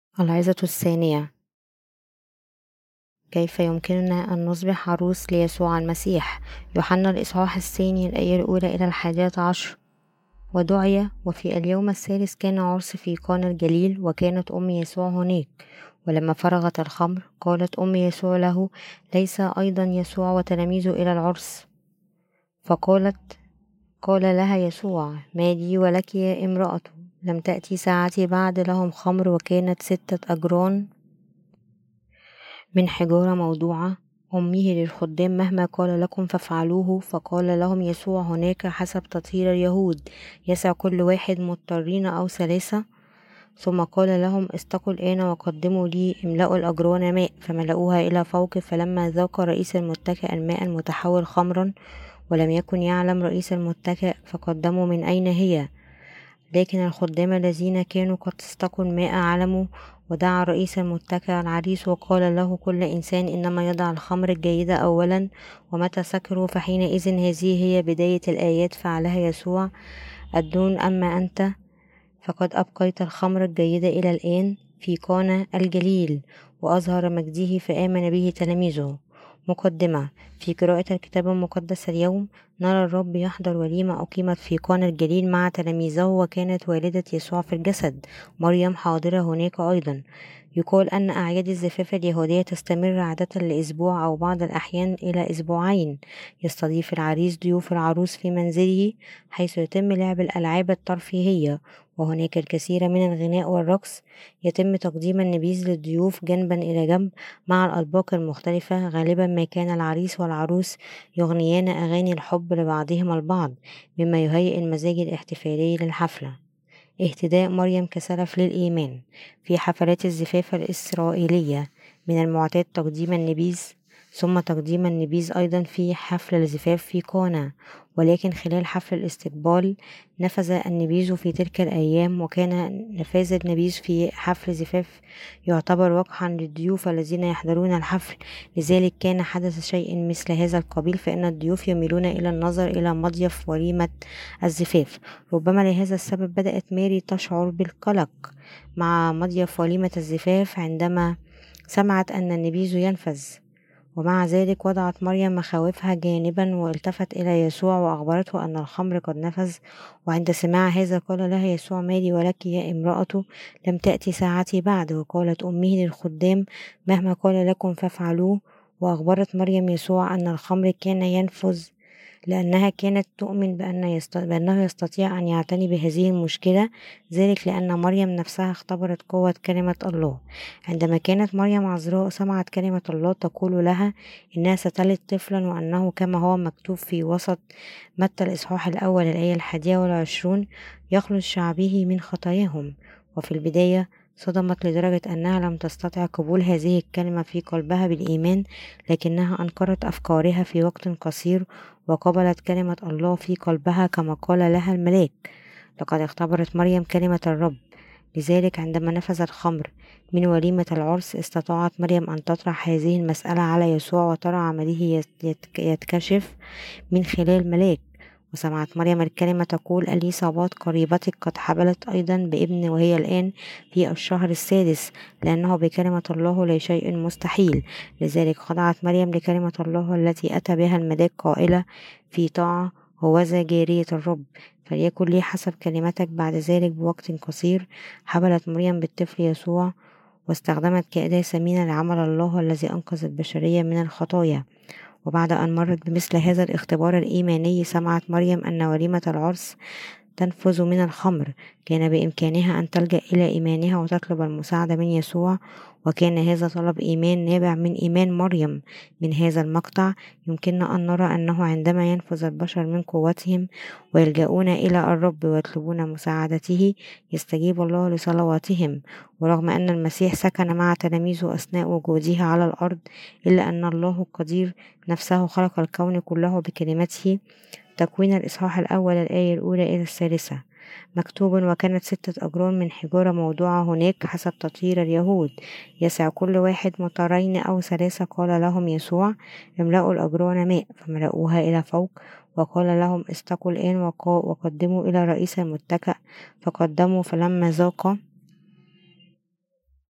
العظة الثانية: كيف يمكننا أن نصبح عروس ليسوع المسيح؟ يوحنا الإصحاح الثاني الآية الأولى إلى 11. ودعي وفي اليوم الثالث كان عرس في قانا الجليل، وكانت أم يسوع هناك. ولما فرغت الخمر قالت أم يسوع له: ليس أيضا يسوع وتلاميذه إلى العرس؟ قال لها يسوع: ما لي ولك يا امرأة؟ لم تأتي ساعتي بعد. لهم خمر، وكانت 6 أجران من حجارة موضوعة أمه للخدام، مهما قال لكم فافعلوه. فقال لهم يسوع: هناك حسب تطهير اليهود يسع كل واحد مضطرين أو 3. ثم قال لهم: استقوا الآن وقدموا لي. املأوا الأجران ماء. فملأوها إلى فوق. فلما ذاق رئيس المتكئ الماء المتحول خمرا، ولم يكن يعلم رئيس المتكئ، فقدموا من أين هي. لكن الخدام الذين كانوا قد استقوا الماء علموا. ودعا رئيس المتكئ العريس وقال له: كل إنسان إنما يضع الخمر الجيدة أولا، ومتى سكروا فحينئذ هذه هي بداية الآيات فعلها يسوع الدون. أما أنت فقد أبقيت الخمر الجيدة إلى الآن في قانا الجليل. وأظهر مجده فآمن به تلاميذه. مقدمة: في قراءة الكتاب المقدس اليوم نرى الرب يحضر وليمة أقيمت في قانا الجليل مع تلاميذه، وكانت والدة يسوع في الجسد مريم حاضرة هناك أيضا. يقال أن أعياد الزفاف اليهودية تستمر عادة لأسبوع أو بعض الأحيان إلى أسبوعين. يستضيف العريس ضيوف العروس في منزله، حيث يتم لعب الألعاب الترفيهية، وهناك الكثير من الغناء والرقص. يتم تقديم النبيذ للضيوف جنبا إلى جنب مع الأطباق المختلفة. غالبا ما كان العريس والعروس يغنيان أغاني الحب لبعضهما البعض، مما يهيئ المزاج الاحتفالي للحفلة. اهتداء مريم كسلف للإيمان. في حفلات الزفاف الإسرائيلية من المعتاد تقديم النبيذ، ثم تقديم النبيذ أيضا في حفل الزفاف في قانا. ولكن خلال حفل الاستقبال نفذ النبيذ في تلك الأيام، وكان نفاذ النبيذ في حفل زفاف يعتبر وقحا للضيوف الذين يحضرون الحفل. لذلك كان حدث شيء مثل هذا القبيل، فإن الضيوف يميلون إلى النظر إلى مضيف وليمة الزفاف. ربما لهذا السبب بدأت ماري تشعر بالقلق مع مضيف وليمة الزفاف عندما سمعت أن النبيذ ينفذ. ومع ذلك وضعت مريم مخاوفها جانبا، والتفت إلى يسوع وأخبرته أن الخمر قد نفذ. وعند سماع هذا قال لها يسوع: مالي ولك يا امرأة؟ لم تأتي ساعتي بعد. وقالت أمه للخدام: مهما قال لكم فافعلوه. وأخبرت مريم يسوع أن الخمر كان ينفذ، لأنها كانت تؤمن بأنه يستطيع أن يعتني بهذه المشكلة، ذلك لأن مريم نفسها اختبرت قوة كلمة الله. عندما كانت مريم عذراء سمعت كلمة الله تقول لها إنها ستلد طفلا، وأنه كما هو مكتوب في وسط متى الإصحاح الأول الآية 21: يخلص شعبه من خطاياهم. وفي البداية صدمت لدرجة أنها لم تستطع قبول هذه الكلمة في قلبها بالإيمان، لكنها أنكرت أفكارها في وقت قصير وقبلت كلمة الله في قلبها كما قال لها الملاك. لقد اختبرت مريم كلمة الرب. لذلك عندما نفذ الخمر من وليمة العرس استطاعت مريم أن تطرح هذه المسألة على يسوع، وترى عمله يتكشف من خلال ملاك. وسمعت مريم الكلمة تقول: أليصابات قريبتك قد حبلت أيضا بابن، وهي الآن في الشهر السادس، لأنه بكلمة الله لا شيء مستحيل. لذلك خضعت مريم لكلمة الله التي أتى بها الملاك قائلة في طاعة: هوذا جارية الرب، فليكن لي حسب كلمتك. بعد ذلك بوقت قصير حبلت مريم بالطفل يسوع، واستخدمت كأداة ثمينة لعمل الله الذي أنقذ البشرية من الخطايا. وبعد أن مرت بمثل هذا الاختبار الإيماني سمعت مريم أن وليمة العرس تنفذ من الخمر. كان بإمكانها أن تلجأ إلى إيمانها وتطلب المساعدة من يسوع، وكان هذا طلب إيمان نابع من إيمان مريم. من هذا المقطع يمكننا أن نرى أنه عندما ينفذ البشر من قوتهم ويلجؤون إلى الرب ويطلبون مساعدته يستجيب الله لصلواتهم. ورغم أن المسيح سكن مع تلاميذه أثناء وجوده على الأرض، إلا أن الله القدير نفسه خلق الكون كله بكلمته. تكوين الإصحاح الأول الآية الأولى إلى 3 مكتوب: وكانت 6 أجران من حجارة موضوعة هناك حسب تطهير اليهود يسع كل واحد مطرين أو 3. قال لهم يسوع: املأوا الأجران ماء. فملأوها إلى فوق. وقال لهم: استقوا الآن وقدموا إلى رئيس المتكأ. فقدموا. فلما ذاق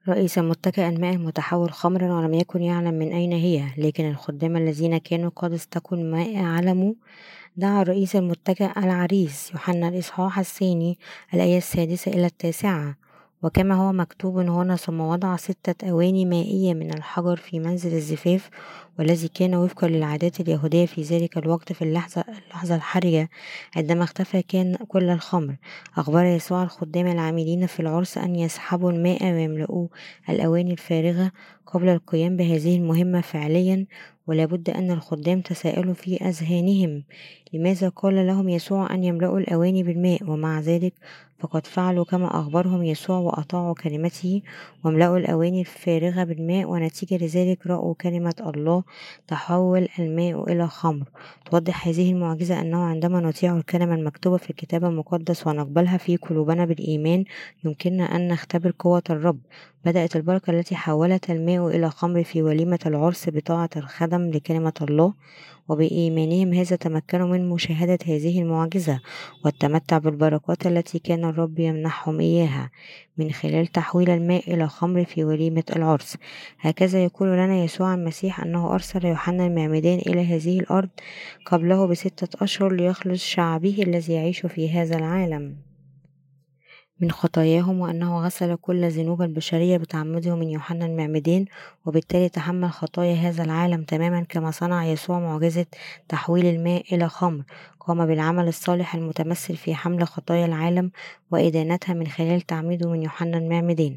رئيس متكئ الماء المتحول خمرا ولم يكن يعلم من أين هي، لكن الخدام الذين كانوا قد استقوا الماء علموا. دعا الرئيس المتكئ العريس. يوحنا الإصحاح الثاني الآية 6 إلى 9. وكما هو مكتوب هنا: ثم وضع 6 أواني مائية من الحجر في منزل الزفاف، والذي كان وفقا للعادات اليهودية في ذلك الوقت. في اللحظة الحرجة عندما اختفى كان كل الخمر، أخبر يسوع الخدام العاملين في العرس أن يسحبوا الماء ويملؤوا الأواني الفارغة قبل القيام بهذه المهمة فعليا. ولابد أن الخدام تساءلوا في أذهانهم: لماذا قال لهم يسوع أن يملؤوا الأواني بالماء؟ ومع ذلك فقد فعلوا كما أخبرهم يسوع وأطاعوا كلمته واملأوا الأواني الفارغة بالماء، ونتيجة لذلك رأوا كلمة الله تحول الماء إلى خمر. توضح هذه المعجزة أنه عندما نطيع الكلمة المكتوبة في الكتاب المقدس ونقبلها في قلوبنا بالإيمان، يمكننا أن نختبر قوة الرب. بدأت البركة التي حولت الماء إلى خمر في وليمة العرس بطاعة الخدم لكلمة الله، وبإيمانهم هذا تمكنوا من مشاهدة هذه المعجزة والتمتع بالبركات التي كان الرب يمنحهم إياها من خلال تحويل الماء إلى خمر في وليمة العرس. هكذا يقول لنا يسوع المسيح أنه أرسل يوحنا المعمدان إلى هذه الأرض قبله ب6 أشهر ليخلص شعبه الذي يعيش في هذا العالم من خطاياهم، وأنه غسل كل ذنوب البشرية بتعمده من يوحنا المعمدان، وبالتالي تحمل خطايا هذا العالم تماما كما صنع يسوع معجزة تحويل الماء إلى خمر. قام بالعمل الصالح المتمثل في حمل خطايا العالم وإدانتها من خلال تعميده من يوحنا المعمدان.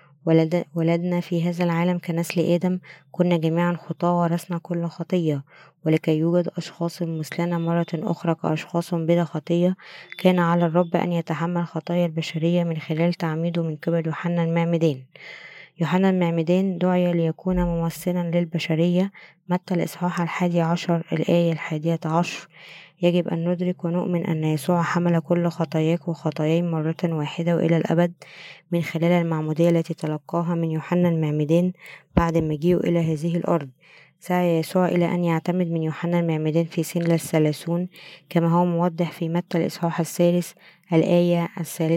ولدنا في هذا العالم كنسل آدم، كنا جميعا خطاة ورثنا كل خطية. ولكي يوجد أشخاص مثلنا مرة أخرى كأشخاص بلا خطية، كان على الرب أن يتحمل خطايا البشرية من خلال تعميده من قبل يوحنا المعمدان. يوحنا المعمدان دعي ليكون ممثلا للبشرية. متى الإصحاح 11 الآية 11. يجب أن ندرك ونؤمن أن يسوع حمل كل خطاياك وخطاياي مرة واحدة وإلى الأبد من خلال المعمودية التي تلقاها من يوحنا المعمدان بعد مجيئه إلى هذه الأرض. سعى يسوع إلى أن يعتمد من يوحنا المعمدان في سن الثلاثون، كما هو موضح في متى الإصحاح 3 الآية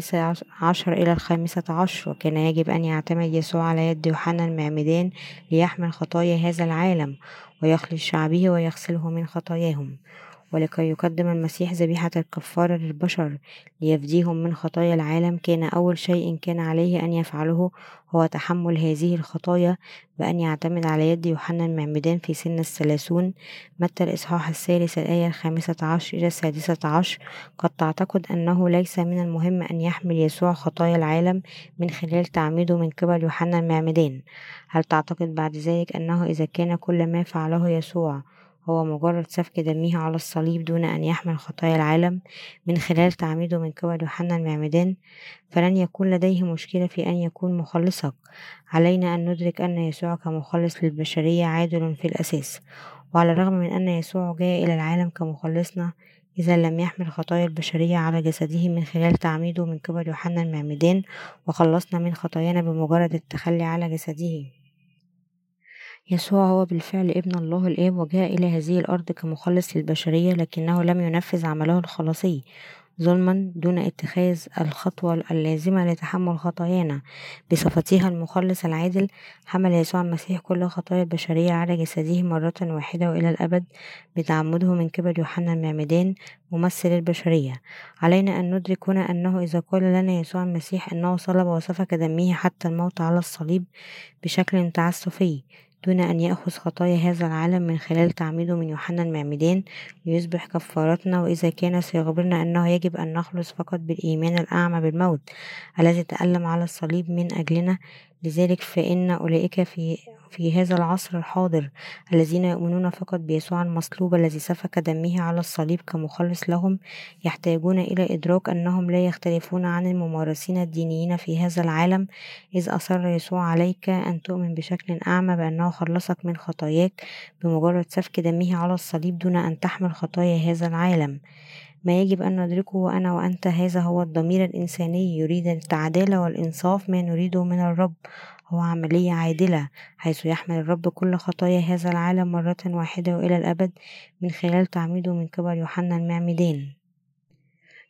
13 إلى 15. وكان يجب أن يعتمد يسوع على يد يوحنا المعمدان ليحمل خطايا هذا العالم ويخلص شعبه ويغسله من خطاياهم. ولكي يقدم المسيح ذبيحة الكفارة للبشر ليفديهم من خطايا العالم، كان أول شيء كان عليه أن يفعله هو تحمل هذه الخطايا بأن يعتمد على يد يوحنا المعمدان في سن الثلاثون. متى الإصحاح 3 الآية 15 إلى 16. قد تعتقد أنه ليس من المهم أن يحمل يسوع خطايا العالم من خلال تعميده من قبل يوحنا المعمدان؟ هل تعتقد بعد ذلك أنه إذا كان كل ما فعله يسوع هو مجرد سفك دمه على الصليب دون أن يحمل خطايا العالم من خلال تعميده من قبل يوحنا المعمدان، فلن يكون لديه مشكلة في أن يكون مخلصك؟ علينا أن ندرك أن يسوع كمخلص للبشرية عادل في الأساس. وعلى الرغم من أن يسوع جاء إلى العالم كمخلصنا، إذا لم يحمل خطايا البشرية على جسده من خلال تعميده من قبل يوحنا المعمدان وخلصنا من خطايانا بمجرد التخلي على جسده. يسوع هو بالفعل ابن الله الآب، وجاء إلى هذه الأرض كمخلص للبشرية، لكنه لم ينفذ عمله الخلاصي ظلما دون اتخاذ الخطوة اللازمة لتحمل خطايانا. بصفتها المخلص العادل، حمل يسوع المسيح كل خطايا البشرية على جسده مرة واحدة وإلى الأبد بتعمده من قبل يوحنا المعمدان ممثل البشرية. علينا أن ندرك هنا أنه إذا قال لنا يسوع المسيح أنه صلب وسفك دمه حتى الموت على الصليب بشكل تعسفي دون أن يأخذ خطايا هذا العالم من خلال تعميده من يوحنا المعمدان ليصبح كفارتنا، وإذا كان سيخبرنا أنه يجب أن نخلص فقط بالإيمان الأعمى بالموت الذي تألم على الصليب من أجلنا، لذلك فإن أولئك في هذا العصر الحاضر الذين يؤمنون فقط بيسوع المصلوب الذي سفك دمه على الصليب كمخلص لهم يحتاجون إلى إدراك أنهم لا يختلفون عن الممارسين الدينيين في هذا العالم، إذ أصر يسوع عليك أن تؤمن بشكل أعمى بأنه خلصك من خطاياك بمجرد سفك دمه على الصليب دون أن تحمل خطايا هذا العالم. ما يجب أن ندركه أنا وأنت هذا هو الضمير الإنساني يريد العدالة والإنصاف. ما نريده من الرب هو عملية عادلة، حيث يحمل الرب كل خطايا هذا العالم مرة واحدة وإلى الأبد من خلال تعميده من قبل يوحنا المعمدان.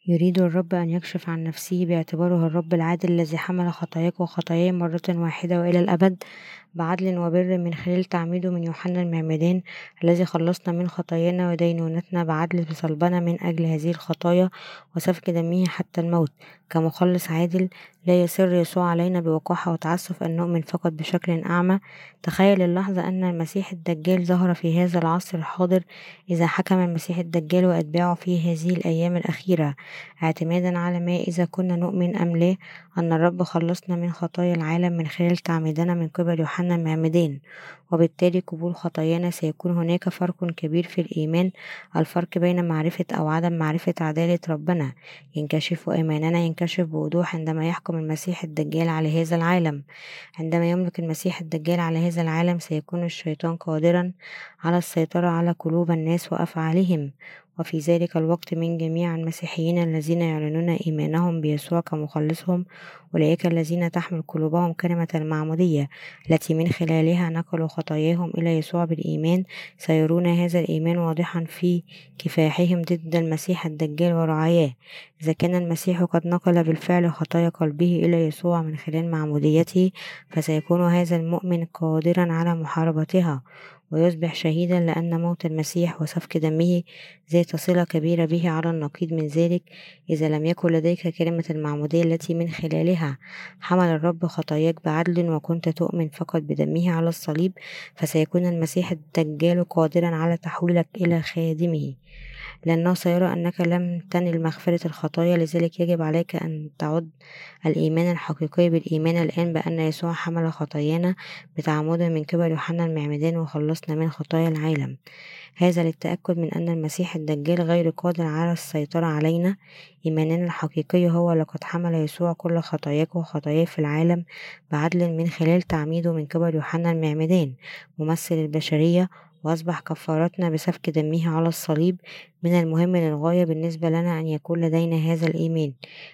يريد الرب أن يكشف عن نفسه باعتباره الرب العادل الذي حمل خطاياك وخطاياي مرة واحدة وإلى الأبد بعدل وبر من خلال تعميده من يوحنا المعمدان الذي خلصنا من خطايانا ودينونتنا بعدل بصلبنا من أجل هذه الخطايا وسفك دمه حتى الموت كمخلص عادل. لا يسر يسوع علينا بوقاحة وتعسف أن نؤمن فقط بشكل أعمى. تخيل اللحظة أن المسيح الدجال ظهر في هذا العصر الحاضر، إذا حكم المسيح الدجال وأتباعه في هذه الأيام الأخيرة اعتمادا على ما إذا كنا نؤمن أم لا أن الرب خلصنا من خطايا العالم من خلال تعميدنا من قبل يوحنا المعمدان، وبالتالي قبول خطايانا. سيكون هناك فرق كبير في الإيمان، الفرق بين معرفة أو عدم معرفة عدالة ربنا ينكشف وإيماننا ينكشف بوضوح عندما يحكم المسيح الدجال على هذا العالم. عندما يملك المسيح الدجال على هذا العالم سيكون الشيطان قادرا على السيطرة على قلوب الناس وأفعالهم، وفي ذلك الوقت من جميع المسيحيين الذين يعلنون إيمانهم بيسوع كمخلصهم، أولئك الذين تحمل قلوبهم كلمة المعمودية التي من خلالها نقلوا خطاياهم إلى يسوع بالإيمان، سيرون هذا الإيمان واضحا في كفاحهم ضد المسيح الدجال ورعاياه. إذا كان المسيح قد نقل بالفعل خطايا قلبه إلى يسوع من خلال معموديته، فسيكون هذا المؤمن قادرا على محاربتها ويصبح شهيدا، لأن موت المسيح وسفك دمه ذات صلة كبيرة به على النقيض من ذلك. إذا لم يكن لديك كلمة المعمودية التي من خلالها حمل الرب خطاياك بعدل وكنت تؤمن فقط بدمه على الصليب، فسيكون المسيح الدجال قادرا على تحويلك إلى خادمه، لأنه سيرى أنك لم تنل مغفرة الخطايا. لذلك يجب عليك أن تعد الإيمان الحقيقي بالإيمان الآن بأن يسوع حمل خطايانا بتعمده من قبل يوحنا المعمدان وخلصنا من خطايا العالم. هذا للتأكد من أن المسيح الدجال غير قادر على السيطرة علينا. إيماننا الحقيقي هو لقد حمل يسوع كل خطاياك وخطاياي في العالم بعدل من خلال تعميده من قبل يوحنا المعمدان ممثل البشرية، وأصبح كفارتنا بسفك دمه على الصليب. من المهم للغاية بالنسبة لنا أن يكون لدينا هذا الإيمان.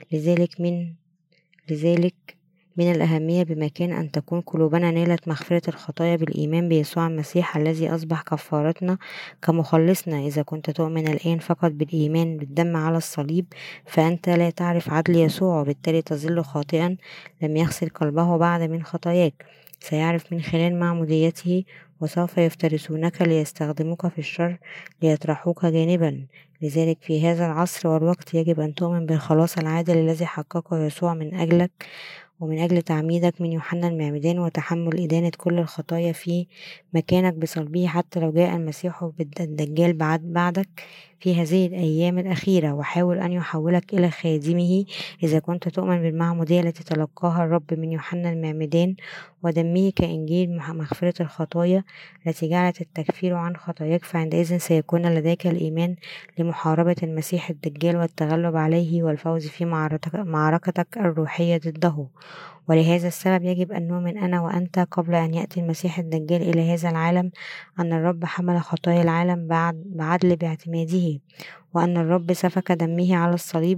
لذلك من الأهمية بمكان أن تكون قلوبنا نالت مغفرة الخطايا بالإيمان بيسوع المسيح الذي أصبح كفارتنا كمخلصنا. إذا كنت تؤمن الآن فقط بالإيمان بالدم على الصليب، فأنت لا تعرف عدل يسوع، وبالتالي تظل خاطئا لم يغسل قلبه بعد من خطاياك. سيعرف من خلال معموديته، وسوف يفترسونك ليستخدموك في الشر ليطرحوك جانبا. لذلك في هذا العصر والوقت يجب أن تؤمن بالخلاص العادل الذي حققه يسوع من أجلك ومن أجل تعميدك من يوحنا المعمدان وتحمل إدانة كل الخطايا في مكانك بصلبه، حتى لو جاء المسيح الدجال بعدك في هذه الأيام الأخيرة وحاول أن يحولك إلى خادمه. إذا كنت تؤمن بالمعمودية التي تلقاها الرب من يوحنا المعمدان ودمه كإنجيل مغفرة الخطايا التي جعلت التكفير عن خطاياك، فعندئذ سيكون لديك الإيمان لمحاربة المسيح الدجال والتغلب عليه والفوز في معركتك الروحية ضده. ولهذا السبب يجب أن نؤمن أنا وأنت قبل أن يأتي المسيح الدجال إلى هذا العالم أن الرب حمل خطايا العالم بعدل باعتماده، وأن الرب سفك دمه على الصليب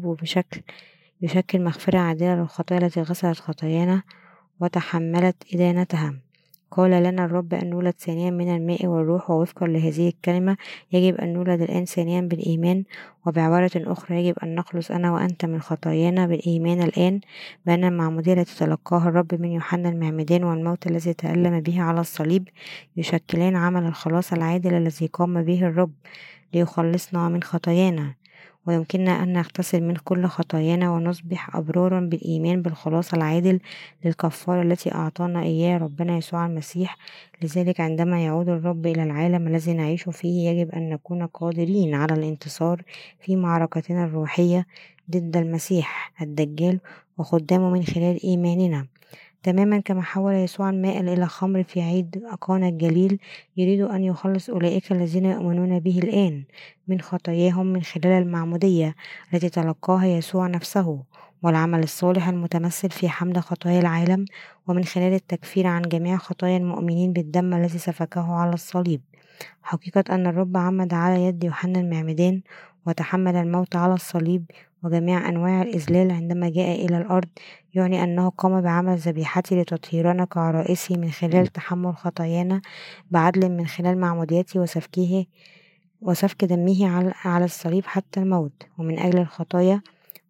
بشكل مغفرة عادلة للخطايا التي غسلت خطايانا وتحملت إدانتها. قال لنا الرب أن نولد ثانيا من الماء والروح، ووفقا لهذه الكلمة يجب أن نولد الآن ثانيا بالإيمان. وبعبارة أخرى يجب أن نخلص أنا وأنت من خطايانا بالإيمان الآن بأن المعمودية التي تلقاها الرب من يوحنا المعمدان والموت الذي تألم به على الصليب يشكلان عمل الخلاص العادل الذي قام به الرب ليخلصنا من خطايانا، ويمكننا أن نغتسل من كل خطايانا ونصبح أبرارا بالإيمان بالخلاص العادل للكفارة التي أعطانا إياه ربنا يسوع المسيح. لذلك عندما يعود الرب إلى العالم الذي نعيش فيه يجب أن نكون قادرين على الانتصار في معركتنا الروحية ضد المسيح الدجال وخدامه من خلال إيماننا. تماما كما حول يسوع الماء إلى خمر في عيد قانا الجليل، يريد أن يخلص أولئك الذين يؤمنون به الآن من خطاياهم من خلال المعمودية التي تلقاها يسوع نفسه والعمل الصالح المتمثل في حمل خطايا العالم، ومن خلال التكفير عن جميع خطايا المؤمنين بالدم الذي سفكه على الصليب. حقيقة أن الرب عمد على يد يوحنا المعمدان وتحمل الموت على الصليب وجميع أنواع الإذلال عندما جاء إلى الأرض يعني أنه قام بعمل ذبيحته لتطهيرنا كعرائسه من خلال تحمل خطايانا بعدل من خلال معموديته وسفك دمه على الصليب حتى الموت. ومن أجل الخطايا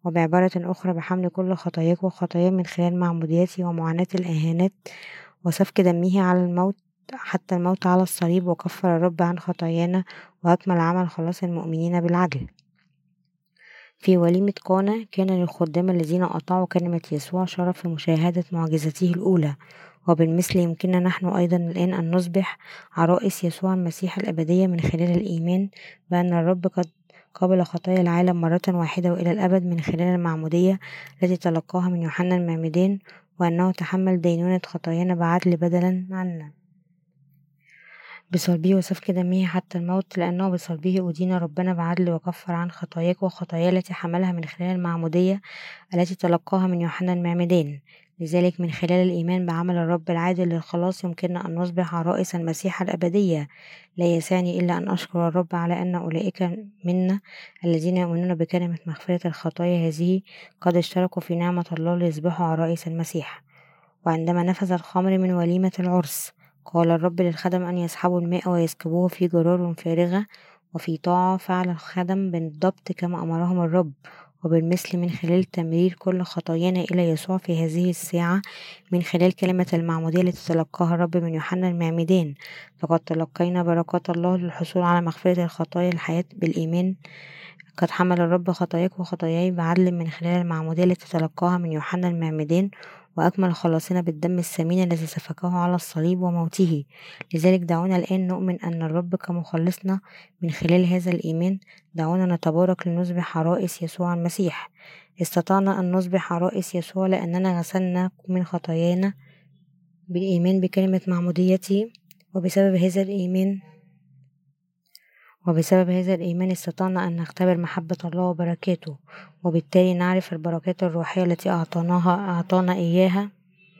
وبعبارة أخرى بحمل كل خطاياك وخطايا من خلال معموديته ومعاناة الإهانات وسفك دمه على الموت حتى الموت على الصليب، وكفر الرب عن خطايانا وأكمل عمل خلاص المؤمنين بالعدل. في وليمة قانا كان للخدام الذين أطاعوا كلمة يسوع شرف في مشاهدة معجزته الأولى، وبالمثل يمكننا نحن أيضا الآن أن نصبح عرائس يسوع المسيح الأبدية من خلال الإيمان بأن الرب قد قبل خطايا العالم مرة واحدة وإلى الأبد من خلال المعمودية التي تلقاها من يوحنا المعمدان، وأنه تحمل دينونة خطايانا بعدل بدلا عنا بصلبه وسفك دمه حتى الموت، لأنه بصلبه أدين ربنا بعدل وكفر عن خطاياك وخطايا التي حملها من خلال المعمودية التي تلقاها من يوحنا المعمدان. لذلك من خلال الإيمان بعمل الرب العادل للخلاص يمكننا أن نصبح عرائس المسيح الأبدية. لا يسعني إلا أن أشكر الرب على أن أولئك منا الذين يؤمنون بكلمة مغفرة الخطايا هذه قد اشتركوا في نعمة الله ليصبحوا عرائس المسيح. وعندما نفذ الخمر من وليمة العرس قال الرب للخدم أن يسحبوا الماء ويسكبوه في جرار فارغة، وفي طاعة فعل الخدم بالضبط كما أمرهم الرب. وبالمثل من خلال تمرير كل خطايانا إلى يسوع في هذه الساعة من خلال كلمة المعمودية التي تلقاها الرب من يوحنا المعمدان، فقد تلقينا بركات الله للحصول على مغفرة الخطايا الحياة بالإيمان. قد حمل الرب خطاياك وخطاياي بعدل من خلال المعمودية التي تلقاها من يوحنا المعمدان، وأكمل خلاصنا بالدم الثمين الذي سفكه على الصليب وموته. لذلك دعونا الآن نؤمن أن الرب كمخلصنا من خلال هذا الإيمان. دعونا نتبارك لنصبح عرائس يسوع المسيح. استطعنا أن نصبح عرائس يسوع لأننا غسلنا من خطايانا بالإيمان بكلمة معموديته، وبسبب هذا الإيمان استطعنا أن نختبر محبة الله وبركاته، وبالتالي نعرف البركات الروحية التي أعطانا إياها.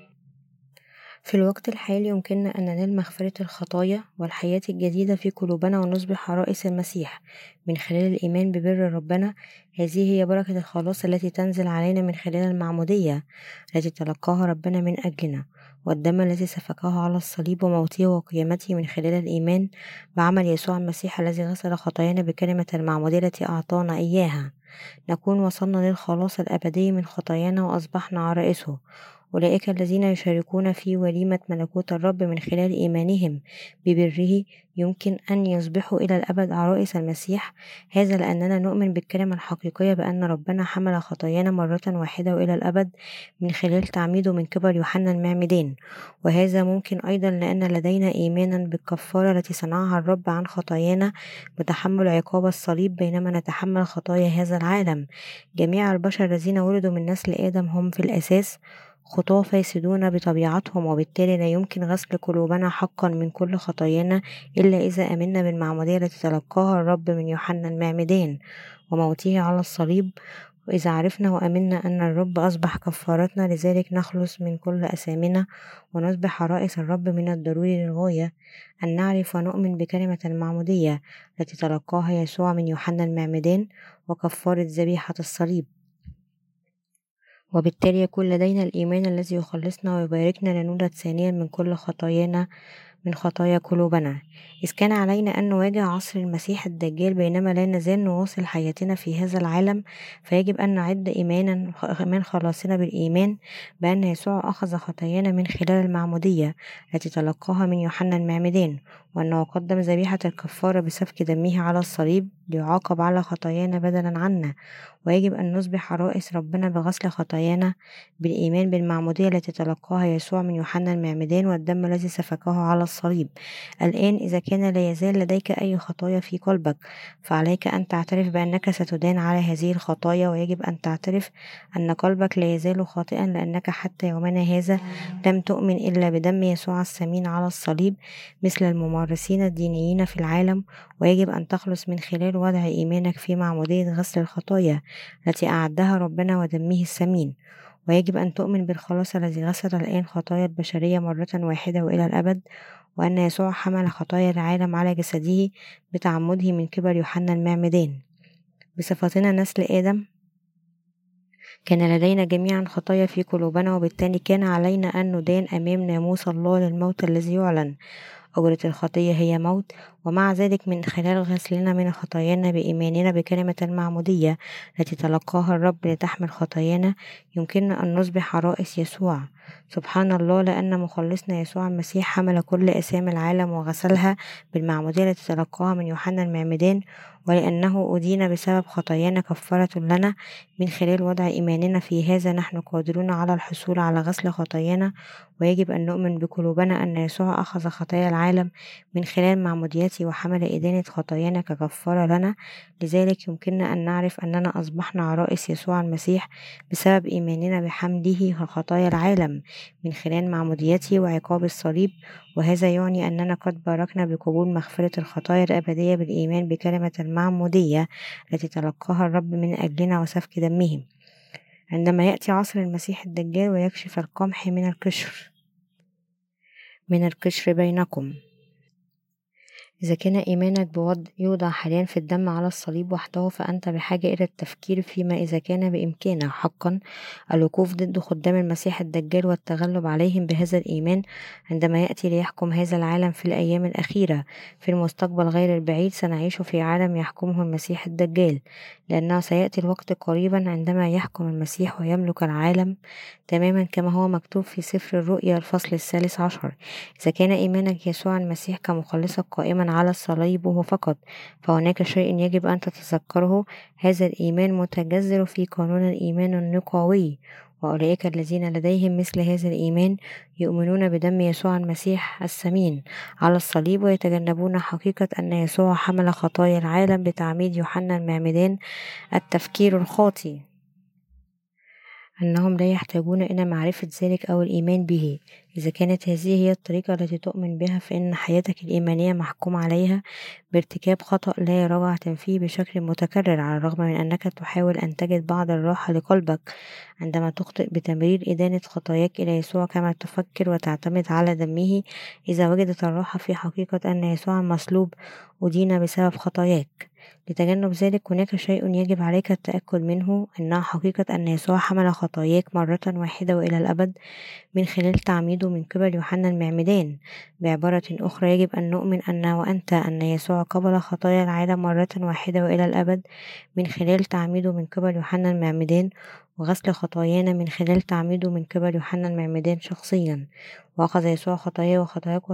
في الوقت الحالي يمكننا أن ننال مغفرة الخطايا والحياة الجديدة في قلوبنا ونصبح عرائس المسيح من خلال الإيمان ببر ربنا. هذه هي بركة الخلاص التي تنزل علينا من خلال المعمودية التي تلقاها ربنا من أجلنا، والدم الذي سفكه على الصليب وموته وقيامته من خلال الإيمان بعمل يسوع المسيح الذي غسل خطايانا بكلمة المعمودية التي أعطانا إياها. نكون وصلنا للخلاص الأبدي من خطايانا وأصبحنا عرائسه. أولئك الذين يشاركون في وليمة ملكوت الرب من خلال إيمانهم ببره يمكن أن يصبحوا إلى الأبد عرائس المسيح. هذا لأننا نؤمن بالكلمة الحقيقية بأن ربنا حمل خطايانا مرة واحدة وإلى الأبد من خلال تعميده من قبل يوحنا المعمدان. وهذا ممكن أيضا لأن لدينا إيمانا بالكفارة التي صنعها الرب عن خطايانا بتحمل عقاب الصليب بينما نتحمل خطايا هذا العالم. جميع البشر الذين ولدوا من نسل آدم هم في الأساس خطاة فاسدون بطبيعتهم، وبالتالي لا يمكن غسل قلوبنا حقا من كل خطايانا إلا إذا آمنا بالمعمودية التي تلقاها الرب من يوحنا المعمدان وموته على الصليب. وإذا عرفنا وآمنا أن الرب أصبح كفارتنا لذلك نخلص من كل أثامنا ونصبح عرائس الرب. من الضروري للغاية أن نعرف ونؤمن بكلمة المعمودية التي تلقاها يسوع من يوحنا المعمدان وكفارة ذبيحة الصليب، وبالتالي يكون لدينا الإيمان الذي يخلصنا ويباركنا لنولد ثانيا من كل خطايانا من خطايا قلوبنا. إذ كان علينا أن نواجه عصر المسيح الدجال بينما لا نزال نواصل حياتنا في هذا العالم، فيجب أن نعد إيمانا من خلاصنا بالإيمان بأن يسوع أخذ خطايانا من خلال المعمودية التي تلقاها من يوحنا المعمدان، وأنه قدم ذبيحة الكفارة بسفك دمه على الصليب ليعاقب على خطايانا بدلا عنا. ويجب أن نصبح عرائس ربنا بغسل خطايانا بالإيمان بالمعمودية التي تلقاها يسوع من يوحنا المعمدان والدم الذي سفكه على الصليب. الآن إذا كان لا يزال لديك أي خطايا في قلبك فعليك أن تعترف بأنك ستدان على هذه الخطايا، ويجب أن تعترف أن قلبك لا يزال خاطئا لأنك حتى يومنا هذا لم تؤمن إلا بدم يسوع الثمين على الصليب مثل الممارسين الدينيين في العالم. ويجب أن تخلص من خلال وضع إيمانك في معمودية غسل الخطايا التي أعدها ربنا ودمه الثمين. ويجب أن تؤمن بالخلاص الذي غسل الآن خطايا البشرية مرة واحدة وإلى الأبد، وأن يسوع حمل خطايا العالم على جسده بتعمده من قبل يوحنا المعمدان. بصفتنا نسل آدم كان لدينا جميعا خطايا في قلوبنا، وبالتالي كان علينا أن ندان أمام ناموس الله للموت الذي يعلن. أجرة الخطية هي موت، ومع ذلك من خلال غسلنا من خطايانا بإيماننا بكلمة المعمودية التي تلقاها الرب لتحمل خطايانا يمكننا أن نصبح عرائس يسوع. سبحان الله، لأن مخلصنا يسوع المسيح حمل كل آثام العالم وغسلها بالمعمودية التي تلقاها من يوحنا المعمدان، ولأنه أدين بسبب خطايانا كفارة لنا. من خلال وضع إيماننا في هذا نحن قادرون على الحصول على غسل خطايانا، ويجب أن نؤمن بقلوبنا أن يسوع أخذ خطايا العالم من خلال معموديته وحمل إدانة خطايانا ككفارة لنا. لذلك يمكننا أن نعرف أننا أصبحنا عرائس يسوع المسيح بسبب إيماننا بحمله خطايا العالم من خلال معموديته وعقاب الصليب، وهذا يعني أننا قد باركنا بقبول مغفرة الخطايا الأبدية بالإيمان بكلمة المعمودية التي تلقاها الرب من أجلنا وسفك دمه. عندما يأتي عصر المسيح الدجال ويكشف القمح من القشر بينكم، إذا كان إيمانك يوضع حاليا في الدم على الصليب وحده، فأنت بحاجة إلى التفكير فيما إذا كان بإمكانه حقا الوقوف ضد خدام المسيح الدجال والتغلب عليهم بهذا الإيمان عندما يأتي ليحكم هذا العالم في الأيام الأخيرة. في المستقبل غير البعيد سنعيش في عالم يحكمه المسيح الدجال، لأنه سيأتي الوقت قريبا عندما يحكم المسيح ويملك العالم تماما كما هو مكتوب في سفر الرؤيا الفصل 13. إذا كان إيمانك يسوع المسيح كمخلصك قائما على الصليب وهو فقط، فهناك شيء يجب أن تتذكره: هذا الإيمان متجذر في قانون الإيمان النقاوي، وأولئك الذين لديهم مثل هذا الإيمان يؤمنون بدم يسوع المسيح الثمين على الصليب ويتجنبون حقيقة أن يسوع حمل خطايا العالم بتعميد يوحنا المعمدان. التفكير الخاطئ أنهم لا يحتاجون إلى معرفة ذلك أو الإيمان به. إذا كانت هذه هي الطريقة التي تؤمن بها، فإن حياتك الإيمانية محكوم عليها بارتكاب خطأ لا يراجع فيه بشكل متكرر، على الرغم من أنك تحاول أن تجد بعض الراحة لقلبك عندما تخطئ بتمرير إدانة خطاياك إلى يسوع كما تفكر وتعتمد على دمه. إذا وجدت الراحة في حقيقة أن يسوع المصلوب أدين بسبب خطاياك، لتجنب ذلك هناك شيء يجب عليك التأكد منه: إنها حقيقة أن يسوع حمل خطاياك مرة واحدة وإلى الأبد من خلال تعميده من قبل يوحنا المعمدان. بعبارة أخرى، يجب أن نؤمن أن يسوع قبل خطايا العالم مرة واحدة وإلى الأبد من خلال تعميده من قبل يوحنا المعمدان، وغسل خطايانا من خلال تعميده من قبل يوحنا المعمدان شخصيا. وأخذ يسوع خطاياه وخطاياك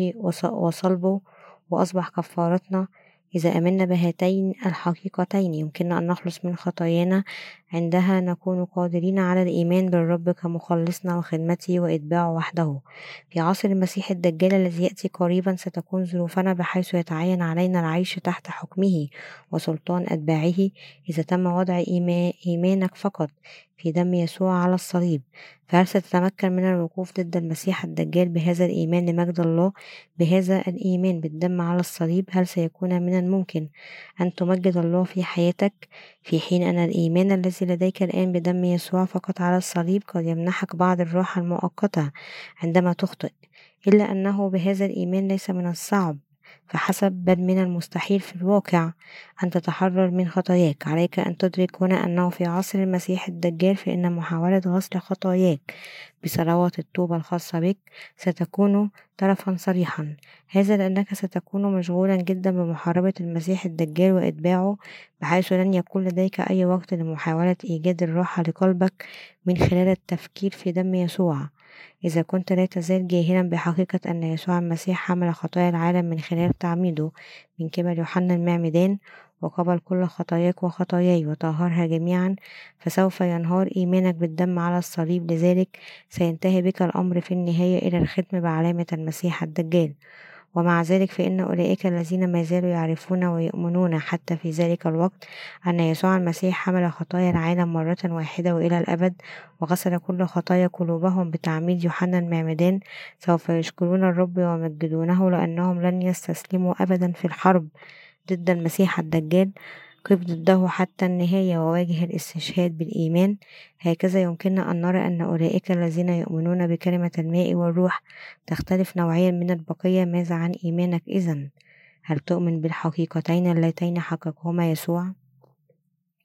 وصلبه وأصبح كفارتنا. إذا آمنا بهاتين الحقيقتين يمكننا أن نخلص من خطايانا. عندها نكون قادرين على الإيمان بالرب كمخلصنا وخدمته وإتباعه وحده. في عصر المسيح الدجال الذي يأتي قريبا ستكون ظروفنا بحيث يتعين علينا العيش تحت حكمه وسلطان أتباعه. إذا تم وضع إيمانك فقط في دم يسوع على الصليب، فهل ستتمكن من الوقوف ضد المسيح الدجال بهذا الإيمان لمجد الله؟ بهذا الإيمان بالدم على الصليب، هل سيكون من الممكن أن تمجد الله في حياتك، في حين أن الإيمان الذي لديك الآن بدم يسوع فقط على الصليب قد يمنحك بعض الراحة المؤقتة عندما تخطئ؟ إلا أنه بهذا الإيمان ليس من الصعب فحسب، بل من المستحيل في الواقع أن تتحرر من خطاياك. عليك أن تدرك هنا أنه في عصر المسيح الدجال فإن محاولة غسل خطاياك بثروة التوبة الخاصة بك ستكون طرفا صريحا. هذا لأنك ستكون مشغولا جدا بمحاربة المسيح الدجال وإتباعه، بحيث لن يكون لديك أي وقت لمحاولة إيجاد الراحة لقلبك من خلال التفكير في دم يسوع. إذا كنت لا تزال جاهلا بحقيقة أن يسوع المسيح حمل خطايا العالم من خلال تعميده من قبل يوحنا المعمدان وقبل كل خطاياك وخطاياي وطهرها جميعا، فسوف ينهار إيمانك بالدم على الصليب. لذلك سينتهي بك الأمر في النهاية إلى الختم بعلامة المسيح الدجال. ومع ذلك فإن أولئك الذين ما زالوا يعرفون ويؤمنون حتى في ذلك الوقت أن يسوع المسيح حمل خطايا العالم مرة واحدة وإلى الأبد وغسل كل خطايا قلوبهم بتعميد يوحنا المعمدان، سوف يشكرون الرب ويمجدونه، لأنهم لن يستسلموا أبدا في الحرب ضد المسيح الدجال. قف ضده حتى النهاية وواجه الاستشهاد بالإيمان. هكذا يمكننا أن نرى أن أولئك الذين يؤمنون بكلمة الماء والروح تختلف نوعيا من البقية. ماذا عن إيمانك إذن؟ هل تؤمن بالحقيقتين اللتين حققهما يسوع؟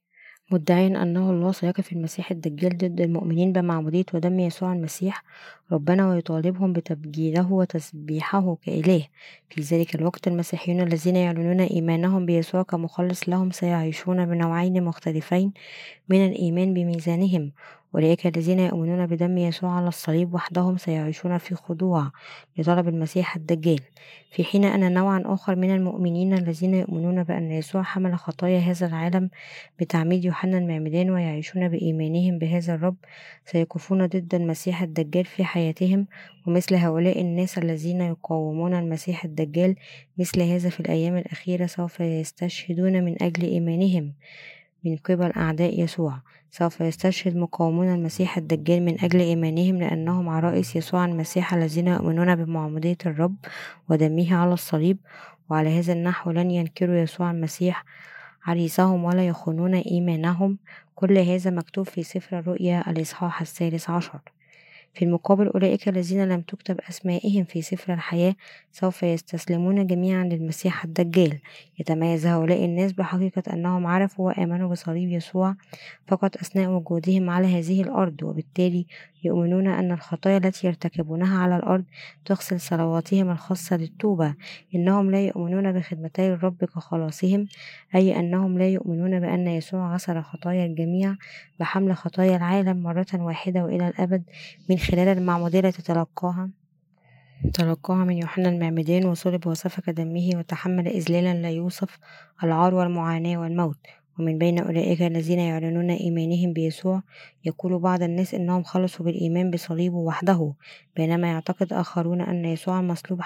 مدعيا أنه الله سيقف المسيح الدجال ضد المؤمنين بمعمودية ودم يسوع المسيح ربنا، ويطالبهم بتبجيله وتسبيحه كإله. في ذلك الوقت المسيحيون الذين يعلنون إيمانهم بيسوع كمخلص لهم سيعيشون بنوعين مختلفين من الإيمان بميزانهم. أولئك الذين يؤمنون بدم يسوع على الصليب وحدهم سيعيشون في خضوع لطلب المسيح الدجال، في حين أن نوعا آخر من المؤمنين الذين يؤمنون بأن يسوع حمل خطايا هذا العالم بتعميد يوحنا المعمدان ويعيشون بإيمانهم بهذا الرب سيقفون ضد المسيح الدجال في حياتهم. ومثل هؤلاء الناس الذين يقاومون المسيح الدجال مثل هذا في الأيام الأخيرة سوف يستشهدون من أجل إيمانهم من قبل أعداء يسوع. سوف يستشهد مقاومون المسيح الدجال من أجل إيمانهم لأنهم عرائس يسوع المسيح الذين يؤمنون بمعمودية الرب ودمه على الصليب، وعلى هذا النحو لن ينكروا يسوع المسيح عريسهم ولا يخونون إيمانهم. كل هذا مكتوب في سفر الرؤيا الإصحاح 13. في المقابل أولئك الذين لم تكتب أسمائهم في سفر الحياة سوف يستسلمون جميعا للمسيح الدجال. يتميز هؤلاء الناس بحقيقة أنهم عرفوا وآمنوا بصليب يسوع فقط أثناء وجودهم على هذه الأرض، وبالتالي يؤمنون أن الخطايا التي يرتكبونها على الأرض تغسل صلواتهم الخاصة للتوبة. إنهم لا يؤمنون بخدمتي الرب كخلاصهم، أي أنهم لا يؤمنون بأن يسوع غسل خطايا الجميع بحمل خطايا العالم مرة واحدة وإلى الأبد من خلال المعمودية التي تلقاها من يوحنا المعمدان، وصلب وسفك دمه وتحمل إذلالا لا يوصف، العار والمعاناة والموت. ومن بين أولئك الذين يعلنون إيمانهم بيسوع يقول بعض الناس إنهم خلصوا بالإيمان بصليبه وحده، بينما يعتقد آخرون أن يسوع المصلوب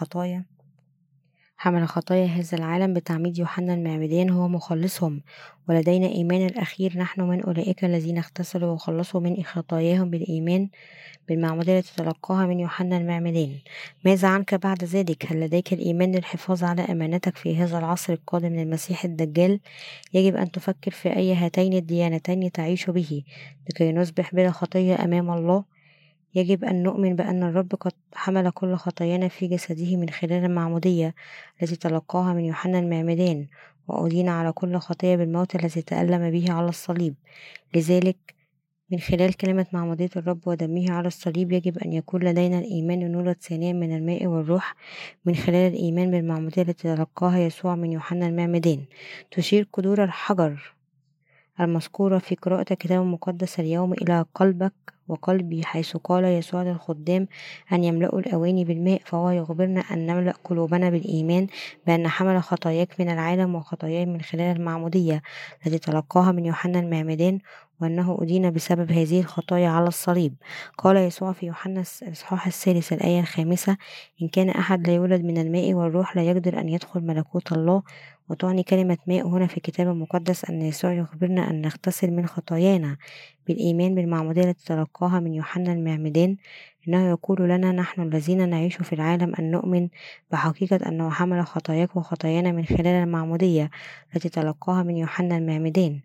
حمل خطايا هذا العالم بتعميد يوحنا المعمدان هو مخلصهم. ولدينا إيمان الأخير، نحن من أولئك الذين اغتسلوا وخلصوا من خطاياهم بالإيمان بالمعمودية التي تلقاها من يوحنا المعمدان. ماذا عنك بعد ذلك؟ هل لديك الإيمان للحفاظ على أمانتك في هذا العصر القادم للمسيح الدجال؟ يجب أن تفكر في أي هاتين الديانتين تعيش به لكي نصبح بلا خطية أمام الله. يجب أن نؤمن بأن الرب قد حمل كل خطايانا في جسده من خلال المعمودية التي تلقاها من يوحنا المعمدان، وأدين على كل خطية بالموت الذي تألم به على الصليب. لذلك من خلال كلمة معمودية الرب ودمه على الصليب يجب أن يكون لدينا الإيمان أن نولد ثانيا من الماء والروح من خلال الإيمان بالمعمودية التي تلقاها يسوع من يوحنا المعمدان. تشير قدور الحجر المذكورة في قراءة الكتاب المقدس اليوم إلى قلبك وقلبي، حيث قال يسوع للخدام أن يملأوا الأواني بالماء، فهو يخبرنا أن نملأ قلوبنا بالإيمان بأن حمل خطاياك من العالم وخطاياي من خلال المعمودية التي تلقاها من يوحنا المعمدان، وأنه أدين بسبب هذه الخطايا على الصليب. قال يسوع في يوحنا الإصحاح 3 الآية 5: إن كان أحد لا يولد من الماء والروح لا يقدر أن يدخل ملكوت الله. وتعني كلمة ماء هنا في الكتاب المقدس أن يسوع يخبرنا أن نغتسل من خطايانا بالإيمان بالمعمودية التي تلقاها من يوحنا المعمدان. إنه يقول لنا نحن الذين نعيش في العالم أن نؤمن بحقيقة أنه حمل خطاياك وخطايانا من خلال المعمودية التي تلقاها من يوحنا المعمدان.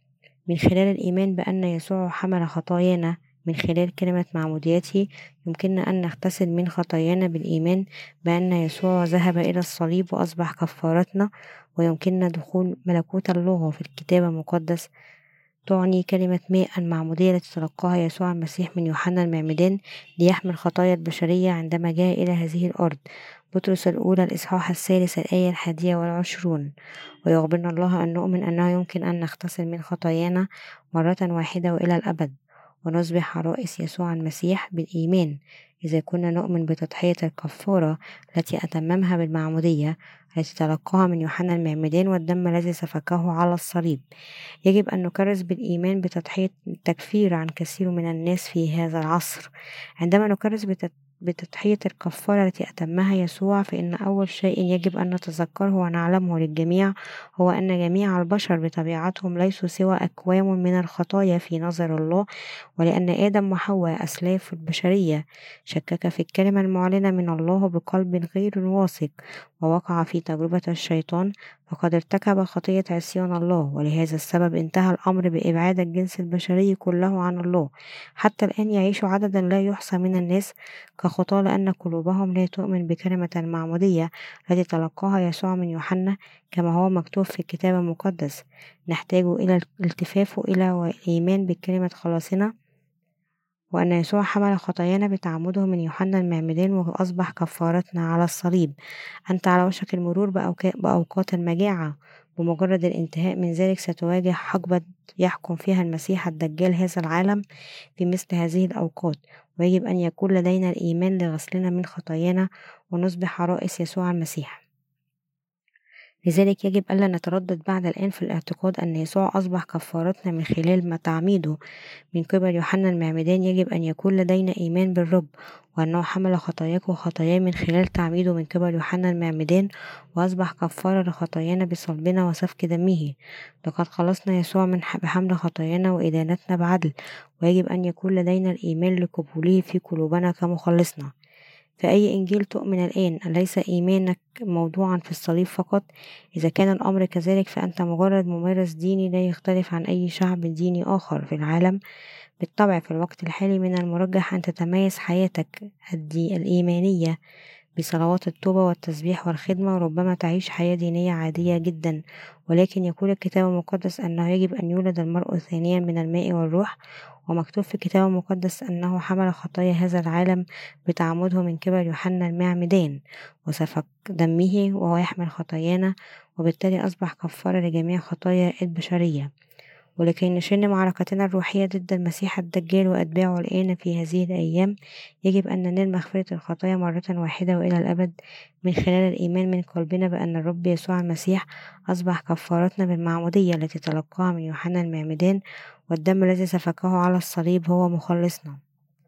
من خلال الإيمان بأن يسوع حمل خطايانا من خلال كلمة معموديته يمكننا أن نغتسل من خطايانا بالإيمان بأن يسوع ذهب إلى الصليب وأصبح كفارتنا، ويمكننا دخول ملكوت الله. في الكتاب المقدس تعني كلمة ماء المعمودية التي تلقاها يسوع المسيح من يوحنا المعمدان ليحمل خطايا البشرية عندما جاء إلى هذه الأرض. بطرس الأولى الإصحاح 3 الآية 21. ويخبرنا الله أن نؤمن أنه يمكن أن نغتسل من خطايانا مرة واحدة وإلى الأبد ونصبح عرائس يسوع المسيح بالإيمان، إذا كنا نؤمن بتضحية الكفارة التي أتممها بالمعمودية التي تلقاها من يوحنا المعمدان والدم الذي سفكه على الصليب. يجب أن نكرس بالإيمان بتضحية التكفير عن كثير من الناس في هذا العصر. عندما نكرس بتضحية الكفارة التي أتمها يسوع، فإن أول شيء يجب أن نتذكره ونعلمه للجميع هو أن جميع البشر بطبيعتهم ليسوا سوى أكوام من الخطايا في نظر الله، ولأن آدم وحواء أسلاف البشرية شكك في الكلمة المعلنة من الله بقلب غير واثق ووقع في تجربة الشيطان، فقد ارتكب خطية عصيان الله. ولهذا السبب انتهى الأمر بإبعاد الجنس البشري كله عن الله. حتى الآن يعيش عددا لا يحصى من الناس كخطاة لأن قلوبهم لا تؤمن بكلمة المعمودية التي تلقاها يسوع من يوحنا كما هو مكتوب في الكتاب المقدس. نحتاج إلى الالتفاف إلى والإيمان بكلمة خلاصنا وأن يسوع حمل خطايانا بتعمده من يوحنا المعمدان وأصبح كفارتنا على الصليب. أنت على وشك المرور بأوقات المجاعة، بمجرد الانتهاء من ذلك ستواجه حقبة يحكم فيها المسيح الدجال هذا العالم في مثل هذه الأوقات، ويجب أن يكون لدينا الإيمان لغسلنا من خطايانا ونصبح رئيس يسوع المسيح. لذلك يجب ألا نتردد بعد الآن في الاعتقاد أن يسوع أصبح كفارتنا من خلال ما تعميده من قبل يوحنا المعمدان. يجب أن يكون لدينا إيمان بالرب وأنه حمل خطاياك وخطاياي من خلال تعميده من قبل يوحنا المعمدان وأصبح كفارة لخطايانا بصلبنا وسفك دمه. لقد خلصنا يسوع بحمل خطايانا وإدانتنا بعدل، ويجب أن يكون لدينا الإيمان لقبوله في قلوبنا كمخلصنا. في أي إنجيل تؤمن الآن؟ أليس إيمانك موضوعا في الصليب فقط؟ إذا كان الأمر كذلك فأنت مجرد ممارس ديني لا يختلف عن أي شعب ديني آخر في العالم. بالطبع في الوقت الحالي من المرجح أن تتميز حياتك الإيمانية بصلوات التوبة والتسبيح والخدمة، وربما تعيش حياة دينية عادية جدا، ولكن يقول الكتاب المقدس أنه يجب أن يولد المرء ثانيا من الماء والروح. ومكتوب في الكتاب المقدس أنه حمل خطايا هذا العالم بتعمده من قبل يوحنا المعمدان وسفك دمه وهو يحمل خطايانا، وبالتالي أصبح كفارة لجميع خطايا البشرية. ولكي نشن معركتنا الروحية ضد المسيح الدجال وأتباعه الآن في هذه الأيام، يجب أن ننال مغفرة الخطايا مرة واحدة وإلى الأبد من خلال الإيمان من قلبنا بأن الرب يسوع المسيح أصبح كفارتنا بالمعمودية التي تلقاها من يوحنا المعمدان، والدم الذي سفكه على الصليب هو مخلصنا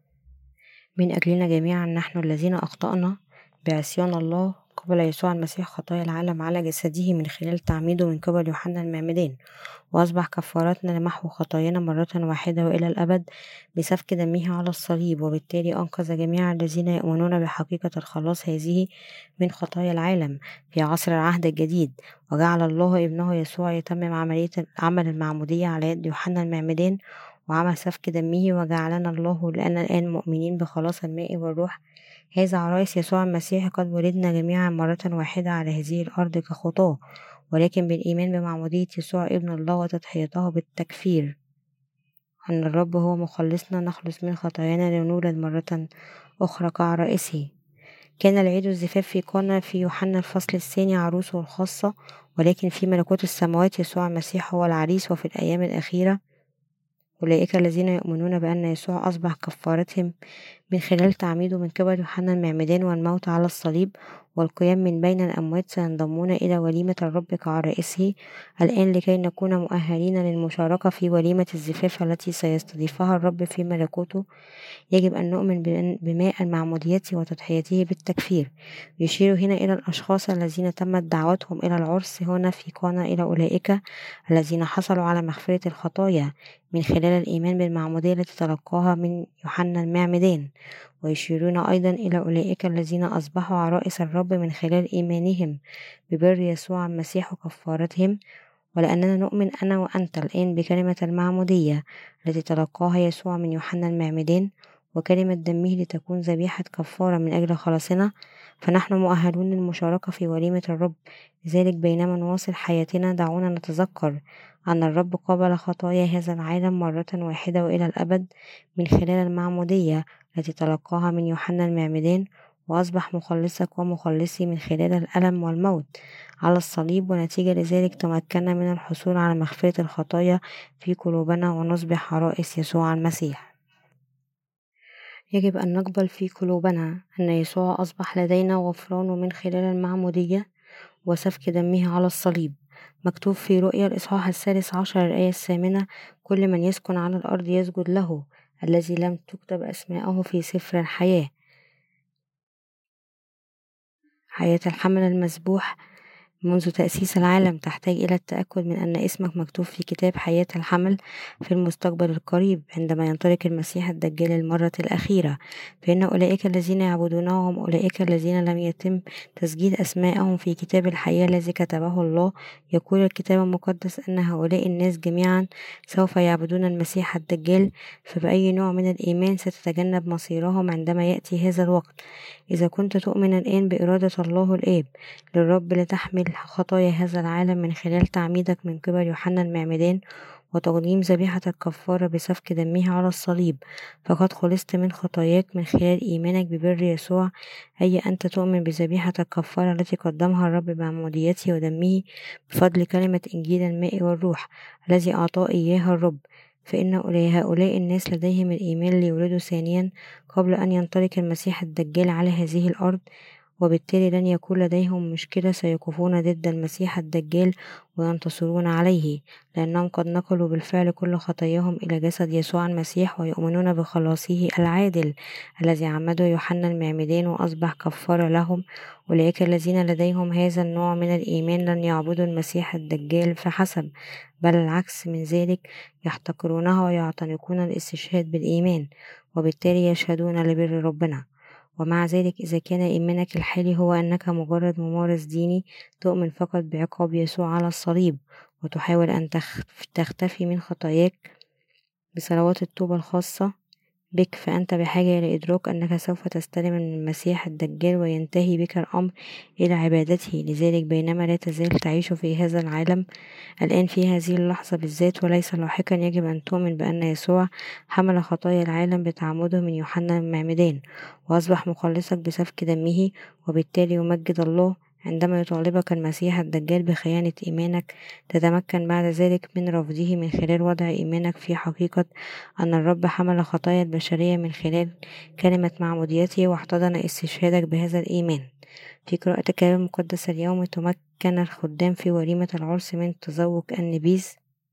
من أجلنا جميعا نحن الذين أخطأنا بعصيان الله. قبل يسوع المسيح خطايا العالم على جسده من خلال تعميده من قبل يوحنا المعمدان، وأصبح كفارتنا لمحو خطايانا مرة واحدة وإلى الأبد بسفك دمه على الصليب، وبالتالي أنقذ جميع الذين يؤمنون بحقيقة الخلاص هذه من خطايا العالم في عصر العهد الجديد. وجعل الله ابنه يسوع يتمم عمل المعمودية على يد يوحنا المعمدان وعمل سفك دمه، وجعلنا الله لأن الآن مؤمنين بخلاص الماء والروح. هذا عرايس يسوع المسيح قد ولدنا جميعا مرة واحدة على هذه الأرض كخطاة، ولكن بالإيمان بمعمودية يسوع ابن الله وتضحيته بالتكفير أن الرب هو مخلصنا نخلص من خطايانا لنولد مرة أخرى كعرائسه. كان العيد الزفاف في قانا في يوحنا الفصل الثاني عروسه الخاصة، ولكن في ملكوت السماوات يسوع المسيح هو العريس. وفي الأيام الأخيرة أولئك الذين يؤمنون بأن يسوع أصبح كفارتهم من خلال تعميده من قبل يوحنا المعمدان والموت على الصليب والقيام من بين الأموات سينضمون إلى وليمة الرب كعرائسه الآن، لكي نكون مؤهلين للمشاركة في وليمة الزفاف التي سيستضيفها الرب في ملكوته. يجب أن نؤمن بماء المعمودية وتضحيته بالتكفير. يشير هنا إلى الأشخاص الذين تمت دعوتهم إلى العرس هنا في قانا، إلى أولئك الذين حصلوا على مغفرة الخطايا من خلال الإيمان بالمعمودية التي تلقاها من يوحنا المعمدان. ويشيرون أيضا إلى أولئك الذين أصبحوا عرائس الرب من خلال إيمانهم ببر يسوع المسيح وكفارتهم. ولأننا نؤمن أنا وأنت الآن بكلمة المعمودية التي تلقاها يسوع من يوحنا المعمدان وكلمة دمه لتكون ذبيحة كفارة من أجل خلاصنا، فنحن مؤهلون للمشاركة في وليمة الرب. لذلك بينما نواصل حياتنا دعونا نتذكر أن الرب قبل خطايا هذا العالم مرة واحدة وإلى الأبد من خلال المعمودية التي تلقاها من يوحنا المعمدان، وأصبح مخلصك ومخلصي من خلال الألم والموت على الصليب. ونتيجة لذلك تمكنا من الحصول على مغفرة الخطايا في قلوبنا ونصبح عرائس يسوع المسيح. يجب أن نقبل في قلوبنا أن يسوع أصبح لدينا غفران من خلال المعمودية وسفك دمه على الصليب. مكتوب في رؤيا الإصحاح 13 الآية 8: كل من يسكن على الأرض يسجد له الذي لم تكتب أسماءه في سفر الحياة. حياة الحمل المذبوح منذ تأسيس العالم تحتاج إلى التأكد من أن اسمك مكتوب في كتاب حياة الحمل في المستقبل القريب عندما ينطلق المسيح الدجال المرة الأخيرة، فإن أولئك الذين يعبدونه هم أولئك الذين لم يتم تسجيل أسماءهم في كتاب الحياة الذي كتبه الله. يقول الكتاب المقدس أن هؤلاء الناس جميعا سوف يعبدون المسيح الدجال، فبأي نوع من الإيمان ستتجنب مصيرهم عندما يأتي هذا الوقت؟ إذا كنت تؤمن الآن بإرادة الله الآب للرب لتحمل خطايا هذا العالم من خلال تعميدك من قبل يوحنا المعمدان وتقديم ذبيحة الكفارة بسفك دمه على الصليب، فقد خلصت من خطاياك من خلال إيمانك ببر يسوع. أي أنت تؤمن بذبيحة الكفارة التي قدمها الرب بمعموديته ودمه بفضل كلمة إنجيل الماء والروح الذي أعطاه إياها الرب، فإن هؤلاء الناس لديهم الإيمان ليولدوا ثانيا قبل أن ينطلق المسيح الدجال على هذه الأرض، وبالتالي لن يكون لديهم مشكلة، سيقفون ضد المسيح الدجال وينتصرون عليه، لأنهم قد نقلوا بالفعل كل خطاياهم إلى جسد يسوع المسيح ويؤمنون بخلاصه العادل الذي عمده يوحنا المعمدان وأصبح كفارة لهم. أولئك الذين لديهم هذا النوع من الإيمان لن يعبدوا المسيح الدجال فحسب، بل العكس من ذلك، يحتقرونه ويعتنقون الاستشهاد بالإيمان، وبالتالي يشهدون لبر ربنا. ومع ذلك إذا كان إيمانك الحالي هو أنك مجرد ممارس ديني تؤمن فقط بعقاب يسوع على الصليب وتحاول أن تختفي من خطاياك بصلوات التوبة الخاصة بك، فأنت بحاجة إلى إدراك أنك سوف تستلم من المسيح الدجال وينتهي بك الأمر إلى عبادته. لذلك بينما لا تزال تعيش في هذا العالم الآن في هذه اللحظة بالذات وليس لاحقا، يجب أن تؤمن بأن يسوع حمل خطايا العالم بتعمده من يوحنا المعمدان وأصبح مخلصك بسفك دمه، وبالتالي يمجد الله عندما يطالبك المسيح الدجال بخيانة إيمانك. تتمكن بعد ذلك من رفضه من خلال وضع إيمانك في حقيقة أن الرب حمل خطايا البشرية من خلال كلمة معموديته واحتضن استشهادك بهذا الإيمان. في قراءة الكتاب المقدس اليوم تمكن الخدام في وليمة العرس من تذوق النبيذ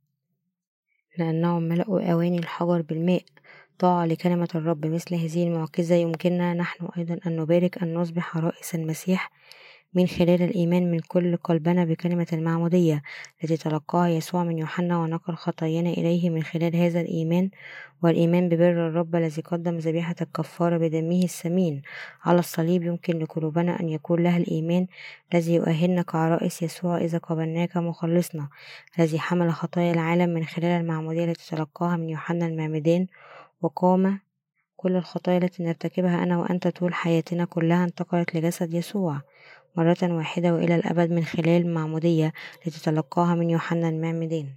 لأنهم ملأوا أواني الحجر بالماء طاعة لكلمة الرب. مثل هذه المعجزة يمكننا نحن أيضا أن نبارك أن نصبح رئيس المسيح من خلال الإيمان من كل قلبنا بكلمة المعمودية التي تلقاها يسوع من يوحنا ونقل خطايانا إليه من خلال هذا الإيمان، والإيمان ببر الرب الذي قدم ذبيحة الكفارة بدمه الثمين على الصليب. يمكن لقلوبنا أن يكون لها الإيمان الذي يؤهلنا كعرائس يسوع إذا قبلناك مخلصنا الذي حمل خطايا العالم من خلال المعمودية التي تلقاها من يوحنا المعمدان وقام. كل الخطايا التي نرتكبها أنا وأنت طول حياتنا كلها انتقلت لجسد يسوع مرة واحدة وإلى الأبد من خلال المعمودية التي تلقاها من يوحنا المعمدان.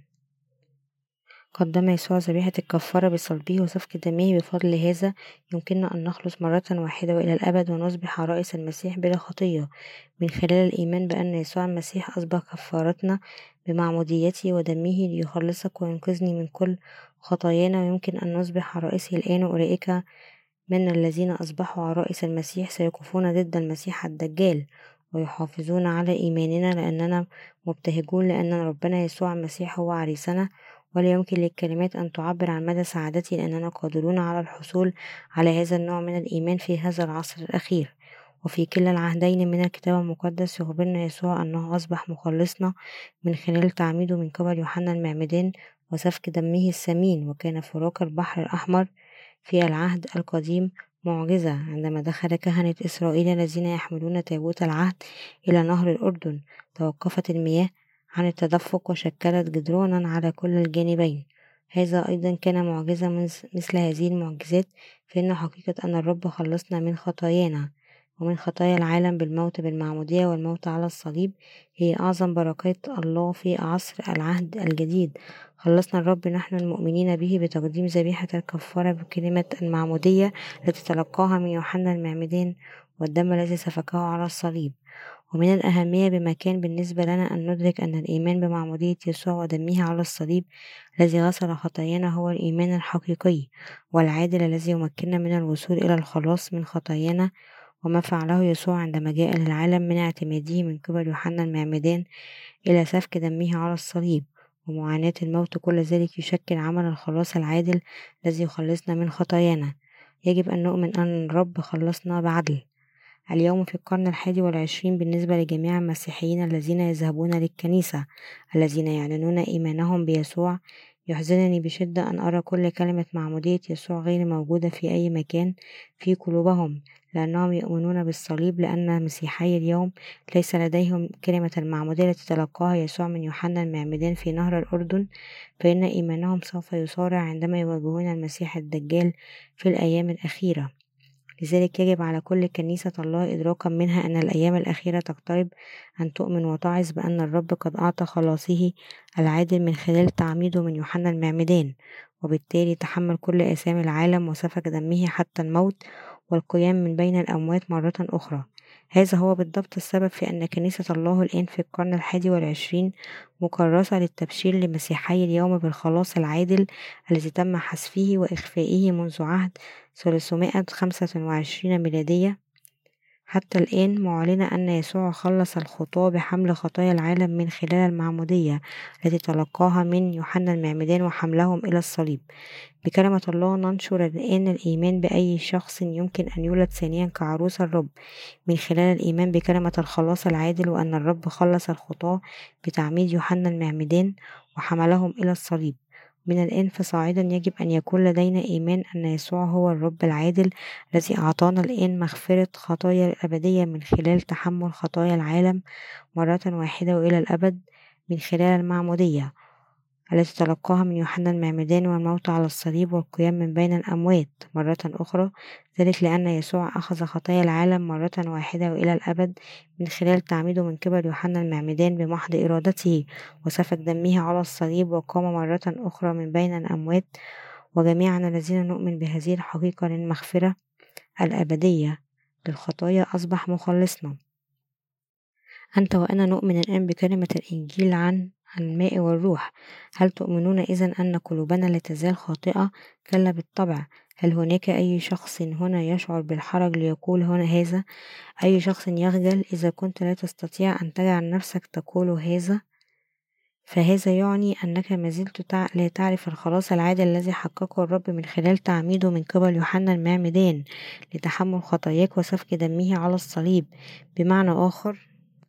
قدم يسوع ذبيحة الكفارة بصلبه وسفك دمه، بفضل هذا يمكننا أن نخلص مرة واحدة وإلى الأبد ونصبح رئيس المسيح بلا خطية من خلال الإيمان بأن يسوع المسيح أصبح كفارتنا بمعموديته ودمه ليخلصك وينقذني من كل خطايانا. ويمكن أن نصبح رئيسه الآن. أولئك من الذين أصبحوا عرائس المسيح سيقفون ضد المسيح الدجال ويحافظون على إيماننا لأننا مبتهجون لأن ربنا يسوع المسيح هو عريسنا، ولا يمكن للكلمات أن تعبر عن مدى سعادتي لأننا قادرون على الحصول على هذا النوع من الإيمان في هذا العصر الأخير. وفي كلا العهدين من الكتاب المقدس يخبرنا يسوع أنه أصبح مخلصنا من خلال تعميده من قبل يوحنا المعمدان وسفك دمه الثمين. وكان فراق البحر الأحمر في العهد القديم معجزة عندما دخل كهنة إسرائيل الذين يحملون تابوت العهد إلى نهر الأردن، توقفت المياه عن التدفق وشكلت جدرانا على كل الجانبين. هذا أيضا كان معجزة. مثل هذه المعجزات فإن حقيقة أن الرب خلصنا من خطايانا ومن خطايا العالم بالموت بالمعمودية والموت على الصليب هي أعظم بركات الله في عصر العهد الجديد. خلصنا الرب نحن المؤمنين به بتقديم ذبيحة الكفارة بكلمة المعمودية التي تلقاها من يوحنا المعمدان والدم الذي سفكه على الصليب. ومن الأهمية بمكان بالنسبة لنا أن ندرك أن الإيمان بمعمودية يسوع ودمه على الصليب الذي غسل خطايانا هو الإيمان الحقيقي والعادل الذي يمكننا من الوصول إلى الخلاص من خطايانا. وما فعله يسوع عندما جاء للعالم من اعتماده من قبل يوحنا المعمدان إلى سفك دمه على الصليب ومعاناة الموت، كل ذلك يشكل عمل الخلاص العادل الذي يخلصنا من خطايانا. يجب أن نؤمن أن الرب خلصنا بعدل اليوم في القرن 21 بالنسبة لجميع المسيحيين الذين يذهبون للكنيسة الذين يعلنون إيمانهم بيسوع. يحزنني بشدة أن أرى كل كلمة معمودية يسوع غير موجودة في أي مكان في قلوبهم، لأنهم يؤمنون بالصليب، لأن مسيحي اليوم ليس لديهم كلمة المعمودية التي تلقاها يسوع من يوحنا المعمدان في نهر الأردن، فإن إيمانهم سوف يصارع عندما يواجهون المسيح الدجال في الأيام الأخيرة. لذلك يجب على كل كنيسة الله إدراكا منها أن الأيام الأخيرة تقترب أن تؤمن وتعظ بأن الرب قد أعطى خلاصه العادل من خلال تعميده من يوحنا المعمدان، وبالتالي تحمل كل آثام العالم وسفك دمه حتى الموت والقيام من بين الأموات مرة أخرى. هذا هو بالضبط السبب في أن كنيسة الله الآن في القرن 21 مكرسة للتبشير لمسيحي اليوم بالخلاص العادل الذي تم حذفه وإخفائه منذ عهد 325 ميلادية حتى الآن، معلنة أن يسوع خلص الخطاة بحمل خطايا العالم من خلال المعمودية التي تلقاها من يوحنا المعمدان وحملهم إلى الصليب. بكلمة الله ننشر الآن الإيمان بأي شخص يمكن أن يولد ثانيا كعروس الرب من خلال الإيمان بكلمة الخلاص العادل، وأن الرب خلص الخطاة بتعميد يوحنا المعمدان وحملهم إلى الصليب. من الآن فصاعدا يجب أن يكون لدينا إيمان أن يسوع هو الرب العادل الذي أعطانا الآن مغفرة خطايا الأبدية من خلال تحمل خطايا العالم مرة واحدة وإلى الأبد من خلال المعمودية التي تلقاها من يوحنا المعمدان والموت على الصليب والقيام من بين الأموات مرة أخرى، ذلك لأن يسوع أخذ خطايا العالم مرة واحدة وإلى الأبد من خلال تعميده من قبل يوحنا المعمدان بمحض إرادته وسفك دمه على الصليب وقام مرة أخرى من بين الأموات. وجميعنا الذين نؤمن بهذه الحقيقة للمغفرة الأبدية للخطايا أصبح مخلصنا. أنت وأنا نؤمن الآن بكلمة الإنجيل عن الماء والروح. هل تؤمنون إذن أن قلوبنا لا تزال خاطئة؟ كلا بالطبع. هل هناك أي شخص هنا يشعر بالحرج ليقول هنا هذا؟ أي شخص يخجل إذا كنت لا تستطيع أن تجعل نفسك تقول هذا؟ فهذا يعني أنك ما زلت لا تعرف الخلاص العادل الذي حققه الرب من خلال تعميده من قبل يوحنا المعمدان لتحمل خطاياك وسفك دمه على الصليب. بمعنى آخر،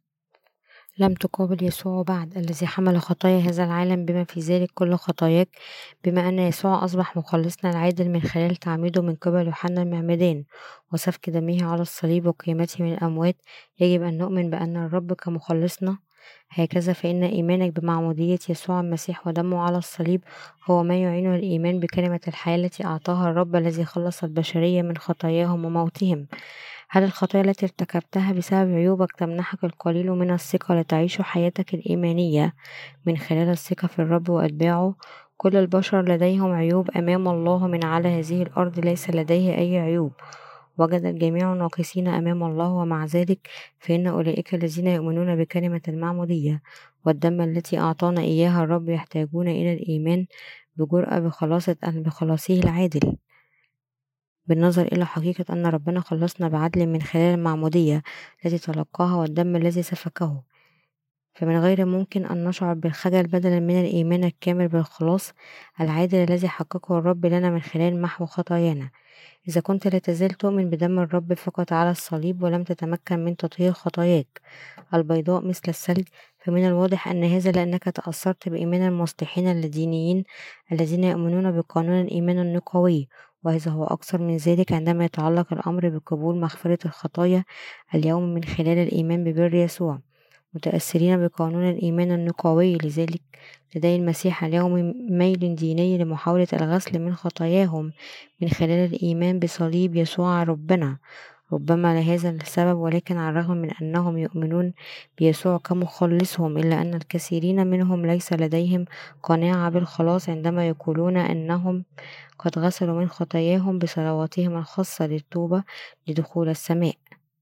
لم تقابل يسوع بعد الذي حمل خطايا هذا العالم بما في ذلك كل خطاياك. بما أن يسوع أصبح مخلصنا العادل من خلال تعميده من قبل يوحنا المعمدان وسفك دمه على الصليب وقيامته من الأموات، يجب أن نؤمن بأن الرب كمخلصنا. هكذا فإن إيمانك بمعمودية يسوع المسيح ودمه على الصليب هو ما يعين الإيمان بكلمة الحياة التي أعطاها الرب الذي خلص البشرية من خطاياهم وموتهم. هل الخطايا التي ارتكبتها بسبب عيوبك تمنحك القليل من الثقة لتعيش حياتك الإيمانية من خلال الثقة في الرب وأتباعه؟ كل البشر لديهم عيوب أمام الله، من على هذه الأرض ليس لديه أي عيوب. وجد الجميع ناقصين أمام الله، ومع ذلك فإن أولئك الذين يؤمنون بكلمة المعمودية والدم التي أعطانا إياها الرب يحتاجون إلى الإيمان بجرأة بخلاصه العادل، بالنظر إلى حقيقة أن ربنا خلصنا بعدل من خلال المعمودية التي تلقاها والدم الذي سفكه. فمن غير ممكن أن نشعر بالخجل بدلا من الإيمان الكامل بالخلاص العادل الذي حققه الرب لنا من خلال محو خطايانا. إذا كنت لا تزال تؤمن بدم الرب فقط على الصليب ولم تتمكن من تطهير خطاياك البيضاء مثل الثلج، فمن الواضح أن هذا لأنك تأثرت بإيمان المصلحين اللادينيين الذين يؤمنون بقانون الإيمان النقوي. وهذا هو أكثر من ذلك عندما يتعلق الأمر بقبول مغفرة الخطايا اليوم من خلال الإيمان ببر يسوع، متأثرين بقانون الإيمان النقوي. لذلك لدي المسيح اليوم ميل ديني لمحاولة الغسل من خطاياهم من خلال الإيمان بصليب يسوع ربنا. ربما لهذا السبب، ولكن على الرغم من أنهم يؤمنون بيسوع كمخلصهم، إلا أن الكثيرين منهم ليس لديهم قناعة بالخلاص عندما يقولون أنهم قد غسلوا من خطاياهم بصلواتهم الخاصة للتوبة لدخول السماء.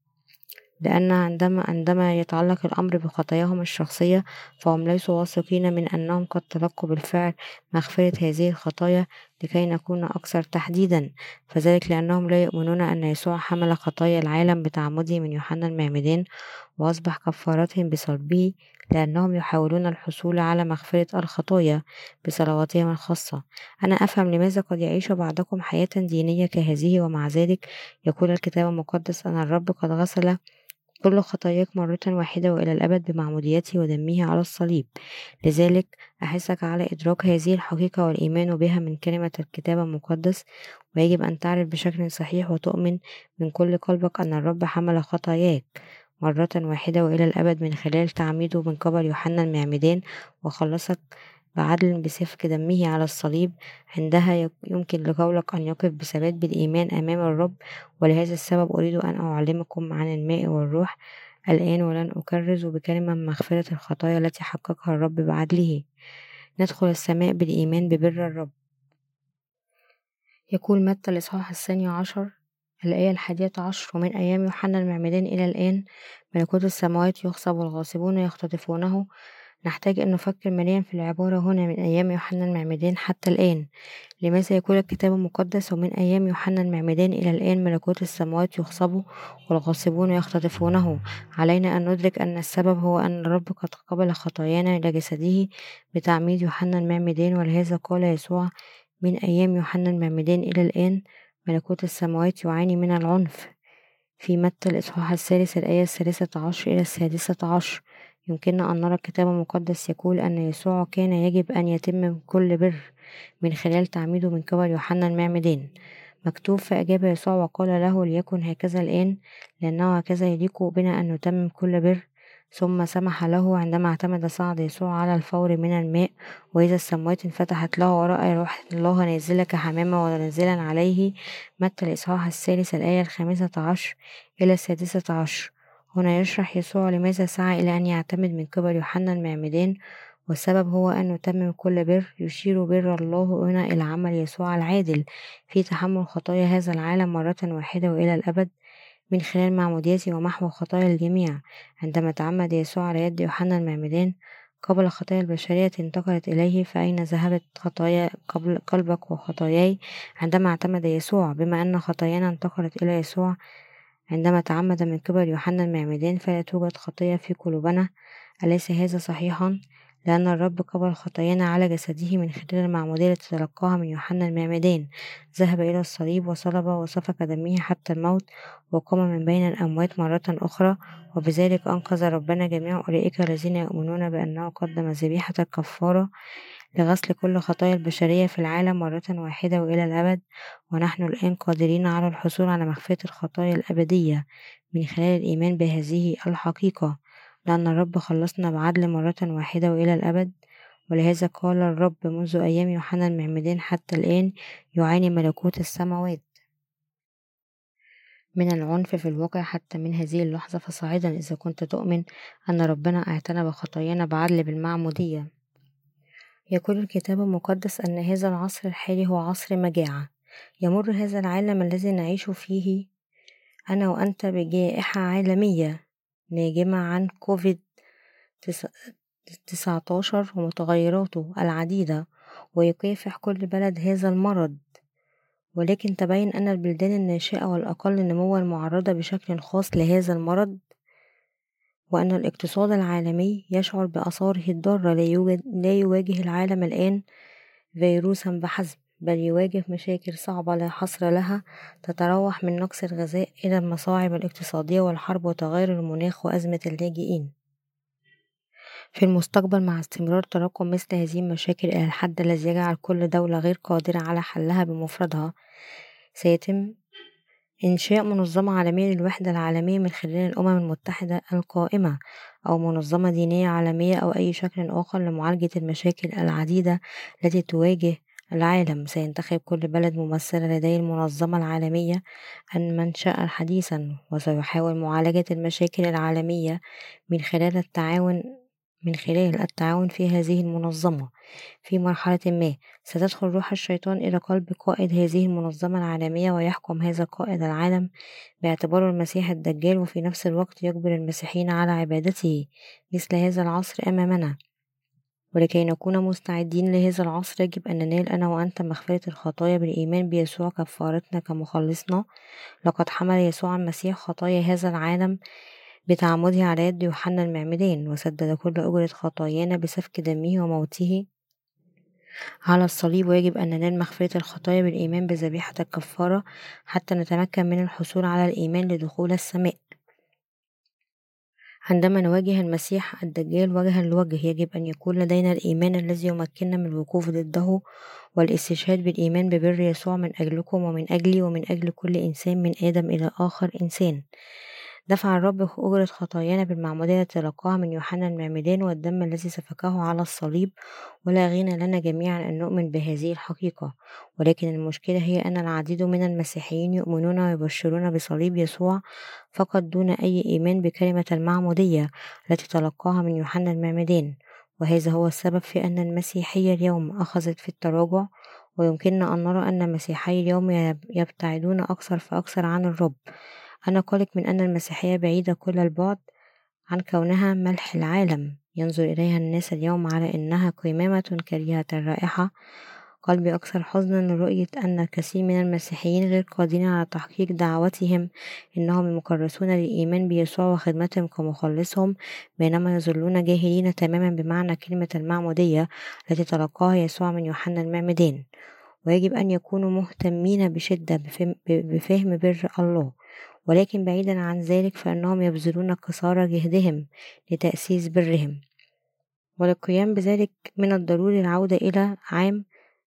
لأن عندما يتعلق الأمر بخطاياهم الشخصية فهم ليسوا واثقين من أنهم قد تلقوا بالفعل مغفرة هذه الخطايا، لكي نكون أكثر تحديدا، فذلك لأنهم لا يؤمنون أن يسوع حمل خطايا العالم بتعمده من يوحنا المعمدان وأصبح كفارتهم بصلبه، لأنهم يحاولون الحصول على مغفرة الخطايا بصلواتهم الخاصة. أنا أفهم لماذا قد يعيش بعضكم حياة دينية كهذه، ومع ذلك يقول الكتاب المقدس أن الرب قد غسل كل خطاياك مرة واحدة وإلى الأبد بمعموديته ودمه على الصليب. لذلك أحثك على إدراك هذه الحقيقة والإيمان بها من كلمة الكتاب المقدس، ويجب أن تعرف بشكل صحيح وتؤمن من كل قلبك أن الرب حمل خطاياك مرة واحدة وإلى الأبد من خلال تعميده من قبل يوحنا المعمدان، وخلصك بعدل بسفك دمه على الصليب. عندها يمكن لقولك أن يقف بثبات بالإيمان أمام الرب. ولهذا السبب أريد أن أعلمكم عن الماء والروح الآن، ولن أكرز بكلمة من مغفرة الخطايا التي حققها الرب بعدله. ندخل السماء بالإيمان ببر الرب. يقول متى الإصحاح 12 الآية 11: ومن أيام يوحنا المعمدان إلى الآن ملكوت السماوات يخصب والغاصبون يختطفونه. نحتاج أن نفكر مليا في العبارة هنا، من أيام يوحنا المعمدان حتى الآن. لماذا يقول الكتاب المقدس ومن أيام يوحنا المعمدان إلى الآن ملكوت السماوات يخصب والغاصبون يختطفونه؟ علينا أن ندرك أن السبب هو أن الرب قد قبل خطايانا إلى جسده بتعميد يوحنا المعمدان، ولهذا قال يسوع من أيام يوحنا المعمدان إلى الآن ملكوت السماوات يعاني من العنف. في متى الإصحاح 3 الآية 13 إلى 16 يمكننا أن نرى الكتاب المقدس يقول أن يسوع كان يجب أن يتم كل بر من خلال تعميده من قبل يوحنا المعمدان. مكتوب: فأجاب يسوع وقال له: ليكن هكذا الآن، لأنه هكذا يليق بنا أن نتمم كل بر. ثم سمح له. عندما اعتمد صعد يسوع على الفور من الماء، وإذا السماوات انفتحت له ورأى روح الله نازلة كحمامة ونازلا عليه. متى الإصحاح 3 الآية 15 إلى 16. هنا يشرح يسوع لماذا سعى إلى أن يعتمد من قبل يوحنا المعمدان، والسبب هو أن نتمم كل بر. يشير بر الله هنا إلى عمل يسوع العادل في تحمل خطايا هذا العالم مرة واحدة وإلى الأبد من خلال معموديته ومحو خطايا الجميع. عندما تعمد يسوع على يد يوحنا المعمدان قبل خطايا البشرية انتقلت إليه، فأين ذهبت خطايا قبل قلبك وخطاياي عندما اعتمد يسوع؟ بما أن خطايانا انتقلت إلى يسوع عندما تعمد من قبل يوحنا المعمدان، فلا توجد خطية في قلوبنا. أليس هذا صحيحا؟ لأن الرب قبل خطايانا على جسده من خلال المعمودية التي تلقاها من يوحنا المعمدان. ذهب إلى الصليب وصلب وسفك دمه حتى الموت، وقام من بين الأموات مرة أخرى، وبذلك أنقذ ربنا جميع أولئك الذين يؤمنون بأنه قدم ذبيحة الكفارة لغسل كل خطايا البشرية في العالم مرة واحدة وإلى الأبد. ونحن الآن قادرين على الحصول على مغفرة الخطايا الأبدية من خلال الإيمان بهذه الحقيقة، لأن الرب خلصنا بعدل مرة واحدة وإلى الأبد. ولهذا قال الرب منذ أيام يوحنا المعمدان حتى الآن يعاني ملكوت السماوات من العنف في الواقع حتى من هذه اللحظة. فصاعدا إذا كنت تؤمن أن ربنا اعتنى بخطايانا بعدل بالمعمودية. يقول الكتاب المقدس أن هذا العصر الحالي هو عصر مجاعة. يمر هذا العالم الذي نعيش فيه أنا وأنت بجائحة عالمية ناجمة عن كوفيد 19 ومتغيراته العديدة، ويكافح كل بلد هذا المرض. ولكن تبين أن البلدان الناشئة والأقل نموا المعرضة بشكل خاص لهذا المرض، وأن الاقتصاد العالمي يشعر بآثاره الضارة. لا يواجه العالم الآن فيروسا بحسب، بل يواجه مشاكل صعبة لا حصر لها، تتراوح من نقص الغذاء إلى المصاعب الاقتصادية والحرب وتغير المناخ وأزمة اللاجئين. في المستقبل، مع استمرار تراكم مثل هذه المشاكل إلى الحد الذي يجعل كل دولة غير قادرة على حلها بمفردها، سيتم إنشاء منظمة عالمية للوحدة العالمية من خلال الأمم المتحدة القائمة، أو منظمة دينية عالمية، أو أي شكل آخر لمعالجة المشاكل العديدة التي تواجه العالم. سينتخب كل بلد ممثلة لديه المنظمة العالمية المنشأ حديثا، وسيحاول معالجة المشاكل العالمية من خلال التعاون في هذه المنظمة. في مرحلة ما ستدخل روح الشيطان إلى قلب قائد هذه المنظمة العالمية، ويحكم هذا قائد العالم باعتباره المسيح الدجال، وفي نفس الوقت يجبر المسيحيين على عبادته. مثل هذا العصر أمامنا ولكي نكون مستعدين لهذا العصر يجب أن ننال أنا وأنت مغفرة الخطايا بالإيمان بيسوع كفارتنا كمخلصنا. لقد حمل يسوع المسيح خطايا هذا العالم بتعمده على يد يوحنا المعمدان، وسدد كل أجرة خطايانا بسفك دمه وموته على الصليب. ويجب أن ننال مغفرة الخطايا بالإيمان بذبيحة الكفارة حتى نتمكن من الحصول على الإيمان لدخول السماء. عندما نواجه المسيح الدجال وجها لوجه يجب أن يكون لدينا الإيمان الذي يمكننا من الوقوف ضده والاستشهاد بالإيمان ببر يسوع من أجلكم ومن أجلي ومن أجل كل إنسان من آدم إلى آخر إنسان. دفع الرب أجرة خطايانا بالمعمودية التي تلقاها من يوحنا المعمدان والدم الذي سفكه على الصليب، ولا غنى لنا جميعا أن نؤمن بهذه الحقيقة. ولكن المشكلة هي أن العديد من المسيحيين يؤمنون ويبشرون بصليب يسوع فقط دون أي إيمان بكلمة المعمودية التي تلقاها من يوحنا المعمدان. وهذا هو السبب في أن المسيحية اليوم أخذت في التراجع، ويمكننا أن نرى أن المسيحي اليوم يبتعدون أكثر فأكثر عن الرب. أنا قلق من أن المسيحية بعيدة كل البعد عن كونها ملح العالم، ينظر إليها الناس اليوم على أنها قمامة كريهة الرائحة. قلبي أكثر حزنا لرؤية أن الكثير من المسيحيين غير قادرين على تحقيق دعوتهم إنهم المكرسون للإيمان بيسوع وخدمتهم كمخلصهم، بينما يظلون جاهلين تماما بمعنى كلمة المعمودية التي تلقاها يسوع من يوحنا المعمدان. ويجب أن يكونوا مهتمين بشدة بفهم بر الله، ولكن بعيدا عن ذلك فإنهم يبذلون قصارى جهدهم لتأسيس برهم. وللقيام بذلك من الضروري العودة إلى عام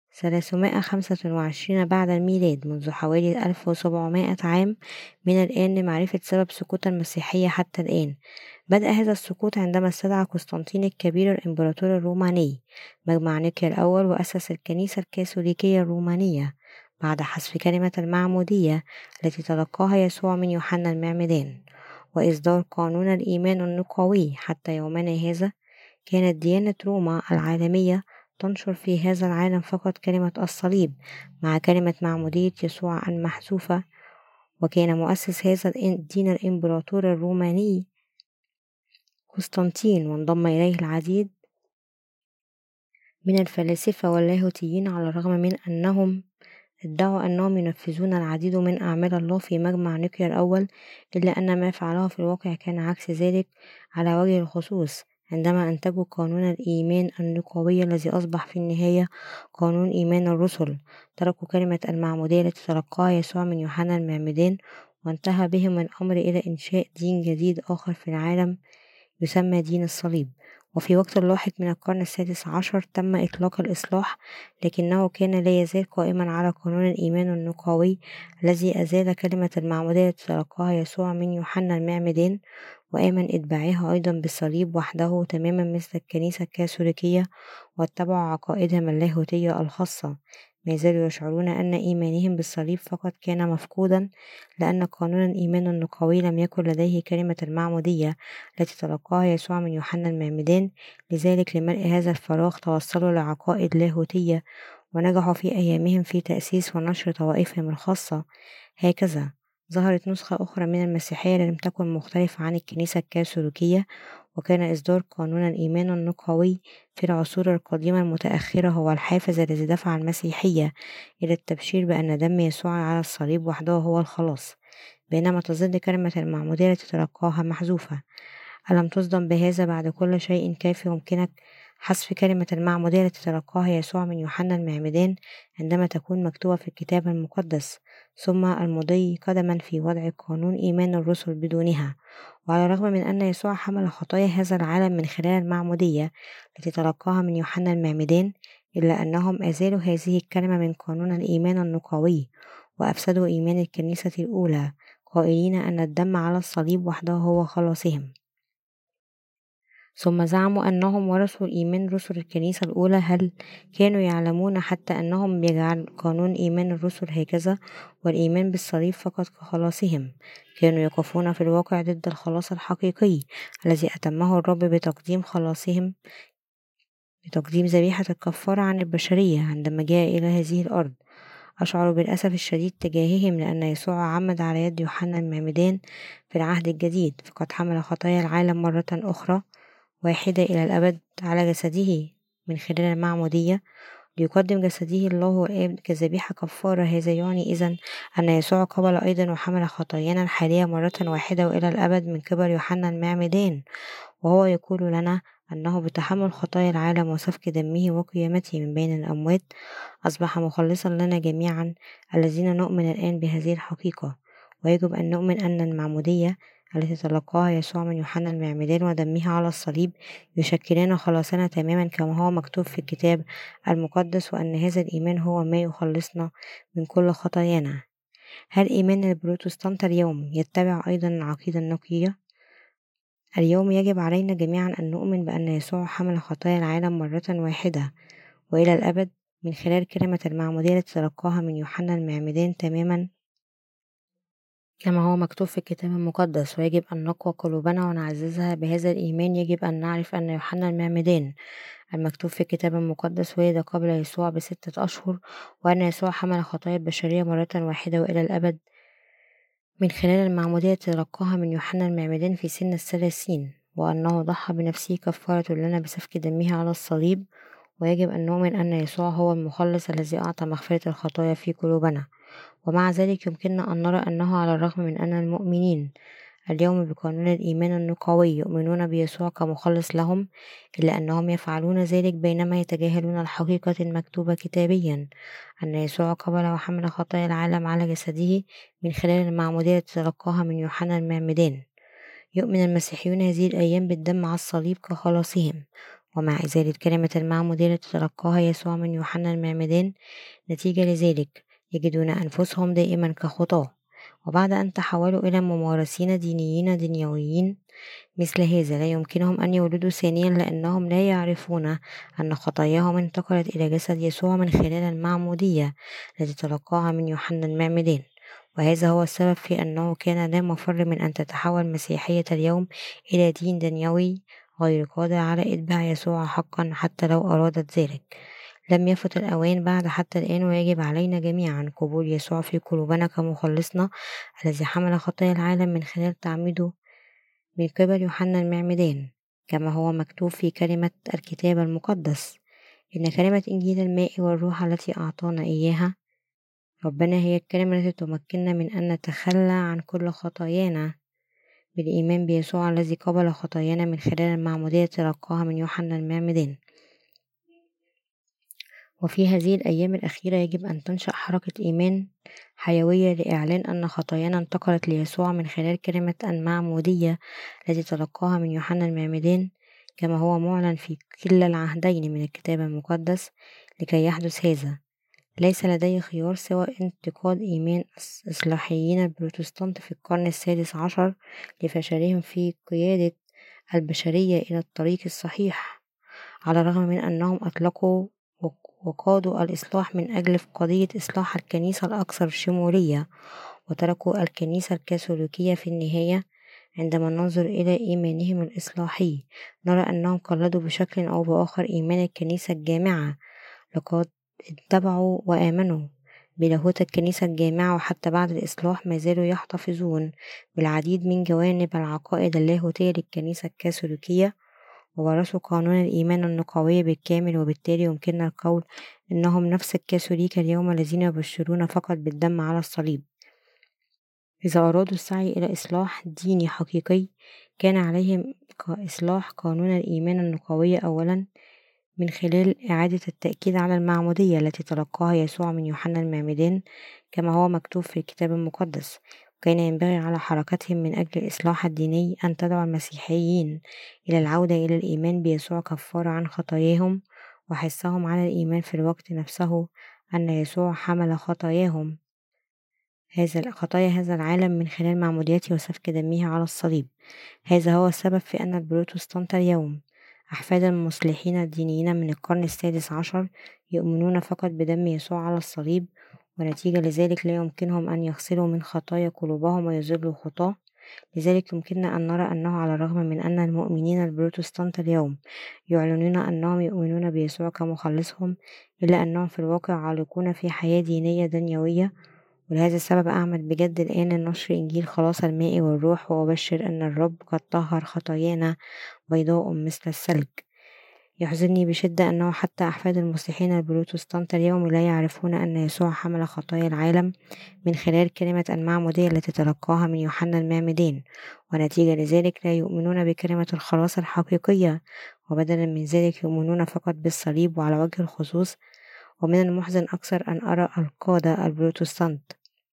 325 بعد الميلاد، منذ حوالي 1700 عام من الآن، لمعرفة سبب سقوط المسيحية حتى الآن. بدأ هذا السقوط عندما استدعى قسطنطين الكبير الإمبراطور الروماني مجمع نيقيا الأول وأسس الكنيسة الكاثوليكية الرومانية بعد حذف كلمة المعمودية التي تلقاها يسوع من يوحنا المعمدان وإصدار قانون الإيمان النقوي. حتى يومنا هذا كانت ديانة روما العالمية تنشر في هذا العالم فقط كلمة الصليب مع كلمة معمودية يسوع المحذوفة. وكان مؤسس هذا الدين الإمبراطور الروماني قسطنطين، وانضم إليه العديد من الفلاسفة واللاهوتيين، على الرغم من أنهم ادعوا أنهم ينفذون العديد من أعمال الله في مجمع نيقيا الأول، إلا أن ما فعله في الواقع كان عكس ذلك على وجه الخصوص. عندما أنتجوا قانون الإيمان النقوي الذي أصبح في النهاية قانون إيمان الرسل، تركوا كلمة المعمودية التي تلقاها يسوع من يوحنا المعمدان، وانتهى بهم الأمر إلى إنشاء دين جديد آخر في العالم يسمى دين الصليب. وفي وقت لاحق من القرن السادس عشر تم إطلاق الإصلاح، لكنه كان لا يزال قائما على قانون الإيمان النقوي الذي أزال كلمة المعمودية التي تلقاها يسوع من يوحنا المعمدان، وآمن إتباعها أيضا بالصليب وحده تماما مثل الكنيسة الكاثوليكية، واتبعوا عقائدهم اللاهوتية الخاصة. ما زالوا يشعرون أن إيمانهم بالصليب فقط كان مفقودا، لأن قانون الإيمان النقوي لم يكن لديه كلمة المعمودية التي تلقاها يسوع من يوحنا المعمدان. لذلك لملء هذا الفراغ توصلوا لعقائد لاهوتية، ونجحوا في أيامهم في تأسيس ونشر طوائفهم الخاصة. هكذا ظهرت نسخة أخرى من المسيحية لم تكن مختلفة عن الكنيسة الكاثوليكية، وكان إصدار قانون الإيمان النقوي في العصور القديمة المتأخرة هو الحافز الذي دفع المسيحية إلى التبشير بأن دم يسوع على الصليب وحده هو الخلاص، بينما تظل كلمة المعمودية التي تلقاها محذوفة. ألم تصدم بهذا؟ بعد كل شيء كيف يمكنك حذف كلمة المعمودية التي تلقاها يسوع من يوحنا المعمدان عندما تكون مكتوبة في الكتاب المقدس، ثم المضي قدما في وضع قانون إيمان الرسل بدونها؟ وعلى الرغم من أن يسوع حمل خطايا هذا العالم من خلال المعمودية التي تلقاها من يوحنا المعمدان، إلا أنهم أزالوا هذه الكلمة من قانون الإيمان النقوي وأفسدوا إيمان الكنيسة الأولى، قائلين أن الدم على الصليب وحده هو خلاصهم. ثم زعموا أنهم ورثوا الإيمان رسل الكنيسة الأولى. هل كانوا يعلمون حتى أنهم يجعل قانون إيمان الرسل هكذا والإيمان بالصليب فقط كخلاصهم؟ كانوا يقفون في الواقع ضد الخلاص الحقيقي الذي أتمه الرب بتقديم خلاصهم، بتقديم ذبيحة الكفارة عن البشرية عندما جاء إلى هذه الأرض. أشعر بالأسف الشديد تجاههم، لأن يسوع عمد على يد يوحنا المعمدان في العهد الجديد، فقد حمل خطايا العالم مرة أخرى واحدة إلى الأبد على جسده من خلال المعمودية ليقدم جسده الله والآب كذبيحة كفارة. هذا يعني إذن أن يسوع قبل أيضا وحمل خطايانا الحالية مرة واحدة وإلى الأبد من قبل يوحنا المعمدان، وهو يقول لنا أنه بتحمل خطايا العالم وسفك دمه وقيامته من بين الأموات أصبح مخلصا لنا جميعا الذين نؤمن الآن بهذه الحقيقة. ويجب أن نؤمن أن المعمودية التي تلقاها يسوع من يوحنا المعمدان ودمه على الصليب يشكلان خلاصنا تماما كما هو مكتوب في الكتاب المقدس، وأن هذا الإيمان هو ما يخلصنا من كل خطايانا. هل إيمان البروتستانت اليوم يتبع أيضا العقيدة النقية؟ اليوم يجب علينا جميعا أن نؤمن بأن يسوع حمل خطايا العالم مرة واحدة وإلى الأبد من خلال كلمة المعمودية التي تلقاها من يوحنا المعمدان تماما كما هو مكتوب في الكتاب المقدس. ويجب أن نقوى قلوبنا ونعززها بهذا الإيمان. يجب أن نعرف أن يوحنا المعمدان المكتوب في الكتاب المقدس ولد قبل يسوع ب6 أشهر، وأن يسوع حمل خطايا البشرية مرة واحدة وإلى الأبد من خلال المعمودية التي تلقاها من يوحنا المعمدان في سن ال30، وأنه ضحى بنفسه كفارة لنا بسفك دمه على الصليب. ويجب أن نؤمن أن يسوع هو المخلص الذي أعطى مغفرة الخطايا في قلوبنا. ومع ذلك يمكننا أن نرى أنه على الرغم من أن المؤمنين اليوم بقانون الإيمان النقوي يؤمنون بيسوع كمخلص لهم، إلا أنهم يفعلون ذلك بينما يتجاهلون الحقيقة المكتوبة كتابيا أن يسوع قبل وحمل خطايا العالم على جسده من خلال المعمودية التي تلقاها من يوحنا المعمدان. يؤمن المسيحيون هذه الأيام بالدم على الصليب كخلاصهم، ومع إزالة كلمة المعمودية التي تلقاها يسوع من يوحنا المعمدان نتيجة لذلك يجدون أنفسهم دائما كخطاة، وبعد أن تحولوا إلى ممارسين دينيين دنيويين مثل هذا لا يمكنهم أن يولدوا ثانيا، لأنهم لا يعرفون أن خطاياهم انتقلت إلى جسد يسوع من خلال المعمودية التي تلقاها من يوحنا المعمدان. وهذا هو السبب في أنه كان لا مفر من أن تتحول مسيحية اليوم إلى دين دنيوي غير قادر على إتباع يسوع حقا حتى لو أرادت ذلك. لم يفت الأوان بعد حتى الآن، ويجب علينا جميعا قبول يسوع في قلوبنا كمخلصنا الذي حمل خطايا العالم من خلال تعميده من قبل يوحنا المعمدان كما هو مكتوب في كلمة الكتاب المقدس. إن كلمة إنجيل الماء والروح التي أعطانا إياها ربنا هي الكلمة التي تمكننا من أن نتخلى عن كل خطايانا بالإيمان بيسوع الذي قبل خطايانا من خلال المعمودية تلقاها من يوحنا المعمدان. وفي هذه الأيام الأخيرة يجب أن تنشأ حركة إيمان حيوية لإعلان أن خطايانا انتقلت ليسوع من خلال كلمة المعمودية التي تلقاها من يوحنا المعمدان كما هو معلن في كلا العهدين من الكتاب المقدس. لكي يحدث هذا ليس لدي خيار سوى انتقاد إيمان الإصلاحيين البروتستانت في القرن ال16 لفشلهم في قيادة البشرية إلى الطريق الصحيح، على الرغم من أنهم أطلقوا وقادوا الإصلاح من أجل قضية إصلاح الكنيسة الأكثر شمولية، وتركوا الكنيسة الكاثوليكية في النهاية. عندما ننظر إلى إيمانهم الإصلاحي نرى أنهم قلدوا بشكل أو بآخر إيمان الكنيسة الجامعة، لقد اتبعوا وآمنوا بلاهوت الكنيسة الجامعة، وحتى بعد الإصلاح ما زالوا يحتفظون بالعديد من جوانب العقائد اللاهوتية للكنيسة الكاثوليكية، وورثوا قانون الإيمان النقوي بالكامل. وبالتالي يمكننا القول إنهم نفس الكاثوليك اليوم الذين يبشرون فقط بالدم على الصليب. إذا أرادوا السعي إلى إصلاح ديني حقيقي كان عليهم إصلاح قانون الإيمان النقوي أولا من خلال إعادة التأكيد على المعمودية التي تلقاها يسوع من يوحنا المعمدان كما هو مكتوب في الكتاب المقدس. وكان ينبغي على حركتهم من أجل الإصلاح الديني أن تدعو المسيحيين إلى العودة إلى الإيمان بيسوع كفارة عن خطاياهم، وحثهم على الإيمان في الوقت نفسه أن يسوع حمل خطايا هذا العالم من خلال معموديته وسفك دمه على الصليب. هذا هو السبب في أن البروتستانت اليوم أحفاد المصلحين الدينيين من القرن ال16 يؤمنون فقط بدم يسوع على الصليب، ونتيجة لذلك لا يمكنهم أن يغسلوا من خطايا قلوبهم ويذلوا خطاه. لذلك يمكننا أن نرى أنه على الرغم من أن المؤمنين البروتستانت اليوم يعلنون أنهم يؤمنون بيسوع كمخلصهم، إلا أنهم في الواقع عالقون في حياة دينية دنيوية. ولهذا السبب أعمل بجد الآن لنشر إنجيل خلاص الماء والروح، وأبشر أن الرب قد طهر خطايانا بيضاء مثل الثلج. يحزنني بشدة أنه حتى أحفاد المسيحيين البروتستانت اليوم لا يعرفون أن يسوع حمل خطايا العالم من خلال كلمة المعمودية التي تلقاها من يوحنا المعمدان، ونتيجة لذلك لا يؤمنون بكلمة الخلاص الحقيقية، وبدلا من ذلك يؤمنون فقط بالصليب. وعلى وجه الخصوص، ومن المحزن أكثر أن أرى القادة البروتستانت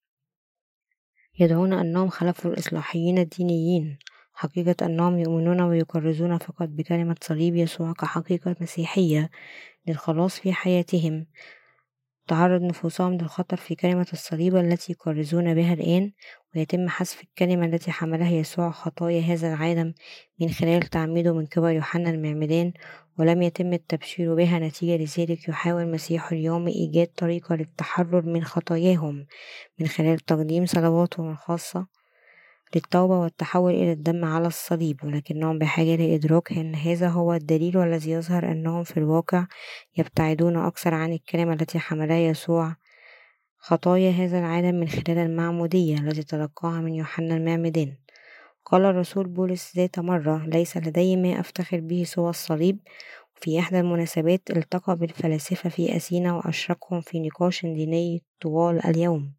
يدعون أنهم خلفوا الإصلاحيين الدينيين، حقيقة أنهم يؤمنون ويكرزون فقط بكلمة صليب يسوع كحقيقة مسيحية للخلاص في حياتهم. تعرض نفوسهم للخطر في كلمة الصليب التي يكرزون بها الآن، ويتم حذف الكلمة التي حملها يسوع خطايا هذا العالم من خلال تعميده من قبل يوحنا المعمدان، ولم يتم التبشير بها. نتيجة لذلك يحاول المسيح اليوم إيجاد طريقة للتحرر من خطاياهم من خلال تقديم صلواتهم الخاصة للتوبة والتحول إلى الدم على الصليب، ولكنهم بحاجة لإدراك أن هذا هو الدليل الذي يظهر أنهم في الواقع يبتعدون أكثر عن الكلمة التي حملها يسوع خطايا هذا العالم من خلال المعمودية التي تلقاها من يوحنا المعمدان. قال الرسول بولس ذات مرة: ليس لدي ما أفتخر به سوى الصليب. في إحدى المناسبات التقى بالفلاسفة في أثينا وأشركهم في نقاش ديني طوال اليوم.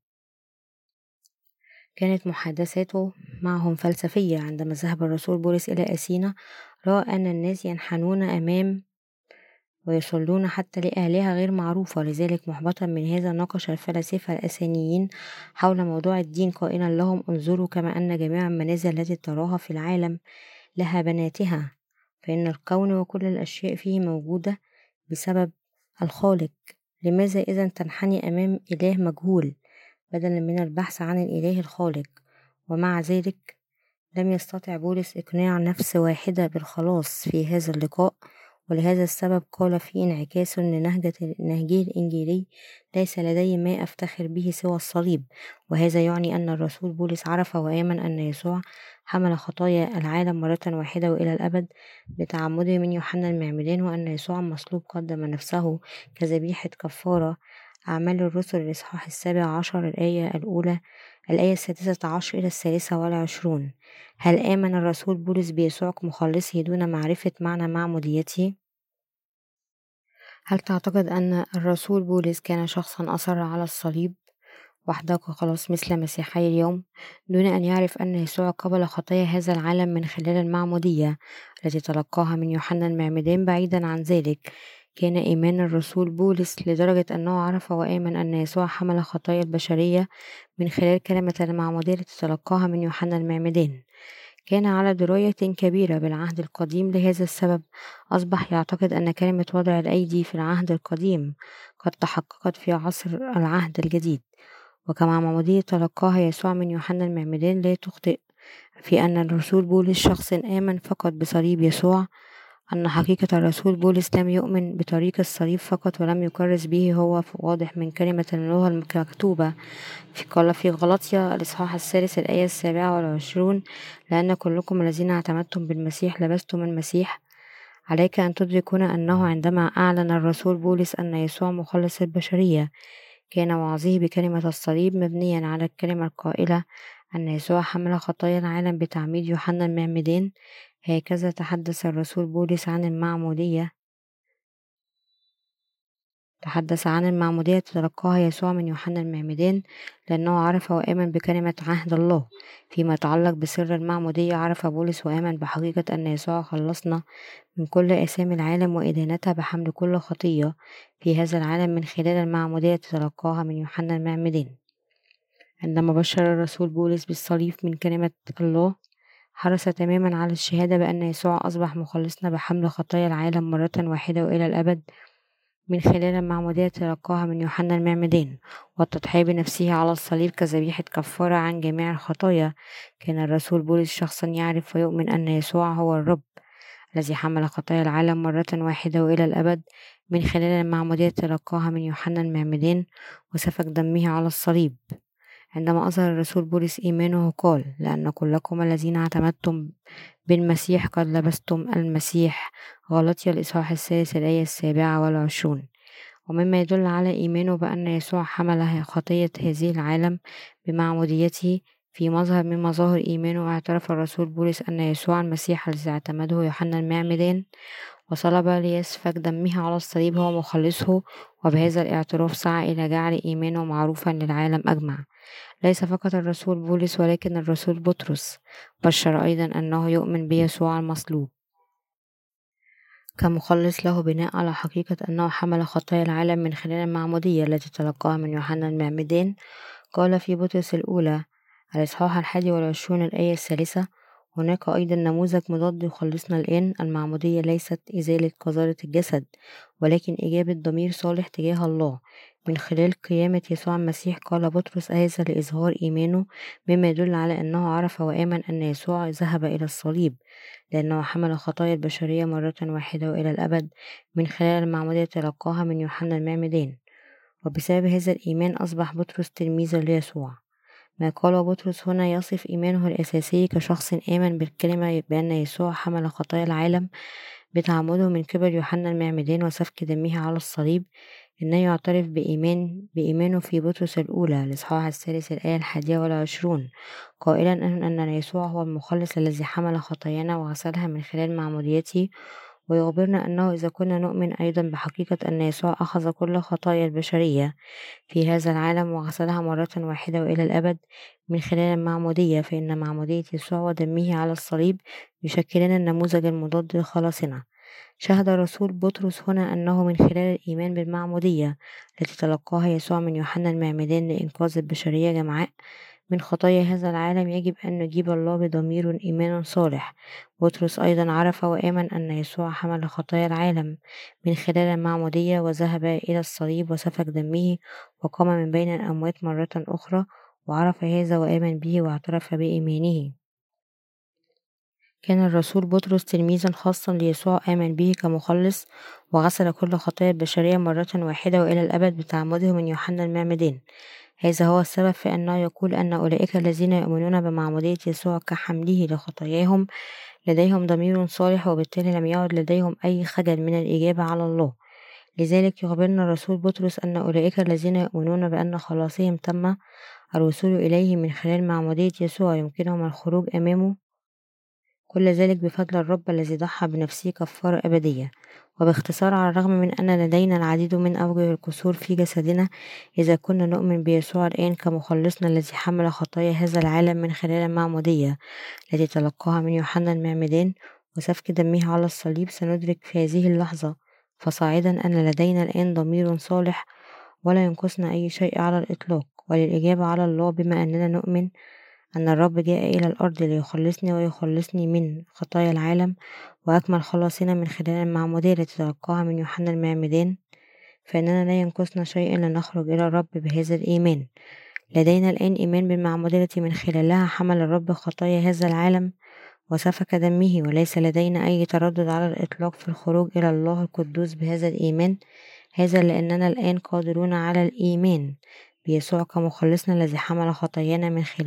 كانت محادثاته معهم فلسفية. عندما ذهب الرسول بولس إلى أثينا رأى أن الناس ينحنون أمام ويصلون حتى لآلهة غير معروفة، لذلك محبطا من هذا ناقش الفلاسفة الأثينيين حول موضوع الدين، قائلا لهم: انظروا، كما أن جميع المنازل التي تراها في العالم لها بناتها، فإن الكون وكل الأشياء فيه موجودة بسبب الخالق. لماذا إذا تنحني أمام إله مجهول بدلا من البحث عن الإله الخالق؟ ومع ذلك لم يستطع بولس إقناع نفس واحدة بالخلاص في هذا اللقاء، ولهذا السبب قال في انعكاس لنهجه الإنجيلي: ليس لدي ما أفتخر به سوى الصليب. وهذا يعني أن الرسول بولس عرف وآمن أن يسوع حمل خطايا العالم مرة واحدة وإلى الأبد بتعمده من يوحنا المعمدان، وأن يسوع مصلوب قدم نفسه كذبيحة كفارة. أعمال الرسل الإصحاح 17 الآية الأولى الآية 16 إلى 23. هل آمن الرسول بولس بيسوع كمخلصه دون معرفة معنى معموديته؟ هل تعتقد أن الرسول بولس كان شخصا أصر على الصليب وحده كخلاص مثل مسيحي اليوم، دون أن يعرف أن يسوع قبل خطايا هذا العالم من خلال المعمودية التي تلقاها من يوحنا المعمدان؟ بعيدا عن ذلك، كان إيمان الرسول بولس لدرجة أنه عرف وآمن أن يسوع حمل خطايا البشرية من خلال كلمة المعمودية التي تلقاها من يوحنا المعمدان. كان على دراية كبيرة بالعهد القديم، لهذا السبب أصبح يعتقد أن كلمة وضع الأيدي في العهد القديم قد تحققت في عصر العهد الجديد. وكما معمودية تلقاها يسوع من يوحنا المعمدان لا تخطئ في أن الرسول بولس شخص آمن فقط بصليب يسوع. أن حقيقة الرسول بولس لم يؤمن بطريق الصليب فقط ولم يكرس به، هو واضح من كلمة اللغة المكتوبة في غلطية الإصحاح 3 الآية 27: لأن كلكم الذين اعتمدتم بالمسيح لبستم المسيح. عليك أن تدركون أنه عندما أعلن الرسول بولس أن يسوع مخلص البشرية، كان وعظه بكلمة الصليب مبنيا على الكلمة القائلة أن يسوع حمل خطايا العالم بتعميد يوحنا المعمدان. هكذا تحدث الرسول بولس عن المعمودية تلقاها يسوع من يوحنا المعمدان، لأنه عرف وآمن بكلمة عهد الله. فيما يتعلق بسر المعمودية، عرف بولس وآمن بحقيقة أن يسوع خلصنا من كل آثام العالم وإدانتها بحمل كل خطية في هذا العالم من خلال المعمودية تلقاها من يوحنا المعمدان. عندما بشر الرسول بولس بالصليب من كلمة الله، حرص تماما على الشهادة بأن يسوع أصبح مخلصنا بحمل خطايا العالم مرة واحدة وإلى الأبد من خلال المعمودية تلقاها من يوحنا المعمدان والتضحية بنفسه على الصليب كذبيحة كفارة عن جميع الخطايا. كان الرسول بولس شخصا يعرف ويؤمن أن يسوع هو الرب الذي حمل خطايا العالم مرة واحدة وإلى الأبد من خلال المعمودية تلقاها من يوحنا المعمدان وسفك دمه على الصليب. عندما أظهر الرسول بولس إيمانه قال: لأن كلكم الذين اعتمدتم بالمسيح قد لبستم المسيح. غلطية الإصحاح 3 الآية 27. ومما يدل على إيمانه بأن يسوع حمل خطية هذه العالم بمعموديته، في مظهر من مظاهر إيمانه اعترف الرسول بولس أن يسوع المسيح الذي اعتمده يوحنا المعمدان وصلب ليسفك دمه على الصليب هو مخلصه، وبهذا الاعتراف سعى إلى جعل إيمانه معروفا للعالم أجمع. ليس فقط الرسول بولس ولكن الرسول بطرس بشر أيضا أنه يؤمن بيسوع المصلوب كمخلص له، بناء على حقيقة أنه حمل خطايا العالم من خلال المعمودية التي تلقاها من يوحنا المعمدان. قال في بطرس الأولى الإصحاح 21 الآية 3: هناك أيضا نموذج مضاد يخلصنا الآن. المعمودية ليست إزالة قذارة الجسد، ولكن إجابة ضمير صالح تجاه الله من خلال قيامة يسوع المسيح. قال بطرس هذا لإظهار إيمانه، مما يدل على أنه عرف وآمن أن يسوع ذهب إلى الصليب لأنه حمل خطايا البشرية مرة واحدة وإلى الأبد من خلال المعمودية تلقاها من يوحنا المعمدان. وبسبب هذا الإيمان أصبح بطرس تلميذا ليسوع. ما قاله بطرس هنا يصف إيمانه الأساسي كشخص آمن بالكلمة بأن يسوع حمل خطايا العالم بتعمده من قبل يوحنا المعمدان وسفك دمه على الصليب. إنه يعترف بإيمانه في بطرس الأولى الإصحاح 3 الآية 21 قائلا أن يسوع هو المخلص الذي حمل خطايانا وغسلها من خلال معموديته. ويخبرنا أنه إذا كنا نؤمن أيضا بحقيقة أن يسوع أخذ كل خطايا البشرية في هذا العالم وغسلها مرة واحدة وإلى الأبد من خلال المعمودية، فإن معمودية يسوع ودمه على الصليب يشكلان النموذج المضاد لخلاصنا. شهد الرسول بطرس هنا أنه من خلال الإيمان بالمعمودية التي تلقاها يسوع من يوحنا المعمدان لإنقاذ البشرية جمعاء من خطايا هذا العالم يجب أن نجيب الله بضمير إيمان صالح. بطرس أيضا عرف وآمن أن يسوع حمل خطايا العالم من خلال المعمودية وذهب إلى الصليب وسفك دمه وقام من بين الأموات مرة أخرى، وعرف هذا وآمن به واعترف بإيمانه. كان الرسول بطرس تلميذا خاصا ليسوع آمن به كمخلص وغسل كل خطايا البشرية مرة واحدة وإلى الأبد بتعمده من يوحنا المعمدان. هذا هو السبب في أنه يقول أن أولئك الذين يؤمنون بمعمودية يسوع كحمله لخطاياهم لديهم ضمير صالح، وبالتالي لم يعد لديهم أي خجل من الإجابة على الله. لذلك يخبرنا الرسول بطرس أن أولئك الذين يؤمنون بأن خلاصهم تم الوصول إليه من خلال معمودية يسوع يمكنهم الخروج أمامه، كل ذلك بفضل الرب الذي ضحى بنفسه كفارة أبدية. وباختصار، على الرغم من أن لدينا العديد من أوجه القصور في جسدنا، إذا كنا نؤمن بيسوع الآن كمخلصنا الذي حمل خطايا هذا العالم من خلال المعمودية التي تلقاها من يوحنا المعمدان وسفك دمه على الصليب، سندرك في هذه اللحظة فصاعدا أن لدينا الآن ضمير صالح ولا ينقصنا أي شيء على الإطلاق. وللإجابة على الله، بما أننا نؤمن أن الرب جاء إلى الأرض ليخلصني ويخلصني من خطايا العالم وأكمل خلاصنا من خلال المعمودية التي تلقاها من يوحنا المعمدان، فإننا لا ينقصنا شيء لنخرج إلى الرب بهذا الإيمان. لدينا الآن إيمان بالمعمودية التي من خلالها حمل الرب خطايا هذا العالم وسفك دمه، وليس لدينا أي تردد على الإطلاق في الخروج إلى الله القدوس بهذا الإيمان. هذا لأننا الآن قادرون على الإيمان بيسوع كمخلصنا الذي حمل خطايانا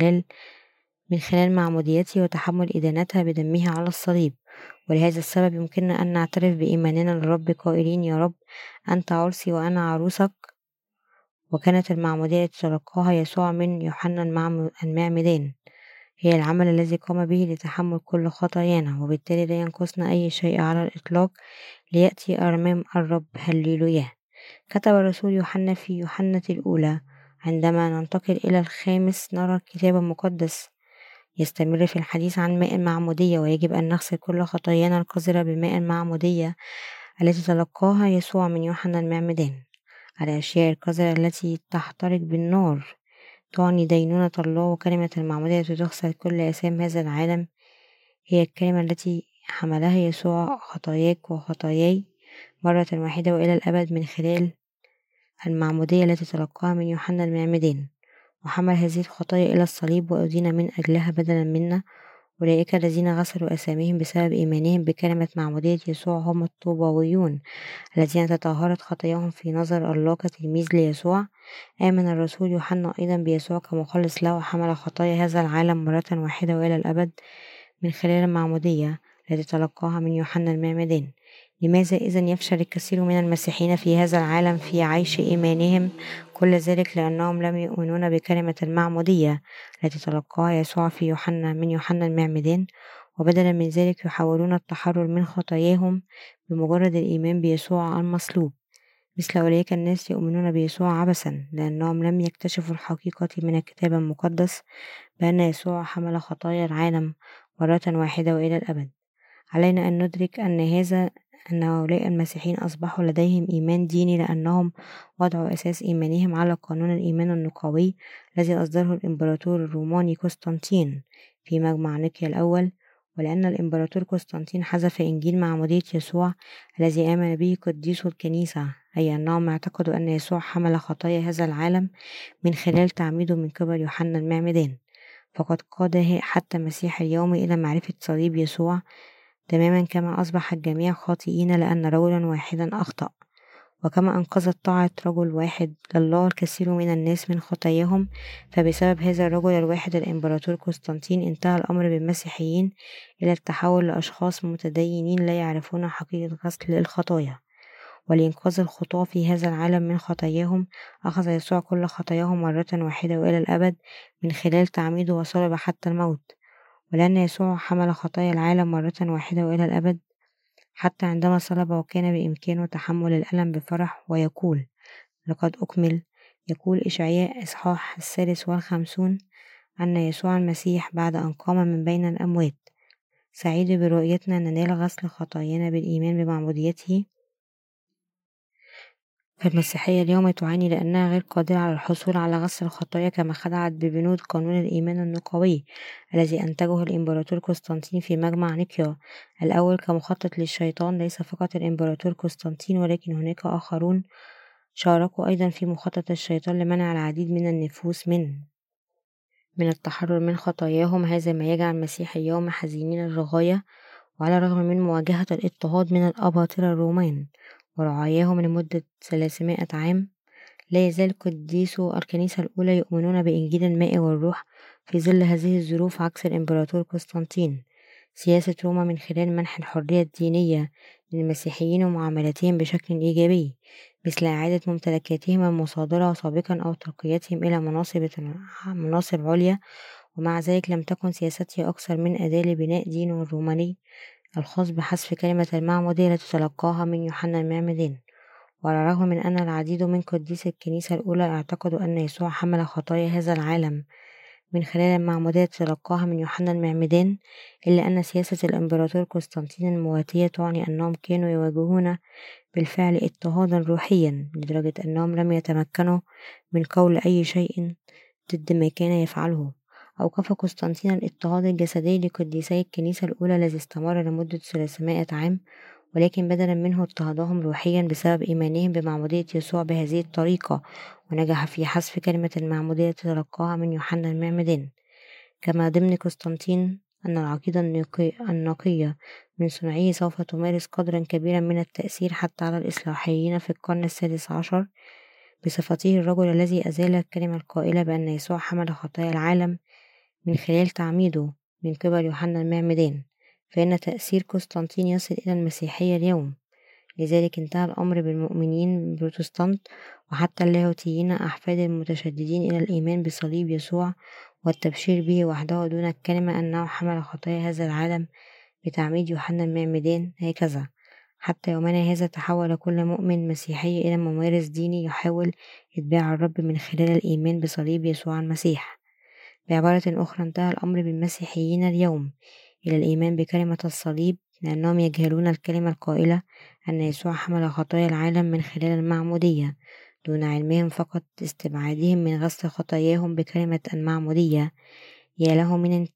من خلال معموديته وتحمل إدانتها بدمه على الصليب. ولهذا السبب يمكننا أن نعترف بإيماننا للرب قائلين: يا رب، أنت عرسي وأنا عروسك. وكانت المعمودية التي تلقاها يسوع من يوحنا المعمدان هي العمل الذي قام به لتحمل كل خطايانا، وبالتالي لا ينقصنا أي شيء على الإطلاق ليأتي أمام الرب. هللويا. كتب الرسول يوحنا في يوحنا الأولى: عندما ننتقل إلى الخامس نرى الكتاب المقدس يستمر في الحديث عن ماء المعمودية، ويجب أن نغسل كل خطايانا القذرة بماء المعمودية التي تلقاها يسوع من يوحنا المعمدان. الأشياء القذرة التي تحترق بالنار تعني دينونة الله، وكلمة المعمودية التي تغسل كل آثام هذا العالم هي الكلمة التي حملها يسوع خطاياك وخطاياي مرة واحدة وإلى الأبد من خلال المعمودية التي تلقاها من يوحنا المعمدان، وحمل هذه الخطايا إلى الصليب وأدين من أجلها بدلا منا. أولئك الذين غسلوا أساميهم بسبب إيمانهم بكلمة معمودية يسوع هم الطوباويون الذين تطهرت خطاياهم في نظر الله كتلميذ ليسوع. آمن الرسول يوحنا أيضا بيسوع كمخلص له وحمل خطايا هذا العالم مرة واحدة وإلى الأبد من خلال المعمودية التي تلقاها من يوحنا المعمدان. لماذا إذن يفشل الكثير من المسيحيين في هذا العالم في عيش إيمانهم؟ كل ذلك لأنهم لم يؤمنون بكلمة المعمودية التي تلقاها يسوع من يوحنا المعمدان، وبدلا من ذلك يحاولون التحرر من خطاياهم بمجرد الإيمان بيسوع المصلوب، مثل أولئك الناس يؤمنون بيسوع عبثا لأنهم لم يكتشفوا الحقيقة من الكتاب المقدس بأن يسوع حمل خطايا العالم مرة واحدة وإلى الأبد. علينا أن ندرك أن هؤلاء المسيحيين أصبحوا لديهم إيمان ديني لأنهم وضعوا أساس إيمانهم على قانون الإيمان النقاوي الذي أصدره الإمبراطور الروماني قسطنطين في مجمع نيقيا الأول، ولأن الإمبراطور قسطنطين حذف إنجيل معمودية يسوع الذي آمن به قديسو الكنيسة، أي أنهم اعتقدوا أن يسوع حمل خطايا هذا العالم من خلال تعميده من قبل يوحنا المعمدان، فقد قاد حتى المسيح اليوم إلى معرفة صليب يسوع تماما كما أصبح الجميع خاطئين لأن رجلا واحدا أخطأ، وكما أنقذت طاعة رجل واحد لله الكثير من الناس من خطاياهم، فبسبب هذا الرجل الواحد الإمبراطور قسطنطين انتهى الأمر بالمسيحيين إلى التحول لأشخاص متدينين لا يعرفون حقيقة غسل الخطايا. ولإنقاذ الخطاة في هذا العالم من خطاياهم أخذ يسوع كل خطاياهم مرة واحدة وإلى الأبد من خلال تعميده وصلب حتى الموت. ولأن يسوع حمل خطايا العالم مرة واحدة وإلى الأبد حتى عندما صلب وكان بإمكانه تحمل الألم بفرح ويقول لقد أكمل، يقول إشعياء إصحاح 53 أن يسوع المسيح بعد أن قام من بين الأموات سعيد برؤيتنا ننال غسل خطايانا بالإيمان بمعموديته. فالمسيحية اليوم تعاني لأنها غير قادرة على الحصول على غسل الخطايا كما خدعت ببنود قانون الإيمان النقوي الذي أنتجه الإمبراطور قسطنطين في مجمع نيقيا الأول كمخطط للشيطان. ليس فقط الإمبراطور قسطنطين ولكن هناك آخرون شاركوا أيضا في مخطط الشيطان لمنع العديد من النفوس من التحرر من خطاياهم. هذا ما يجعل المسيح اليوم حزينين للغاية، وعلى الرغم من مواجهة الاضطهاد من الأباطرة الرومان ورعاياهم لمدة 300 عام، لا يزال قديسو الكنيسة الأولى يؤمنون بإنجيل الماء والروح في ظل هذه الظروف عكس الإمبراطور قسطنطين. سياسة روما من خلال منح الحرية الدينية للمسيحيين ومعاملتهم بشكل إيجابي، مثل إعادة ممتلكاتهم المصادرة سابقا أو ترقيتهم إلى مناصب عليا، ومع ذلك لم تكن سياستها أكثر من أداة لبناء دينه الروماني الخاص بحذف كلمة المعمودية التي تلقاها من يوحنا المعمدان. وعلى الرغم من أن العديد من قديسي الكنيسة الأولى اعتقدوا أن يسوع حمل خطايا هذا العالم من خلال المعمودية التي تلقاها من يوحنا المعمدان، إلا أن سياسة الإمبراطور قسطنطين المواتية تعني أنهم كانوا يواجهون بالفعل اضطهادا روحيا لدرجة أنهم لم يتمكنوا من قول أي شيء ضد ما كان يفعله. أوقف قسطنطين الاضطهاد الجسدي لقديسي الكنيسة الأولى الذي استمر لمدة 300 عام، ولكن بدلا منه اضطهدهم روحيا بسبب إيمانهم بمعمودية يسوع بهذه الطريقة، ونجح في حذف كلمة المعمودية التي تلقاها من يوحنا المعمدان. كما ضمن قسطنطين أن العقيدة النقية من صنعه سوف تمارس قدرا كبيرا من التأثير حتى على الإصلاحيين في القرن السادس عشر، بصفته الرجل الذي أزال الكلمة القائلة بأن يسوع حمل خطايا العالم من خلال تعميده من قبل يوحنا المعمدان، فإن تأثير قسطنطين يصل إلى المسيحية اليوم. لذلك انتهى الأمر بالمؤمنين بروتستانت وحتى اللاهوتيين أحفاد المتشددين إلى الإيمان بصليب يسوع والتبشير به وحده دون الكلمة أنه حمل خطايا هذا العالم بتعميد يوحنا المعمدان. هكذا حتى يومنا هذا تحول كل مؤمن مسيحي إلى ممارس ديني يحاول إتباع الرب من خلال الإيمان بصليب يسوع المسيح. بعبارة أخرى انتهى الأمر بالمسيحيين اليوم إلى الإيمان بكلمة الصليب، لأنهم يجهلون الكلمة القائلة أن يسوع حمل خطايا العالم من خلال المعمودية دون علمهم فقط استبعادهم من غسل خطاياهم بكلمة المعمودية. يا له من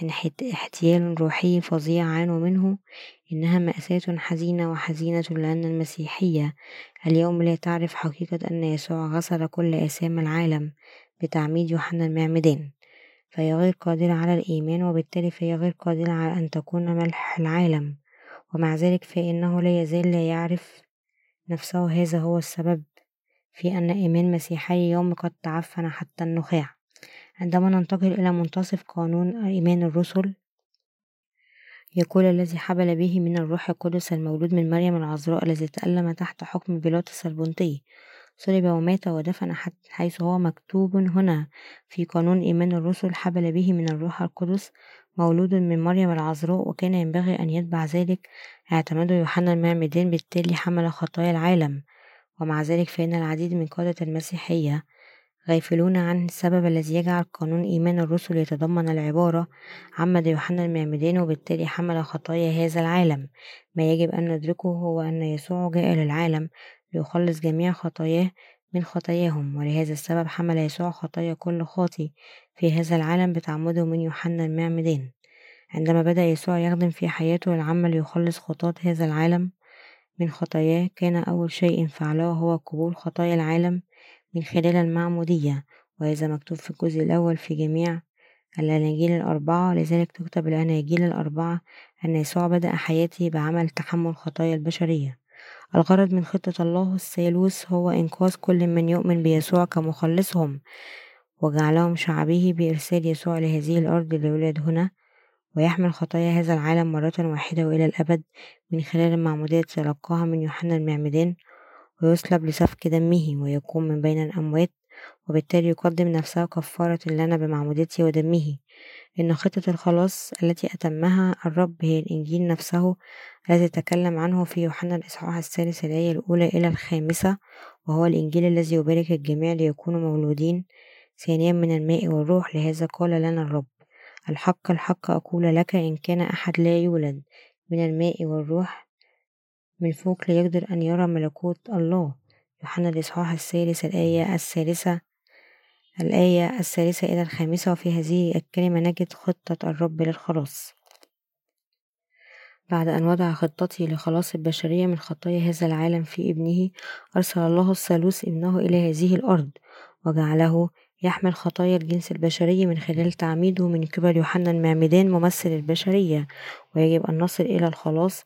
احتيال روحي فظيع عانوا منه. إنها مأساة حزينة وحزينة لأن المسيحية اليوم لا تعرف حقيقة أن يسوع غسل كل آثام العالم بتعميد يوحنا المعمدان، فهي غير قادرة على الإيمان، وبالتالي فهي غير قادرة على أن تكون ملح العالم. ومع ذلك فإنه لا يزال لا يعرف نفسه. هذا هو السبب في أن إيمان مسيحي يوم قد تعفن حتى النخاع. عندما ننتقل إلى منتصف قانون إيمان الرسل، يقول الذي حبل به من الروح القدس المولود من مريم العذراء الذي تألم تحت حكم بيلاطس البنطي صلب ومات ودفن حتى حيث هو مكتوب هنا في قانون إيمان الرسل: حبل به من الروح القدس مولود من مريم العذراء. وكان ينبغي أن يتبع ذلك اعتماده يوحنا المعمدان، بالتالي حمل خطايا العالم. ومع ذلك فإن العديد من قادة المسيحية غافلون عن السبب الذي يجعل قانون إيمان الرسل يتضمن العبارة: عمد يوحنا المعمدان وبالتالي حمل خطايا هذا العالم. ما يجب أن ندركه هو أن يسوع جاء للعالم ليخلص جميع خطاياه من خطاياهم، ولهذا السبب حمل يسوع خطايا كل خاطي في هذا العالم بتعمده من يوحنا المعمدان. عندما بدأ يسوع يخدم في حياته العامة ليخلص خطاة هذا العالم من خطاياه، كان أول شيء فعله هو قبول خطايا العالم من خلال المعمودية، وهذا مكتوب في الجزء الأول في جميع الأناجيل الأربعة. لذلك تكتب الأناجيل الأربعة أن يسوع بدأ حياته بعمل تحمل خطايا البشرية. الغرض من خطة الله الثالوث هو إنقاذ كل من يؤمن بيسوع كمخلصهم، وجعلهم شعبه بإرسال يسوع لهذه الأرض ليولد هنا ويحمل خطايا هذا العالم مرة واحدة وإلى الأبد من خلال المعمودية التي تلقاها من يوحنا المعمدان، ويصلب لسفك دمه ويقوم من بين الأموات، وبالتالي يقدم نفسه كفارة لنا بمعموديته ودمه. إن خطة الخلاص التي أتمها الرب هي الإنجيل نفسه الذي تكلم عنه في يوحنا الإصحاح 3 الآية الأولى إلى 5، وهو الإنجيل الذي يبارك الجميع ليكونوا مولودين ثانيا من الماء والروح. لهذا قال لنا الرب: الحق الحق أقول لك، إن كان أحد لا يولد من الماء والروح من فوق لا يقدر أن يرى ملكوت الله. يوحنا الإصحاح 3 الآية 3 إلى 5. وفي هذه الكلمة نجد خطة الرب للخلاص. بعد أن وضع خطته لخلاص البشرية من خطايا هذا العالم في ابنه، أرسل الله الثالوث ابنه إلى هذه الأرض وجعله يحمل خطايا الجنس البشري من خلال تعميده من قبل يوحنا المعمدان ممثل البشرية. ويجب أن نصل إلى الخلاص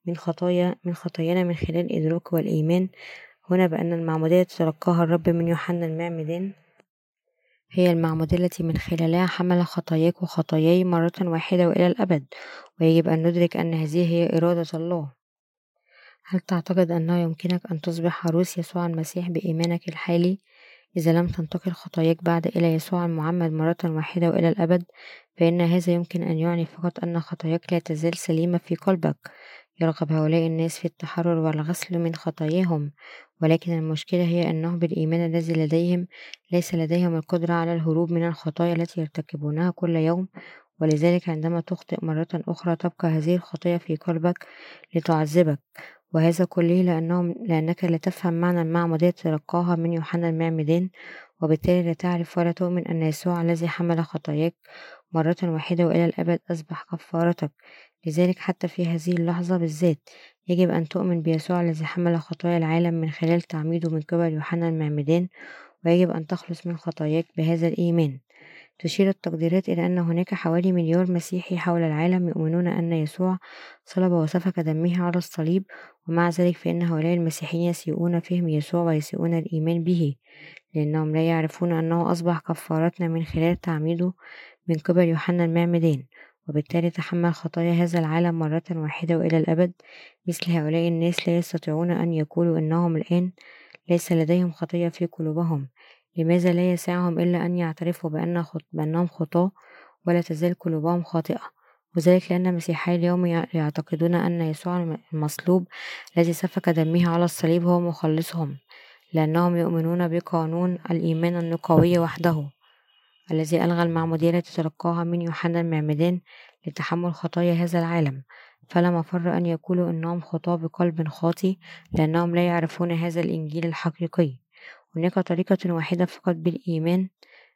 من خطايانا من خلال الإدراك والإيمان هنا بأن المعمودية تلقاها الرب من يوحنا المعمدان هي المعمودية التي من خلالها حمل خطاياك وخطاياي مرة واحدة وإلى الأبد. ويجب أن ندرك أن هذه هي إرادة الله. هل تعتقد أنه يمكنك أن تصبح عروس يسوع المسيح بإيمانك الحالي إذا لم تنتقل خطاياك بعد إلى يسوع المعمد مرة واحدة وإلى الأبد؟ فإن هذا يمكن أن يعني فقط أن خطاياك لا تزال سليمة في قلبك. يرغب هؤلاء الناس في التحرر والغسل من خطاياهم، ولكن المشكلة هي أنه بالإيمان الذي لديهم ليس لديهم القدرة على الهروب من الخطايا التي يرتكبونها كل يوم. ولذلك عندما تخطئ مرة أخرى تبقى هذه الخطية في قلبك لتعذبك، وهذا كله لأنك لا تفهم معنى المعمودية تلقاها من يوحنا المعمدان، وبالتالي لا تعرف ولا تؤمن أن يسوع الذي حمل خطاياك مرة واحدة وإلى الأبد أصبح كفارتك. لذلك حتى في هذه اللحظة بالذات يجب أن تؤمن بيسوع الذي حمل خطايا العالم من خلال تعميده من قبل يوحنا المعمدان، ويجب أن تخلص من خطاياك بهذا الإيمان. تشير التقديرات إلى أن هناك حوالي 1,000,000 مسيحي حول العالم يؤمنون أن يسوع صلب وسفك دمه على الصليب، ومع ذلك فإن هؤلاء المسيحيين يسيئون فهم يسوع ويسيئون الإيمان به، لأنهم لا يعرفون أنه أصبح كفارتنا من خلال تعميده من قبل يوحنا المعمدان، وبالتالي تحمل خطايا هذا العالم مرة واحدة وإلى الأبد. مثل هؤلاء الناس لا يستطيعون أن يقولوا إنهم الآن ليس لديهم خطية في قلوبهم. لماذا لا يسعهم إلا أن يعترفوا بأنهم خطاة ولا تزال قلوبهم خاطئة؟ وذلك لأن مسيحي اليوم يعتقدون أن يسوع المصلوب الذي سفك دمه على الصليب هو مخلصهم، لأنهم يؤمنون بقانون الإيمان النقوي وحده الذي ألغى المعمودية التي تلقاها من يوحنا المعمدان لتحمل خطايا هذا العالم. فلا مفر أن يقولوا إنهم خطاة بقلب خاطي، لأنهم لا يعرفون هذا الإنجيل الحقيقي. هناك طريقة واحدة فقط بالإيمان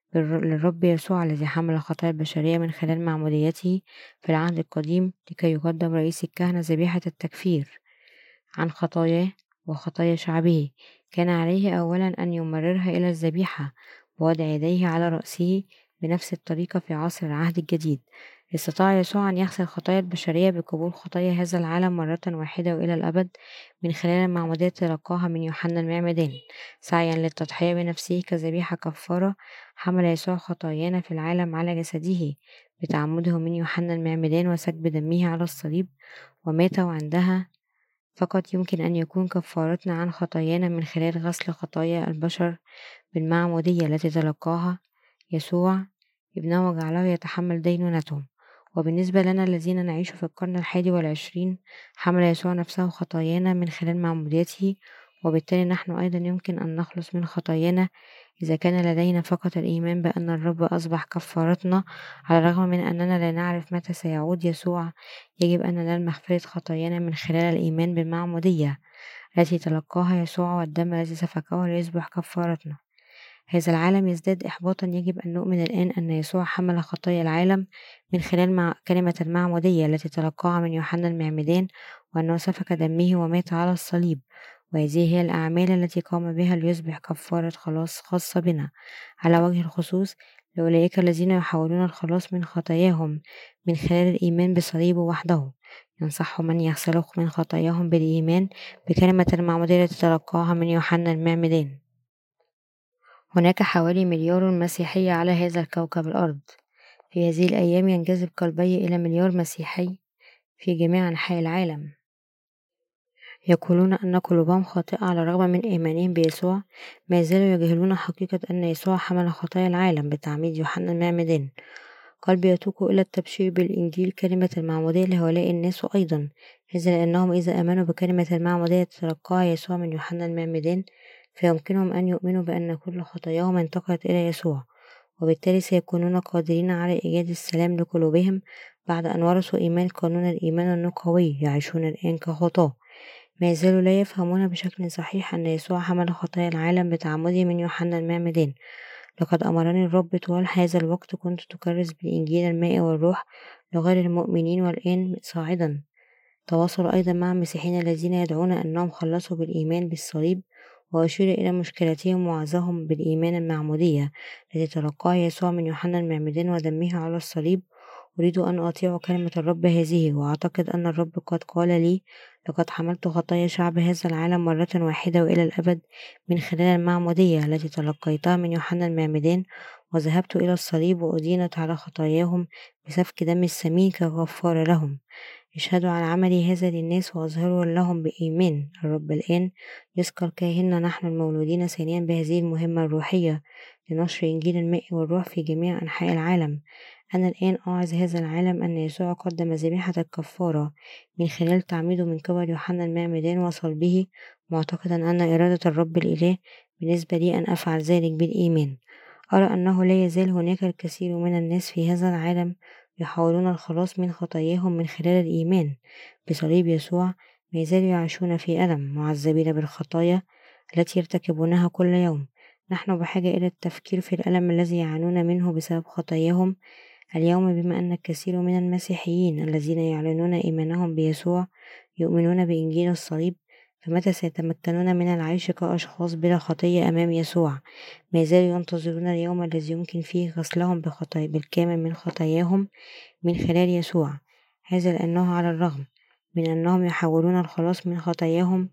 للرب يسوع الذي حمل خطايا البشرية من خلال معموديته في العهد القديم لكي يقدم رئيس الكهنة ذبيحة التكفير عن خطاياه وخطايا شعبه. كان عليه أولا أن يمررها إلى الذبيحة بوضع يديه على رأسه بنفس الطريقة في عصر العهد الجديد. استطاع يسوع أن يغسل خطايا البشرية بقبول خطايا هذا العالم مرة واحدة وإلى الأبد من خلال المعمودية تلقاها من يوحنا المعمدان. سعيا للتضحية بنفسه كذبيحة كفارة، حمل يسوع خطايانا في العالم على جسده بتعمده من يوحنا المعمدان وسكب دمه على الصليب ومات، وعندها فقط يمكن أن يكون كفارتنا عن خطايانا من خلال غسل خطايا البشر بالمعمودية التي تلقاها يسوع ابنه وجعله يتحمل دينونتهم. وبالنسبة لنا الذين نعيش في القرن 21 حمل يسوع نفسه خطايانا من خلال معموديته، وبالتالي نحن أيضا يمكن أن نخلص من خطايانا إذا كان لدينا فقط الإيمان بأن الرب أصبح كفارتنا. على الرغم من أننا لا نعرف متى سيعود يسوع، يجب أن ننال مغفرة خطايانا من خلال الإيمان بالمعمودية التي تلقاها يسوع والدم الذي سفكه ليصبح كفارتنا. هذا العالم يزداد إحباطا. يجب أن نؤمن الآن أن يسوع حمل خطايا العالم من خلال كلمة المعمودية التي تلقاها من يوحنا المعمدان، وأنه سفك دمه ومات على الصليب، وهذه هي الأعمال التي قام بها ليصبح كفارة خلاص خاصة بنا. على وجه الخصوص لأولئك الذين يحاولون الخلاص من خطاياهم من خلال الإيمان بصليبه وحده، ينصحهم أن يغسلوا من خطاياهم بالإيمان بكلمة المعمودية التي تلقاها من يوحنا المعمدان. هناك حوالي مليار مسيحي على هذا الكوكب الأرض. في هذه الأيام ينجذب قلبي إلى مليار مسيحي في جميع أنحاء العالم، يقولون أن قلوبهم خاطئة على الرغم من إيمانهم بيسوع. ما زالوا يجهلون حقيقة أن يسوع حمل خطايا العالم بتعميد يوحنا المعمدان. قلبي يتوق إلى التبشير بالإنجيل كلمة المعمودية لهؤلاء الناس أيضا، هذا لأنهم إذا آمنوا بكلمة المعمودية تلقاها يسوع من يوحنا المعمدان فيمكنهم أن يؤمنوا بأن كل خطاياهم انتقلت إلى يسوع، وبالتالي سيكونون قادرين على إيجاد السلام لقلوبهم بعد أن ورثوا إيمان قانون الإيمان النقوي. يعيشون الآن كخطاة، ما يزالوا لا يفهمون بشكل صحيح أن يسوع حمل خطايا العالم بتعمده من يوحنا المعمدان. لقد أمرني الرب طوال هذا الوقت كنت تكرس بالإنجيل الماء والروح لغير المؤمنين، والآن صاعدا تواصل أيضا مع المسيحيين الذين يدعون أنهم خلصوا بالإيمان بالصليب، وأشير إلى مشكلتهم وعظهم بالإيمان المعمودية التي تلقاها يسوع من يوحنا المعمدان ودمه على الصليب. أريد أن أطيع كلمة الرب هذه، وأعتقد أن الرب قد قال لي: لقد حملت خطايا شعب هذا العالم مرة واحدة وإلى الأبد من خلال المعمودية التي تلقيتها من يوحنا المعمدان، وذهبت إلى الصليب وأدينت على خطاياهم بسفك دم الثمين كغفار لهم. اشهدوا على عملي هذا للناس وأظهروا لهم بإيمان. الرب الآن يذكر كاهننا نحن المولودين ثانيا بهذه المهمة الروحية لنشر إنجيل الماء والروح في جميع أنحاء العالم. أنا الآن أوعظ هذا العالم أن يسوع قدم ذبيحة الكفارة من خلال تعميده من قبل يوحنا المعمدان وصلبه، معتقدا أن إرادة الرب الإله بالنسبة لي أن أفعل ذلك بالإيمان. أرى أنه لا يزال هناك الكثير من الناس في هذا العالم يحاولون الخلاص من خطاياهم من خلال الإيمان بصليب يسوع. ما يزالوا يعيشون في ألم، معذبين بالخطايا التي يرتكبونها كل يوم. نحن بحاجة إلى التفكير في الألم الذي يعانون منه بسبب خطاياهم اليوم، بما أن الكثير من المسيحيين الذين يعلنون إيمانهم بيسوع يؤمنون بإنجيل الصليب. فمتى سيتمكنون من العيش كأشخاص بلا خطية أمام يسوع؟ ما زالوا ينتظرون اليوم الذي يمكن فيه غسلهم بالكامل من خطاياهم من خلال يسوع. هذا لأنه على الرغم من أنهم يحاولون الخلاص من خطاياهم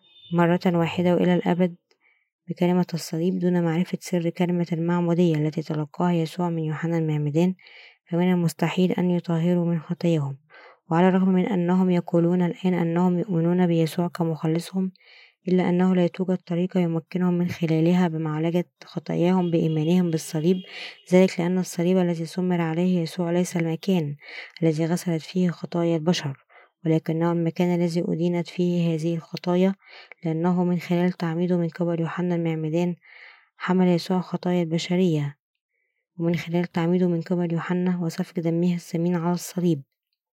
مرة واحدة وإلى الأبد بكلمة الصليب دون معرفة سر كلمة المعمودية التي تلقاها يسوع من يوحنا المعمدان، فمن المستحيل أن يطهروا من خطاياهم. وعلى الرغم من أنهم يقولون الآن أنهم يؤمنون بيسوع كمخلصهم، إلا أنه لا توجد طريقة يمكنهم من خلالها بمعالجة خطاياهم بإيمانهم بالصليب، ذلك لأن الصليب الذي سمر عليه يسوع ليس المكان الذي غسلت فيه خطايا البشر، ولكنه المكان الذي أدينت فيه هذه الخطايا، لأنه من خلال تعميده من قبل يوحنا المعمدان حمل يسوع خطايا البشرية، ومن خلال تعميده من قبل يوحنا وسفك دمه الثمين على الصليب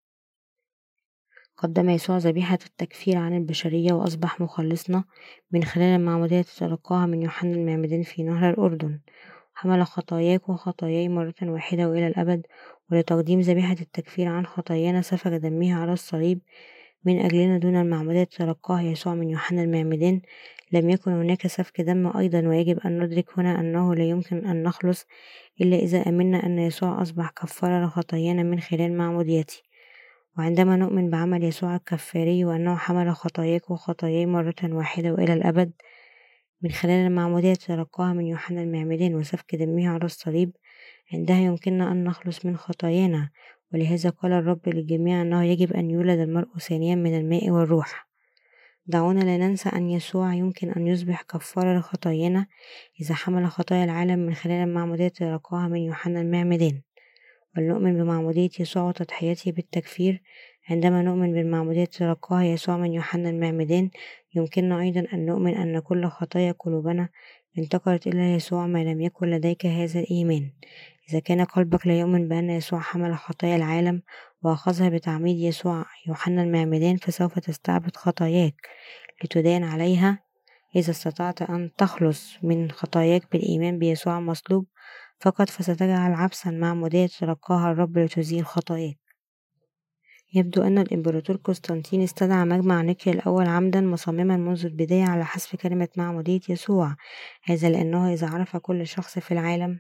قدم يسوع ذبيحة التكفير عن البشرية وأصبح مخلصنا من خلال المعمودية التي تلقاها من يوحنا المعمدان في نهر الأردن. حمل خطاياك وخطاياي مرة واحدة وإلى الأبد، ولتقديم ذبيحة التكفير عن خطايانا سفك دمه على الصليب من أجلنا دون المعمودية التي تلقاها يسوع من يوحنا المعمدان. لم يكن هناك سفك دم أيضا، ويجب أن ندرك هنا أنه لا يمكن أن نخلص إلا إذا آمنا أن يسوع أصبح كفارة لخطايانا من خلال معموديته. وعندما نؤمن بعمل يسوع الكفاري وأنه حمل خطاياك وخطاياي مرة واحدة وإلى الأبد من خلال المعمودية التي تلقاها من يوحنا المعمدان وسفك دمه على الصليب، عندها يمكننا أن نخلص من خطايانا. ولهذا قال الرب للجميع أنه يجب أن يولد المرء ثانيا من الماء والروح. دعونا لا ننسى أن يسوع يمكن أن يصبح كفارة لخطايانا إذا حمل خطايا العالم من خلال المعمودية التي تلقاها من يوحنا المعمدان، ولنؤمن بمعمودية يسوع وتضحيته بالتكفير. عندما نؤمن بالمعمودية التي تلقاها يسوع من يوحنا المعمدان يمكننا أيضا أن نؤمن أن كل خطايا قلوبنا انتقلت إلى يسوع ما لم يكن لديك هذا الإيمان. إذا كان قلبك لا يؤمن بأن يسوع حمل خطايا العالم وأخذها بتعميد يسوع يوحنا المعمدان فسوف تستعبد خطاياك لتدان عليها. إذا استطعت أن تخلص من خطاياك بالإيمان بيسوع المصلوب فقط فستجعل عبثا معمودية تلقاها الرب لتزيل خطاياك. يبدو أن الإمبراطور قسطنطين استدعى مجمع نيقيا الأول عمدا مصمما منذ البداية على حذف كلمة معمودية يسوع، هذا لأنه إذا عرف كل شخص في العالم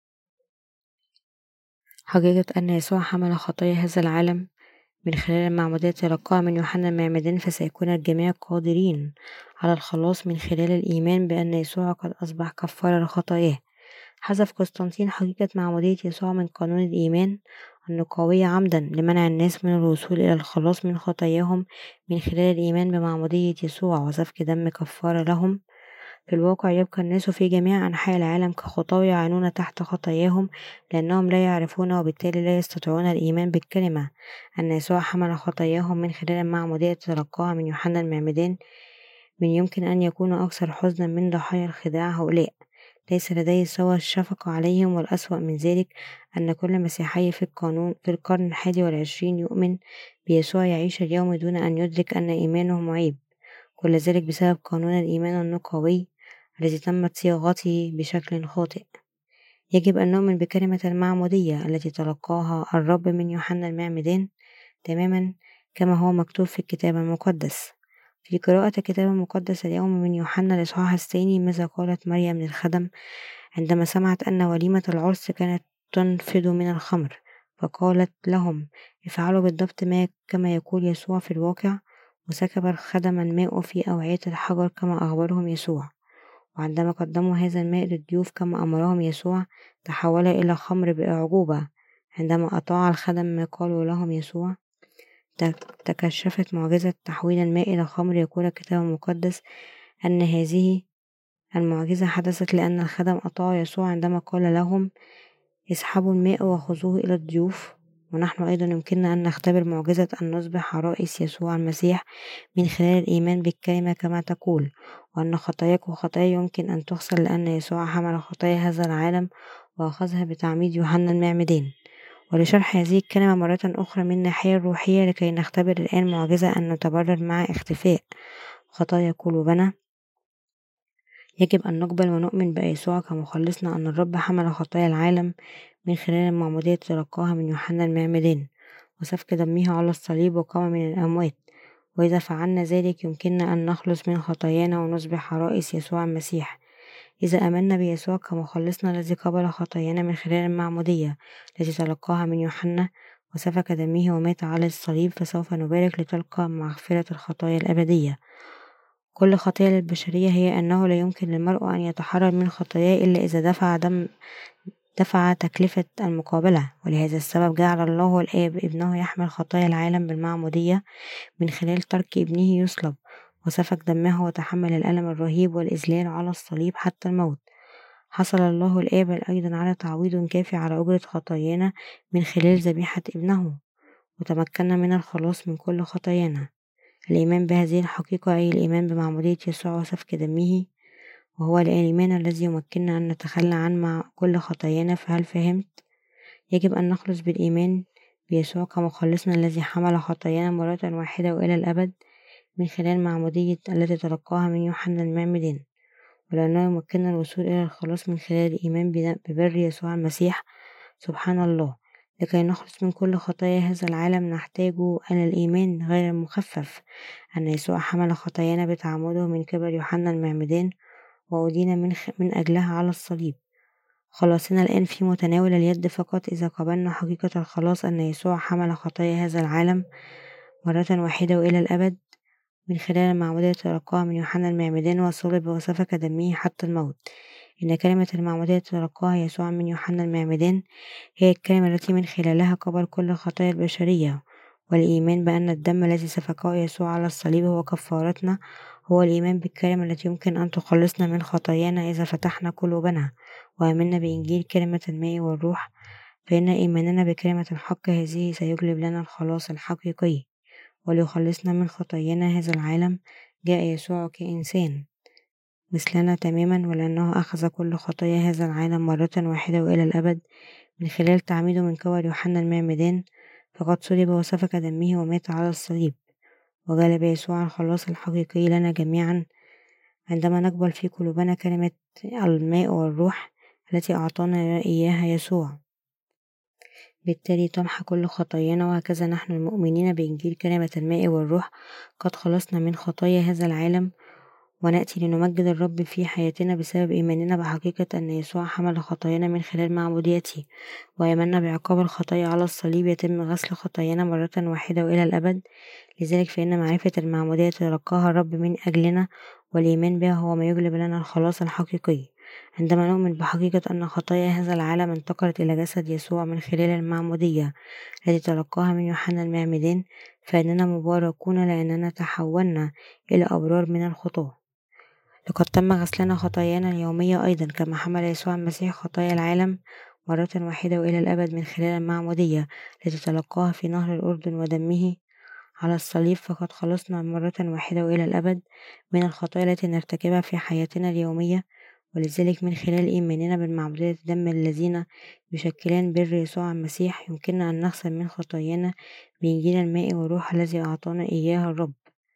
حقيقة أن يسوع حمل خطايا هذا العالم من خلال المعمودية التي تلقاها من يوحنا المعمدان فسيكون الجميع قادرين على الخلاص من خلال الإيمان بأن يسوع قد أصبح كفارة لخطاياه. حذف قسطنطين حقيقة معمودية يسوع من قانون الإيمان النقاوي عمدا لمنع الناس من الوصول إلى الخلاص من خطاياهم من خلال الإيمان بمعمودية يسوع وسفك دم كفارة لهم. في الواقع يبقى الناس في جميع أنحاء العالم كخطاة يعانون تحت خطاياهم لأنهم لا يعرفون وبالتالي لا يستطيعون الإيمان بالكلمة أن يسوع حمل خطاياهم من خلال المعمودية التي تلقاها من يوحنا المعمدان. من يمكن أن يكون أكثر حزنا من ضحايا الخداع هؤلاء ليس لديه سوى الشفقة عليهم، والأسوأ من ذلك أن كل مسيحي في القرن 21 يؤمن بيسوع يعيش اليوم دون أن يدرك أن إيمانه معيب، كل ذلك بسبب قانون الإيمان النقوي الذي تمت صياغته بشكل خاطئ. يجب أن نؤمن بكلمة المعمودية التي تلقاها الرب من يوحنا المعمدان تماما كما هو مكتوب في الكتاب المقدس. في قراءة الكتاب المقدس اليوم من يوحنا الإصحاح الثاني ماذا قالت مريم للخدم عندما سمعت أن وليمة العرس كانت تنفذ من الخمر؟ فقالت لهم افعلوا بالضبط ما كما يقول يسوع في الواقع. وسكب الخدم الماء في أوعية الحجر كما أخبرهم يسوع، وعندما قدموا هذا الماء للضيوف كما أمرهم يسوع تحول إلى خمر بأعجوبة. عندما أطاع الخدم ما قالوا لهم يسوع تكشفت معجزة تحويل الماء إلى خمر. يقول الكتاب المقدس أن هذه المعجزة حدثت لأن الخدم أطاعوا يسوع عندما قال لهم اسحبوا الماء وخذوه إلى الضيوف. ونحن أيضا يمكننا أن نختبر معجزة أن نصبح عرائس يسوع المسيح من خلال الإيمان بالكلمة كما تقول، وأن خطاياك وخطايا يمكن أن تغسل لأن يسوع حمل خطايا هذا العالم وأخذها بتعميد يوحنا المعمدان. ولشرح هذه الكلمة مرة أخرى من الناحية الروحية لكي نختبر الآن معجزة أن نتبرر مع اختفاء خطايا قلوبنا، يجب أن نقبل ونؤمن بيسوع كمخلصنا أن الرب حمل خطايا العالم من خلال المعمودية التي تلقاها من يوحنا المعمدان وسفك دمه على الصليب وقام من الأموات. وإذا فعلنا ذلك يمكننا أن نخلص من خطايانا ونصبح عرائس يسوع المسيح. إذا آمنا بيسوع كمخلصنا الذي قبل خطايانا من خلال المعمودية التي تلقاها من يوحنا وسفك دمه ومات على الصليب فسوف نبارك لتلقى مغفرة الخطايا الأبدية. كل خطية للبشرية هي أنه لا يمكن للمرء أن يتحرر من خطاياه إلا إذا دفع تكلفة المقابلة. ولهذا السبب جعل الله الآب ابنه يحمل خطايا العالم بالمعمودية من خلال ترك ابنه يصلب وسفك دمه وتحمل الألم الرهيب والإذلال على الصليب حتى الموت. حصل الله الآب أيضا على تعويض كافي على أجرة خطايانا من خلال ذبيحة ابنه، وتمكنا من الخلاص من كل خطايانا. الإيمان بهذه الحقيقة أي الإيمان بمعمودية يسوع وسفك دمه وهو الإيمان الذي يمكننا أن نتخلى عن مع كل خطايانا. فهل فهمت؟ يجب أن نخلص بالإيمان بيسوع كمخلصنا الذي حمل خطايانا مرة واحدة وإلى الأبد من خلال معمودية التي تلقاها من يوحنا المعمدان، ولأنه يمكننا الوصول إلى الخلاص من خلال الإيمان ببر يسوع المسيح. سبحان الله، لكي نخلص من كل خطايا هذا العالم نحتاج إلى الإيمان غير المخفف أن يسوع حمل خطايانا بتعمده من قبل يوحنا المعمدان وأدين من أجلها على الصليب. خلاصنا الآن في متناول اليد فقط إذا قبلنا حقيقة الخلاص أن يسوع حمل خطايا هذا العالم مرة واحدة وإلى الأبد من خلال المعمودية تلقاها من يوحنا المعمدان وصلب وسفك دمه حتى الموت. إن كلمة المعمودية تلقاها يسوع من يوحنا المعمدان هي الكلمة التي من خلالها قبل كل خطايا البشرية والإيمان بأن الدم الذي سفكه يسوع على الصليب هو كفارتنا، هو الإيمان بالكلمة التي يمكن أن تخلصنا من خطايانا إذا فتحنا قلوبنا وآمنا بإنجيل كلمة الماء والروح، فإن إيماننا بكلمة الحق هذه سيجلب لنا الخلاص الحقيقي وليخلصنا من خطايانا هذا العالم. جاء يسوع كإنسان مثلنا تماما، ولأنه أخذ كل خطايا هذا العالم مرة واحدة وإلى الأبد من خلال تعميده من قبل يوحنا المعمدان، فقد صلب وسفك دمه ومات على الصليب، وجلب يسوع الخلاص الحقيقي لنا جميعا عندما نقبل في قلوبنا كلمة الماء والروح التي أعطانا إياها يسوع. بالتالي تمحى كل خطايانا، وهكذا نحن المؤمنين بإنجيل كلمة الماء والروح قد خلصنا من خطايا هذا العالم، ونأتي لنمجد الرب في حياتنا بسبب إيماننا بحقيقة أن يسوع حمل خطايانا من خلال معموديته، وإيماننا بعقاب الخطايا على الصليب يتم غسل خطايانا مرة واحدة وإلى الأبد. لذلك فإن معرفة المعمودية تلقاها الرب من أجلنا والإيمان بها هو ما يجلب لنا الخلاص الحقيقي. عندما نؤمن بحقيقة أن خطايا هذا العالم انتقلت إلى جسد يسوع من خلال المعمودية التي تلقاها من يوحنا المعمدان، فإننا مباركون لأننا تحولنا إلى أبرار من الخطاة. لقد تم غسلنا خطايانا اليومية أيضا كما حمل يسوع المسيح خطايا العالم مرة واحدة وإلى الأبد من خلال المعمودية التي تلقاها في نهر الأردن ودمه على الصليب، فقد خلصنا مرة واحدة وإلى الأبد من الخطايا التي نرتكبها في حياتنا اليومية. ولذلك من خلال إيماننا بالمعمودية الدم الذين يشكلان بر يسوع المسيح يمكننا أن نغسل من خطايانا بإنجيل الماء والروح الذي أعطانا إياه الرب،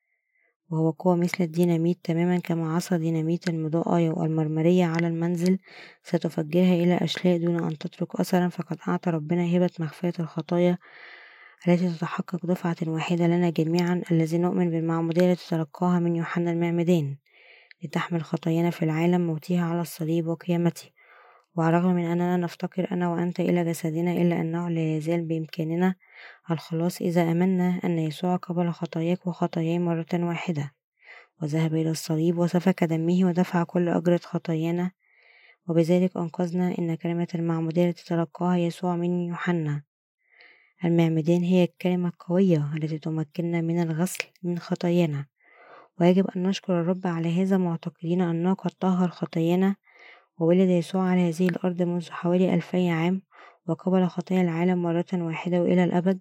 وهو قوة مثل الديناميت تماما كما عصا ديناميت المضاءة والمرمرية على المنزل ستفجرها إلى أشلاء دون أن تترك أثرا. فقد أعطى ربنا هبة مغفرة الخطايا التي تتحقق دفعة واحدة لنا جميعا الذي نؤمن بالمعمودية التي تلقاها من يوحنا المعمدان لتحمل خطايانا في العالم، موتها على الصليب وقيامته. وعلى الرغم من أننا نفتقر أنا وأنت إلى جسدنا، إلا أنه لا يزال بإمكاننا الخلاص إذا آمنا أن يسوع قبل خطاياك وخطاياي مرة واحدة وذهب إلى الصليب وسفك دمه ودفع كل أجرة خطايانا، وبذلك أنقذنا. إن كلمة المعمودية التي تلقاها يسوع من يوحنا المعمدان هي الكلمة القوية التي تمكننا من الغسل من خطايانا، ويجب أن نشكر الرب على هذا معتقدين أنه قد طهر خطايانا وولد يسوع على هذه الأرض منذ حوالي 2000 عام وقبل خطايا العالم مرة واحدة وإلى الأبد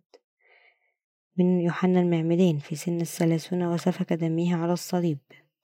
من يوحنا المعمدان في سن 30 وسفك دمه على الصليب،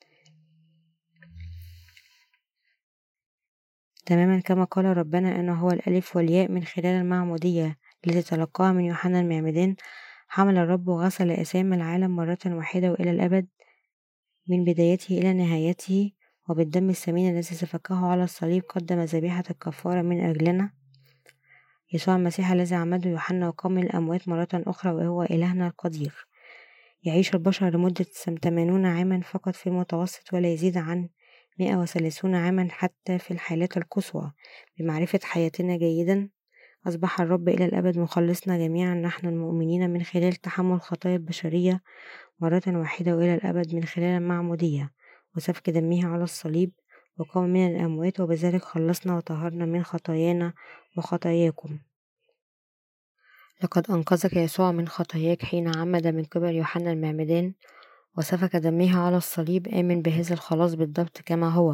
تماما كما قال ربنا أنه هو الألف والياء. من خلال المعمودية التي تلقاها من يوحنا المعمدان حمل الرب وغسل آثام العالم مرة واحدة وإلى الأبد من بدايته إلى نهايته، وبالدم الثمين الذي سفكه على الصليب قدم ذبيحة الكفارة من أجلنا. يسوع المسيح الذي عمده يوحنا وقام من الأموات مرة أخرى وهو إلهنا القدير. يعيش البشر لمدة 80 عاما فقط في المتوسط ولا يزيد عن 130 عاما حتى في الحالات القصوى بمعرفة حياتنا جيدا. أصبح الرب إلى الأبد مخلصنا جميعا نحن المؤمنين من خلال تحمل خطايا البشرية مرة واحدة وإلى الأبد من خلال المعمودية وسفك دمه على الصليب وقام من الأموات، وبذلك خلصنا وطهرنا من خطايانا وخطاياكم. لقد أنقذك يسوع من خطاياك حين عمد من قبل يوحنا المعمدان وسفك دمه على الصليب. آمن بهذا الخلاص بالضبط كما هو.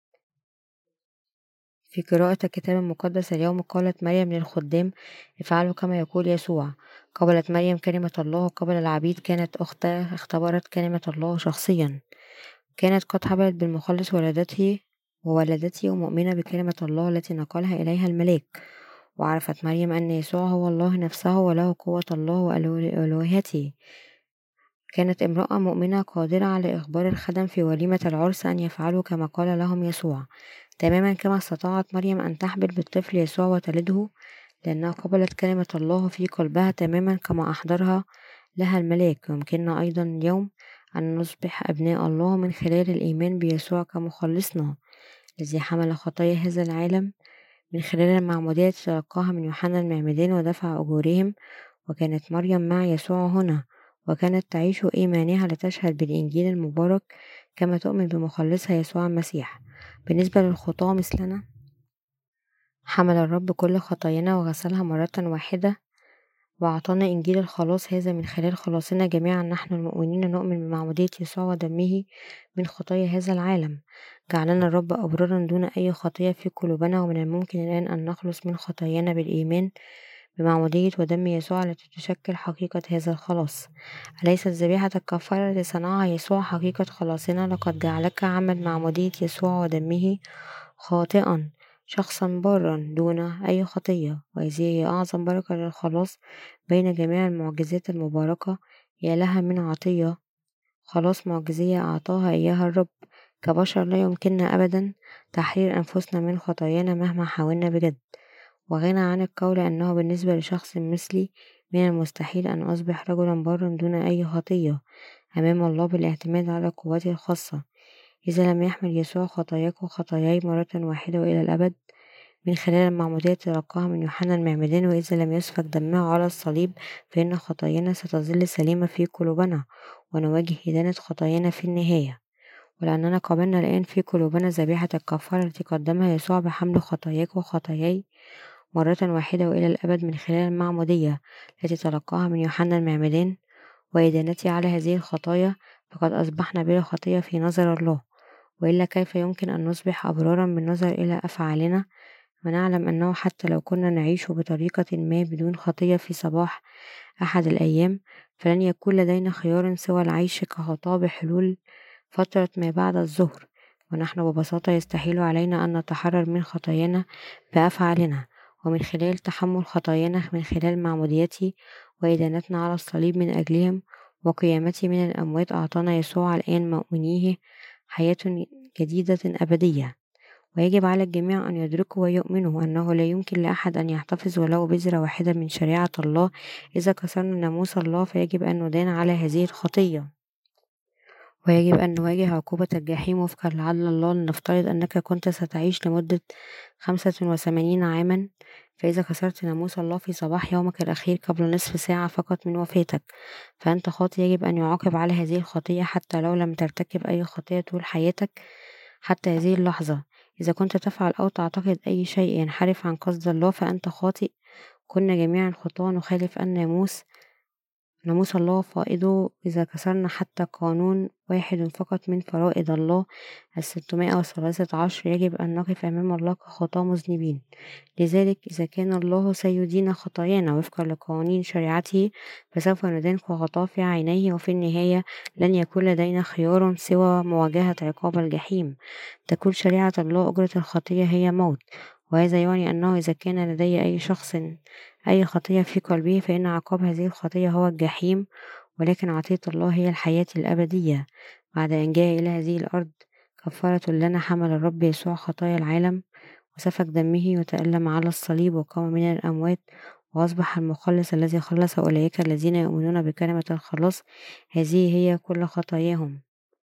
في قراءة الكتاب المقدس اليوم قالت مريم للخدام: افعلوا كما يقول يسوع. قبلت مريم كلمة الله قبل العبيد. كانت أختها اختبرت كلمة الله شخصيا، كانت قد حبلت بالمخلص وولدته مؤمنة بكلمة الله التي نقلها إليها الملاك. وعرفت مريم أن يسوع هو الله نفسه وله قوة الله وألوهته. كانت امرأة مؤمنة قادرة على إخبار الخدم في وليمة العرس أن يفعلوا كما قال لهم يسوع، تماما كما استطاعت مريم أن تحبل بالطفل يسوع وتلده، لأنها قبلت كلمة الله في قلبها تماما كما أحضرها لها الملاك. يمكننا أيضا اليوم أن نصبح أبناء الله من خلال الإيمان بيسوع كمخلصنا الذي حمل خطايا هذا العالم من خلال المعمودية تلقاها من يوحنا المعمدان ودفع أجورهم. وكانت مريم مع يسوع هنا، وكانت تعيش إيمانها لتشهد بالإنجيل المبارك كما تؤمن بمخلصها يسوع المسيح. بالنسبة للخطاة مثلنا، حمل الرب كل خطايانا وغسلها مرة واحدة وأعطانا إنجيل الخلاص هذا من خلال خلاصنا جميعا نحن المؤمنين نؤمن بمعمودية يسوع ودمه من خطايا هذا العالم. جعلنا الرب أبرارا دون أي خطية في قلوبنا، ومن الممكن الآن أن نخلص من خطايانا بالإيمان بمعمودية ودم يسوع التي تشكل حقيقة هذا الخلاص. أليست ذبيحة الكفارة التي صنعها يسوع حقيقة خلاصنا؟ لقد جعلك عمل معمودية يسوع ودمه خاطئا، شخصا بارا دون أي خطية، وهذه هي أعظم بركة للخلاص بين جميع المعجزات المباركة. يا لها من عطية خلاص معجزية أعطاها إياها الرب. كبشر لا يمكننا أبدا تحرير أنفسنا من خطايانا مهما حاولنا بجد، وغنى عن القول أنه بالنسبة لشخص مثلي من المستحيل أن أصبح رجلا بارا دون أي خطية أمام الله بالاعتماد على قوتي الخاصة. إذا لم يحمل يسوع خطاياك وخطاياي مرة واحدة وإلى الأبد من خلال المعمودية تلقاها من يوحنا المعمدان، وإذا لم يسفك دمه على الصليب، فإن خطايانا ستظل سليمة في قلوبنا ونواجه إدانة خطايانا في النهاية. ولأننا قبلنا الآن في قلوبنا ذبيحة الكفارة التي قدمها يسوع بحمل خطاياك وخطاياي مرة واحدة وإلى الأبد من خلال المعمودية التي تلقاها من يوحنا المعمدان وإدانتي على هذه الخطايا، فقد أصبحنا بلا خطية في نظر الله. وإلا كيف يمكن أن نصبح أبرارا بالنظر إلى أفعالنا، ونعلم أنه حتى لو كنا نعيش بطريقة ما بدون خطية في صباح أحد الأيام، فلن يكون لدينا خيار سوى العيش كخطاة بحلول فترة ما بعد الظهر، ونحن ببساطة يستحيل علينا أن نتحرر من خطايانا بأفعالنا، ومن خلال تحمل خطايانا من خلال معموديتي وإدانتنا على الصليب من أجلهم وقيامتي من الأموات أعطانا يسوع الآن مؤمنيه حياة جديدة أبدية. ويجب على الجميع أن يدركوا ويؤمنوا أنه لا يمكن لأحد أن يحتفظ ولو بذرة واحدة من شريعة الله. إذا كسرنا ناموس الله فيجب أن ندان على هذه الخطية، ويجب أن نواجه عقوبة الجحيم وفقا لعدل الله. لنفترض أنك كنت ستعيش لمدة 85 عاما، فإذا كسرت ناموس الله في صباح يومك الأخير قبل نصف ساعة فقط من وفاتك، فأنت خاطئ يجب أن يعاقب على هذه الخطية حتى لو لم ترتكب أي خطية طول حياتك حتى هذه اللحظة. إذا كنت تفعل أو تعتقد أي شيء ينحرف عن قصد الله فأنت خاطئ. كنا جميعا خطاة نخالف ناموس الله فائض. إذا كسرنا حتى قانون واحد فقط من فرائض الله 613 يجب أن نقف أمام الله كخطاة مذنبين. لذلك إذا كان الله سيدين خطايانا وفقا لقوانين شريعته، فسوف ندان كخطاة في عينيه، وفي النهاية لن يكون لدينا خيار سوى مواجهة عقاب الجحيم. تقول شريعة الله أجرة الخطية هي موت، وهذا يعني أنه إذا كان لدي أي شخص أي خطية في قلبه فإن عقاب هذه الخطية هو الجحيم، ولكن عطية الله هي الحياة الأبدية. بعد أن جاء إلى هذه الأرض كفارة لنا، حمل الرب يسوع خطايا العالم وسفك دمه وتألم على الصليب وقام من الأموات، وأصبح المخلص الذي خلص أولئك الذين يؤمنون بكلمة الخلاص هذه هي كل خطاياهم.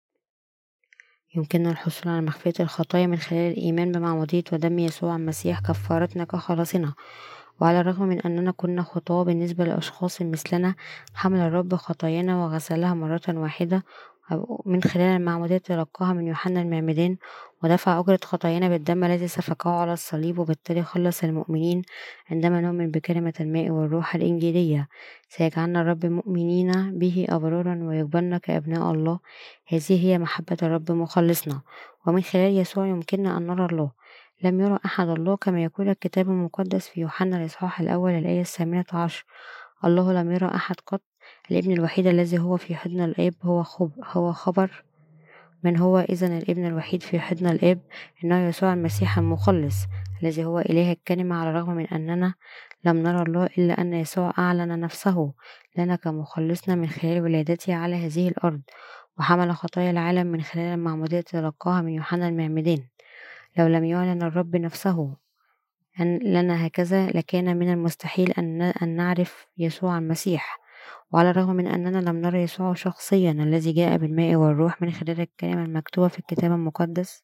يمكننا الحصول على مغفرة الخطايا من خلال الإيمان بمعمودية ودم يسوع المسيح كفارتنا كخلاصنا. وعلى الرغم من أننا كنا خطاة بالنسبة لأشخاص مثلنا، حمل الرب خطايانا وغسلها مرة واحدة من خلال المعمودية تلقاها من يوحنا المعمدان، ودفع أجرة خطايانا بالدم الذي سفكه على الصليب، وبالتالي خلص المؤمنين. عندما نؤمن بكلمة الماء والروح الإنجيلية سيجعلنا الرب مؤمنين به أبرارا ويقبلنا كأبناء الله. هذه هي محبة الرب مخلصنا، ومن خلال يسوع يمكننا أن نرى الله. لم يرى أحد الله كما يقول الكتاب المقدس في يوحنا الإصحاح الأول الآية 18: الله لم يرى أحد قط، الابن الوحيد الذي هو في حضن الآب هو خبر من هو إذن الابن الوحيد في حضن الآب، إنه يسوع المسيح المخلص الذي هو إله الكلمة. على الرغم من أننا لم نرى الله إلا أن يسوع أعلن نفسه لنا كمخلصنا من خلال ولادته على هذه الأرض، وحمل خطايا العالم من خلال المعمودية تلقاها من يوحنا المعمدان. لو لم يعلن الرب نفسه لنا هكذا لكان من المستحيل أن نعرف يسوع المسيح. وعلى الرغم من أننا لم نرى يسوع شخصيا الذي جاء بالماء والروح من خلال الكلمة المكتوبة في الكتاب المقدس،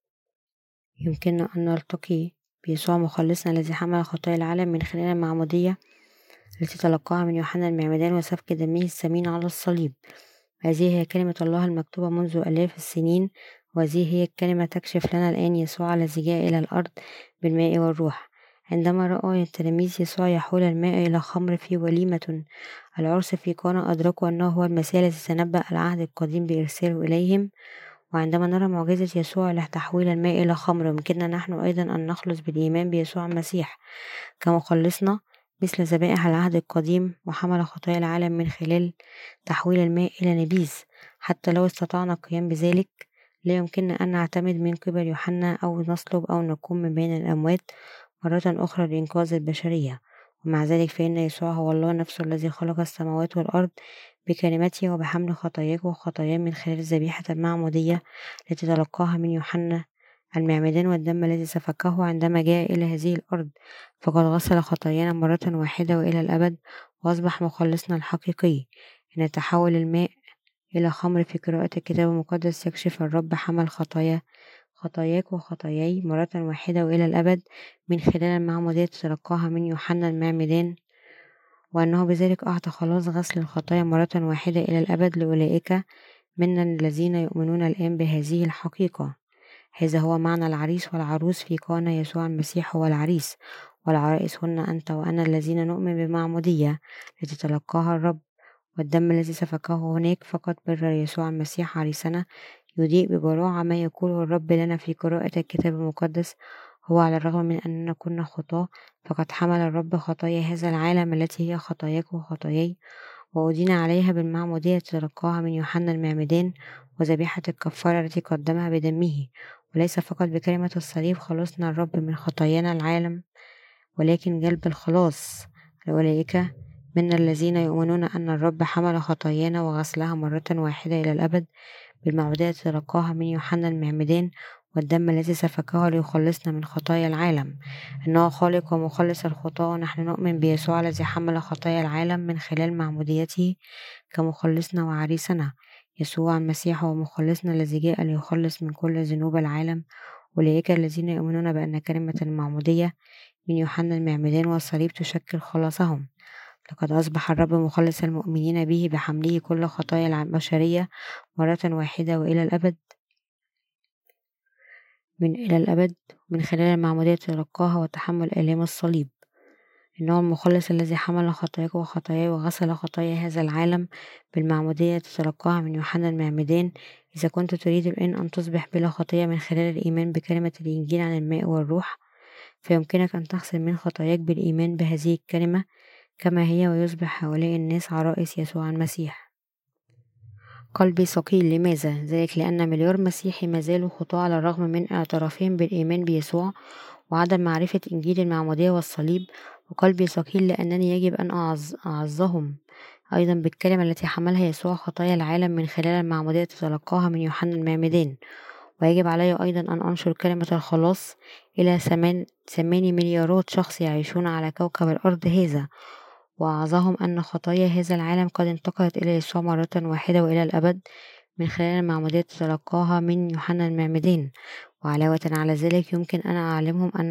يمكننا أن نلتقي بيسوع مخلصنا الذي حمل خطايا العالم من خلال المعمودية التي تلقاها من يوحنا المعمدان وسفك دمه الثمين على الصليب. هذه هي كلمة الله المكتوبة منذ آلاف السنين، وهذه هي الكلمة تكشف لنا الآن يسوع الذي جاء إلى الأرض بالماء والروح. عندما رأى التلاميذ يسوع يحول الماء إلى خمر في وليمة العرس في قانا، أدركوا أنه هو المسيح الذي تنبأ العهد القديم بإرساله إليهم. وعندما نرى معجزة يسوع لتحويل الماء إلى خمر، يمكننا نحن أيضا أن نخلص بالإيمان بيسوع المسيح كمخلصنا مثل ذبائح العهد القديم، وحمل خطايا العالم من خلال تحويل الماء إلى نبيذ. حتى لو استطعنا القيام بذلك، لا يمكننا أن نعتمد من قبل يوحنا أو نصلب أو نقوم من بين الأموات مرة أخرى لإنقاذ البشرية. ومع ذلك فإن يسوع هو الله نفسه الذي خلق السماوات والأرض بكلمته وبحمل خطاياك وخطاياه من خلال الذبيحة المعمودية التي تلقاها من يوحنا المعمدان، والدم الذي سفكه عندما جاء إلى هذه الأرض، فقد غسل خطايانا مرة واحدة وإلى الأبد، وأصبح مخلصنا الحقيقي. إن تحول الماء إلى خمر في قراءة الكتاب المقدس يكشف الرب حمل خطاياك وخطاياي مرة واحدة وإلى الأبد من خلال المعمودية تلقاها من يوحنا المعمدان، وأنه بذلك أعطى خلاص غسل الخطايا مرة واحدة إلى الأبد لأولئك منا الذين يؤمنون الآن بهذه الحقيقة. هذا هو معنى العريس والعروس في قانا. يسوع المسيح هو العريس، والعرائس هن أنت وأنا الذين نؤمن بمعمودية التي تلقاها الرب، والدم الذي سفكه هناك فقط بر يسوع المسيح عريسنا يضيء ببراعة ما يقوله الرب لنا في قراءة الكتاب المقدس. هو على الرغم من أننا كنا خطاة، فقد حمل الرب خطايا هذا العالم التي هي خطاياك وخطاياي، وأدين عليها بالمعمودية التي تلقاها من يوحنا المعمدان وذبيحة الكفارة التي قدمها بدمه. وليس فقط بكلمة الصليب خلصنا الرب من خطايانا العالم، ولكن جلب الخلاص لأولئك من الذين يؤمنون أن الرب حمل خطايانا وغسلها مرة واحدة إلى الأبد بالمعمودية التي تلقاها من يوحنا المعمدان والدم الذي سفكه ليخلصنا من خطايا العالم. إنه خالق ومخلص الخطاة، ونحن نؤمن بيسوع الذي حمل خطايا العالم من خلال معموديته كمخلصنا وعريسنا. يسوع المسيح هو مخلصنا الذي جاء ليخلص من كل ذنوب العالم. أولئك الذين يؤمنون بأن كلمة المعمودية من يوحنا المعمدان والصليب تشكل خلاصهم. لقد أصبح الرب مخلص المؤمنين به بحمله كل خطايا البشرية مرة واحدة وإلى الأبد من خلال المعمودية تلقاها وتحمل آلام الصليب. إنه المخلص الذي حمل خطاياك وخطاياي وغسل خطايا هذا العالم بالمعمودية تتلقاها من يوحنا المعمدان. إذا كنت تريد الآن أن تصبح بلا خطية من خلال الإيمان بكلمة الإنجيل عن الماء والروح، فيمكنك أن تغسل من خطاياك بالإيمان بهذه الكلمة كما هي، ويصبح هؤلاء الناس عرائس يسوع المسيح. قلبي ثقيل. لماذا؟ ذلك لأن مليار مسيحي ما زالوا خطاة على الرغم من اعترافهم بالإيمان بيسوع وعدم معرفة إنجيل المعمودية والصليب. وقلبي ثقيل لأنني يجب أن أعظهم أيضا بالكلمة التي حملها يسوع خطايا العالم من خلال المعمودية تتلقاها من يوحنا المعمدان. ويجب علي أيضا أن أنشر كلمة الخلاص إلى 8 مليارات شخص يعيشون على كوكب الأرض هذا، وأعظهم أن خطايا هذا العالم قد انتقلت إلى يسوع مرة واحدة وإلى الأبد من خلال المعمودية تتلقاها من يوحنا المعمدان. وعلاوة على ذلك يمكن أن أعلمهم أن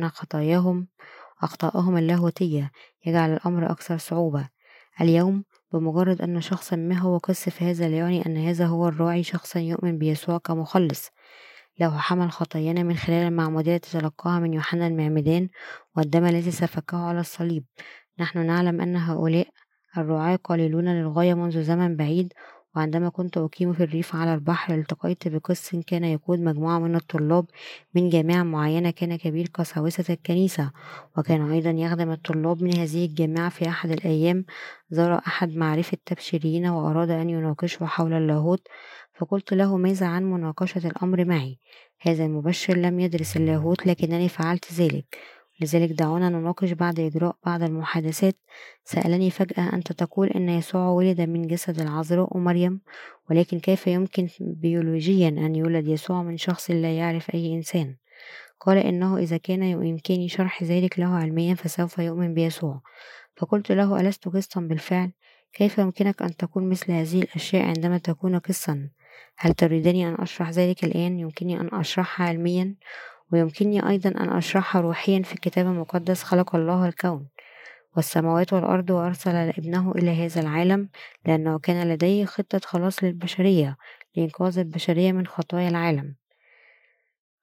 أخطائهم اللاهوتية يجعل الأمر أكثر صعوبة. اليوم بمجرد أن شخصا ما هو قس، فهذا لا يعني أن هذا هو الراعي شخصا يؤمن بيسوع كمخلص. له حمل خطايانا من خلال المعمودية تتلقاها من يوحنا المعمدان والدم الذي سفكه على الصليب. نحن نعلم أن هؤلاء الرعاة قليلون للغاية منذ زمن بعيد. وعندما كنت أقيم في الريف على البحر، التقيت بقس كان يقود مجموعة من الطلاب من جامعة معينة. كان كبير قساوسة الكنيسة، وكان أيضا يخدم الطلاب من هذه الجامعة. في أحد الأيام زار أحد معرفة التبشيريين وأراد أن يناقشه حول اللاهوت، فقلت له: ماذا عن مناقشة الأمر معي؟ هذا المبشر لم يدرس اللاهوت، لكنني فعلت ذلك. لذلك دعونا نناقش بعد إجراء بعض المحادثات. سألني فجأة: أنت تقول أن يسوع ولد من جسد العذراء ومريم، ولكن كيف يمكن بيولوجيا أن يولد يسوع من شخص لا يعرف أي إنسان؟ قال إنه إذا كان يمكنني شرح ذلك له علميا فسوف يؤمن بيسوع. فقلت له: ألست قسطا بالفعل؟ كيف يمكنك أن تقول مثل هذه الأشياء عندما تكون قسا؟ هل تريدني أن أشرح ذلك الآن؟ يمكنني أن أشرحها علميا، ويمكنني أيضا أن أشرحها روحيا. في الكتاب المقدس خلق الله الكون والسماوات والأرض وأرسل ابنه إلى هذا العالم لأنه كان لديه خطة خلاص للبشرية لإنقاذ البشرية من خطايا العالم.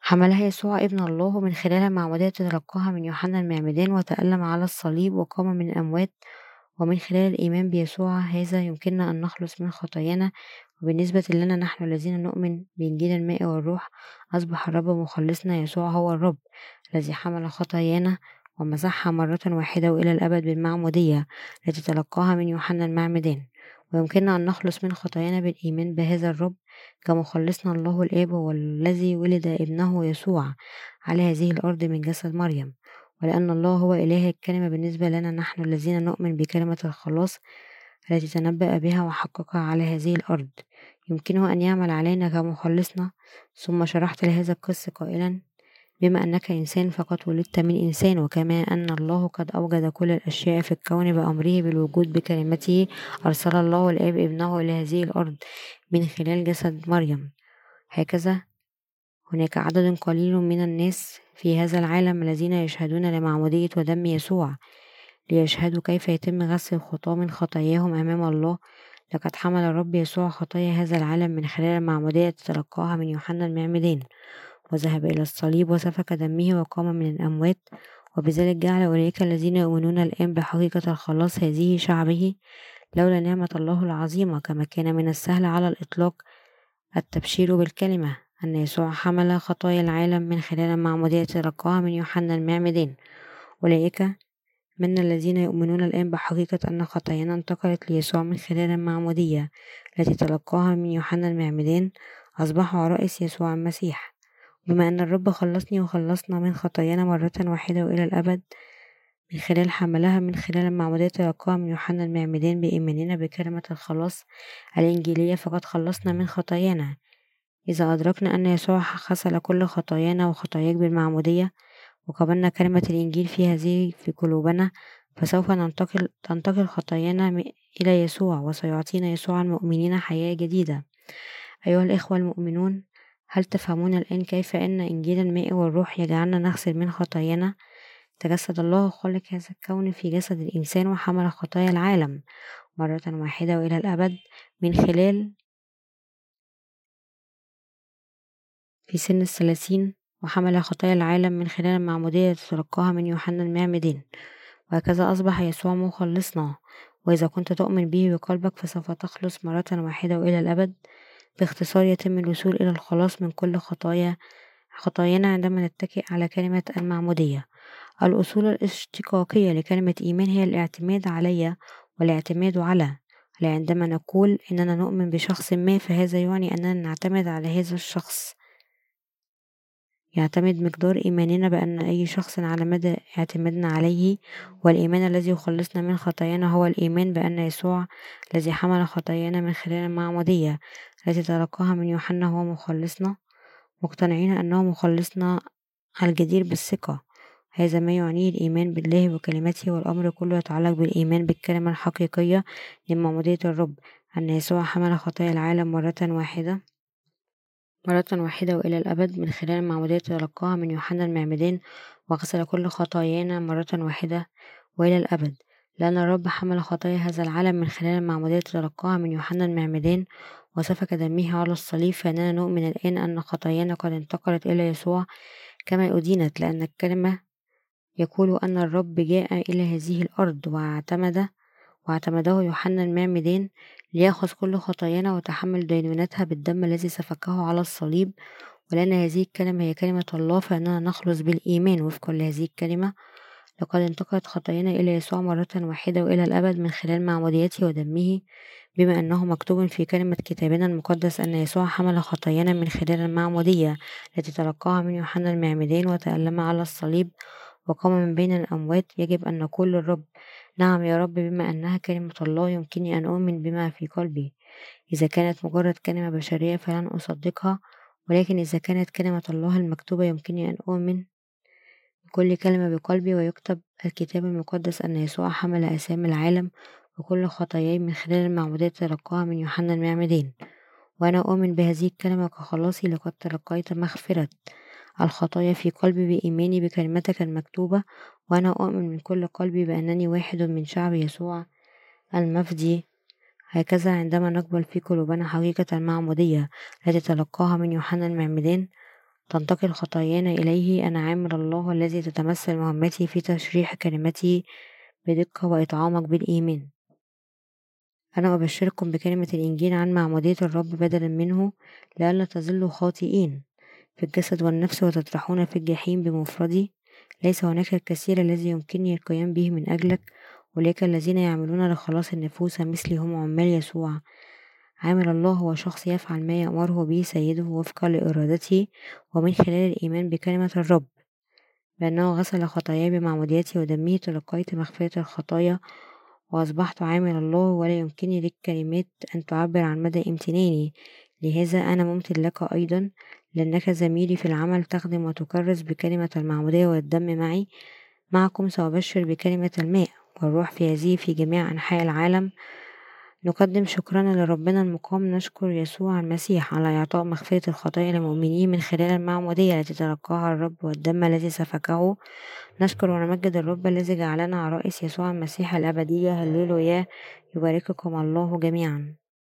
حملها يسوع ابن الله من خلال المعمودية تلقاها من يوحنا المعمدان وتألم على الصليب وقام من الأموات، ومن خلال الإيمان بيسوع هذا يمكننا أن نخلص من خطايانا. وبالنسبة لنا نحن الذين نؤمن بإنجيل الماء والروح، أصبح الرب مخلصنا يسوع هو الرب الذي حمل خطايانا ومسحها مرة واحدة وإلى الأبد بالمعمودية التي تلقاها من يوحنا المعمدان. ويمكننا أن نخلص من خطايانا بالإيمان بهذا الرب كمخلصنا. الله الآب هو الذي ولد ابنه يسوع على هذه الأرض من جسد مريم، ولأن الله هو إله الكلمة بالنسبة لنا نحن الذين نؤمن بكلمة الخلاص التي تنبأ بها وحققها على هذه الأرض، يمكنه أن يعمل علينا كمخلصنا. ثم شرحت لهذا القس قائلا: بما أنك إنسان فقد ولدت من إنسان، وكما أن الله قد أوجد كل الأشياء في الكون بأمره بالوجود بكلمته، أرسل الله الآب ابنه إلى هذه الأرض من خلال جسد مريم. هكذا هناك عدد قليل من الناس في هذا العالم الذين يشهدون لمعمودية ودم يسوع ليشهدوا كيف يتم غسل الخطاة من خطاياهم أمام الله. لقد حمل الرب يسوع خطايا هذا العالم من خلال المعمودية تلقاها من يوحنا المعمدان، وذهب إلى الصليب وسفك دمه وقام من الأموات، وبذلك جعل أولئك الذين يؤمنون الآن بحقيقة الخلاص هذه شعبه. لولا نعمة الله العظيمة كما كان من السهل على الإطلاق التبشير بالكلمة أن يسوع حمل خطايا العالم من خلال المعمودية تلقاها من يوحنا المعمدان. أولئك من الذين يؤمنون الآن بحقيقة أن خطايانا انتقلت ليسوع من خلال المعمودية التي تلقاها من يوحنا المعمدان أصبحوا عرائس يسوع المسيح. بما أن الرب خلصني وخلصنا من خطايانا مرة واحدة وإلى الأبد من خلال حملها من خلال المعمودية تلقاها من يوحنا المعمدان بإيماننا بكلمة الخلاص الإنجيلية، فقد خلصنا من خطايانا. إذا أدركنا أن يسوع غسل كل خطايانا وخطاياك بالمعمودية وقبلنا كلمة الإنجيل في قلوبنا، فسوف تنتقل خطايانا إلى يسوع، وسيعطينا يسوع المؤمنين حياة جديدة. أيها الإخوة المؤمنون، هل تفهمون الآن كيف أن إنجيل الماء والروح يجعلنا نغسل من خطايانا؟ تجسد الله خالق هذا الكون في جسد الإنسان وحمل خطايا العالم مرة واحدة وإلى الأبد في سن 30، وحمل خطايا العالم من خلال المعمودية تلقاها من يوحنا المعمدان. وهكذا أصبح يسوع مخلصنا، وإذا كنت تؤمن به بقلبك فسوف تخلص مرة واحدة وإلى الأبد. باختصار، يتم الوصول إلى الخلاص من كل خطايانا عندما نتكئ على كلمة المعمودية. الأصول الاشتقاقية لكلمة إيمان هي الاعتماد علي والاعتماد على. عندما نقول إننا نؤمن بشخص ما، فهذا يعني أننا نعتمد على هذا الشخص. يعتمد مقدار إيماننا بأن أي شخص على مدى اعتمادنا عليه. والإيمان الذي يخلصنا من خطايانا هو الإيمان بأن يسوع الذي حمل خطايانا من خلال المعمودية التي تلقاها من يوحنا هو مخلصنا، مقتنعين أنه مخلصنا الجدير بالثقة. هذا ما يعنيه الإيمان بالله وكلمته، والأمر كله يتعلق بالإيمان بالكلمة الحقيقية لمعمودية الرب أن يسوع حمل خطايا العالم مرة واحدة وإلى الأبد من خلال المعمودية تلقاها من يوحنا المعمدان، وغسل كل خطايانا مرة واحدة وإلى الأبد. لأن الرب حمل خطايا هذا العالم من خلال المعمودية تلقاها من يوحنا المعمدان وسفك دمه على الصليب، فإننا نؤمن الآن أن خطايانا قد انتقلت إلى يسوع كما أدينت، لأن الكلمة يقول أن الرب جاء إلى هذه الأرض واعتمده يوحنا المعمدان ليأخذ كل خطايانا وتحمل دينونتها بالدم الذي سفكه على الصليب. ولأن هذه الكلمة هي كلمة الله، فإننا نخلص بالإيمان وفقا لهذه الكلمة. لقد انتقلت خطايانا إلى يسوع مرة واحدة وإلى الأبد من خلال معموديته ودمه، بما أنه مكتوب في كلمة كتابنا المقدس أن يسوع حمل خطايانا من خلال المعمودية التي تلقاها من يوحنا المعمدان وتألم على الصليب وقام من بين الأموات. يجب أن نقول للرب: نعم يا رب، بما أنها كلمة الله يمكنني أن أؤمن بما في قلبي. إذا كانت مجرد كلمة بشرية فلن أصدقها، ولكن إذا كانت كلمة الله المكتوبة يمكنني أن أؤمن بكل كلمة بقلبي. ويكتب الكتاب المقدس أن يسوع حمل آثام العالم وكل خطاياي من خلال المعمودية تلقاها من يوحنا المعمدان. وأنا أؤمن بهذه الكلمة كخلاصي. لقد تلقيت مغفرة الخطايا في قلبي بإيماني بكلمتك المكتوبة، وأنا أؤمن من كل قلبي بأنني واحد من شعب يسوع المفدي. هكذا عندما نقبل في قلوبنا حقيقة المعمودية التي تلقاها من يوحنا المعمدان، تنتقل خطايانا إليه. أنا عامل الله الذي تتمثل مهمتي في تشريح كلمتي بدقة وإطعامك بالإيمان. أنا أبشركم بكلمة الإنجيل عن معمودية الرب بدلا منه، لئلا تظلوا خاطئين في الجسد والنفس وتطرحون في الجحيم بمفردي. ليس هناك الكثير الذي يمكنني القيام به من أجلك، ولكن الذين يعملون لخلاص النفوس مثلي هم عمال يسوع. عامل الله هو شخص يفعل ما يأمره به سيده وفقا لإرادته، ومن خلال الإيمان بكلمة الرب بأنه غسل خطاياي بمعموديته ودمه تلقيت مغفرة الخطايا وأصبحت عامل الله، ولا يمكنني للكلمات أن تعبر عن مدى امتناني. لهذا أنا ممتن لك أيضا، لأنك زميلي في العمل، تخدم وتكرس بكلمة المعمودية والدم معي. معكم سأبشر بكلمة الماء والروح في جميع أنحاء العالم. نقدم شكرنا لربنا المقام، نشكر يسوع المسيح على إعطاء مغفرة الخطايا للمؤمنين من خلال المعمودية التي تلقاها الرب والدم الذي سفكه. نشكر ونمجد الرب الذي جعلنا عرائس يسوع المسيح الأبدية. هللويا. يبارككم الله جميعا.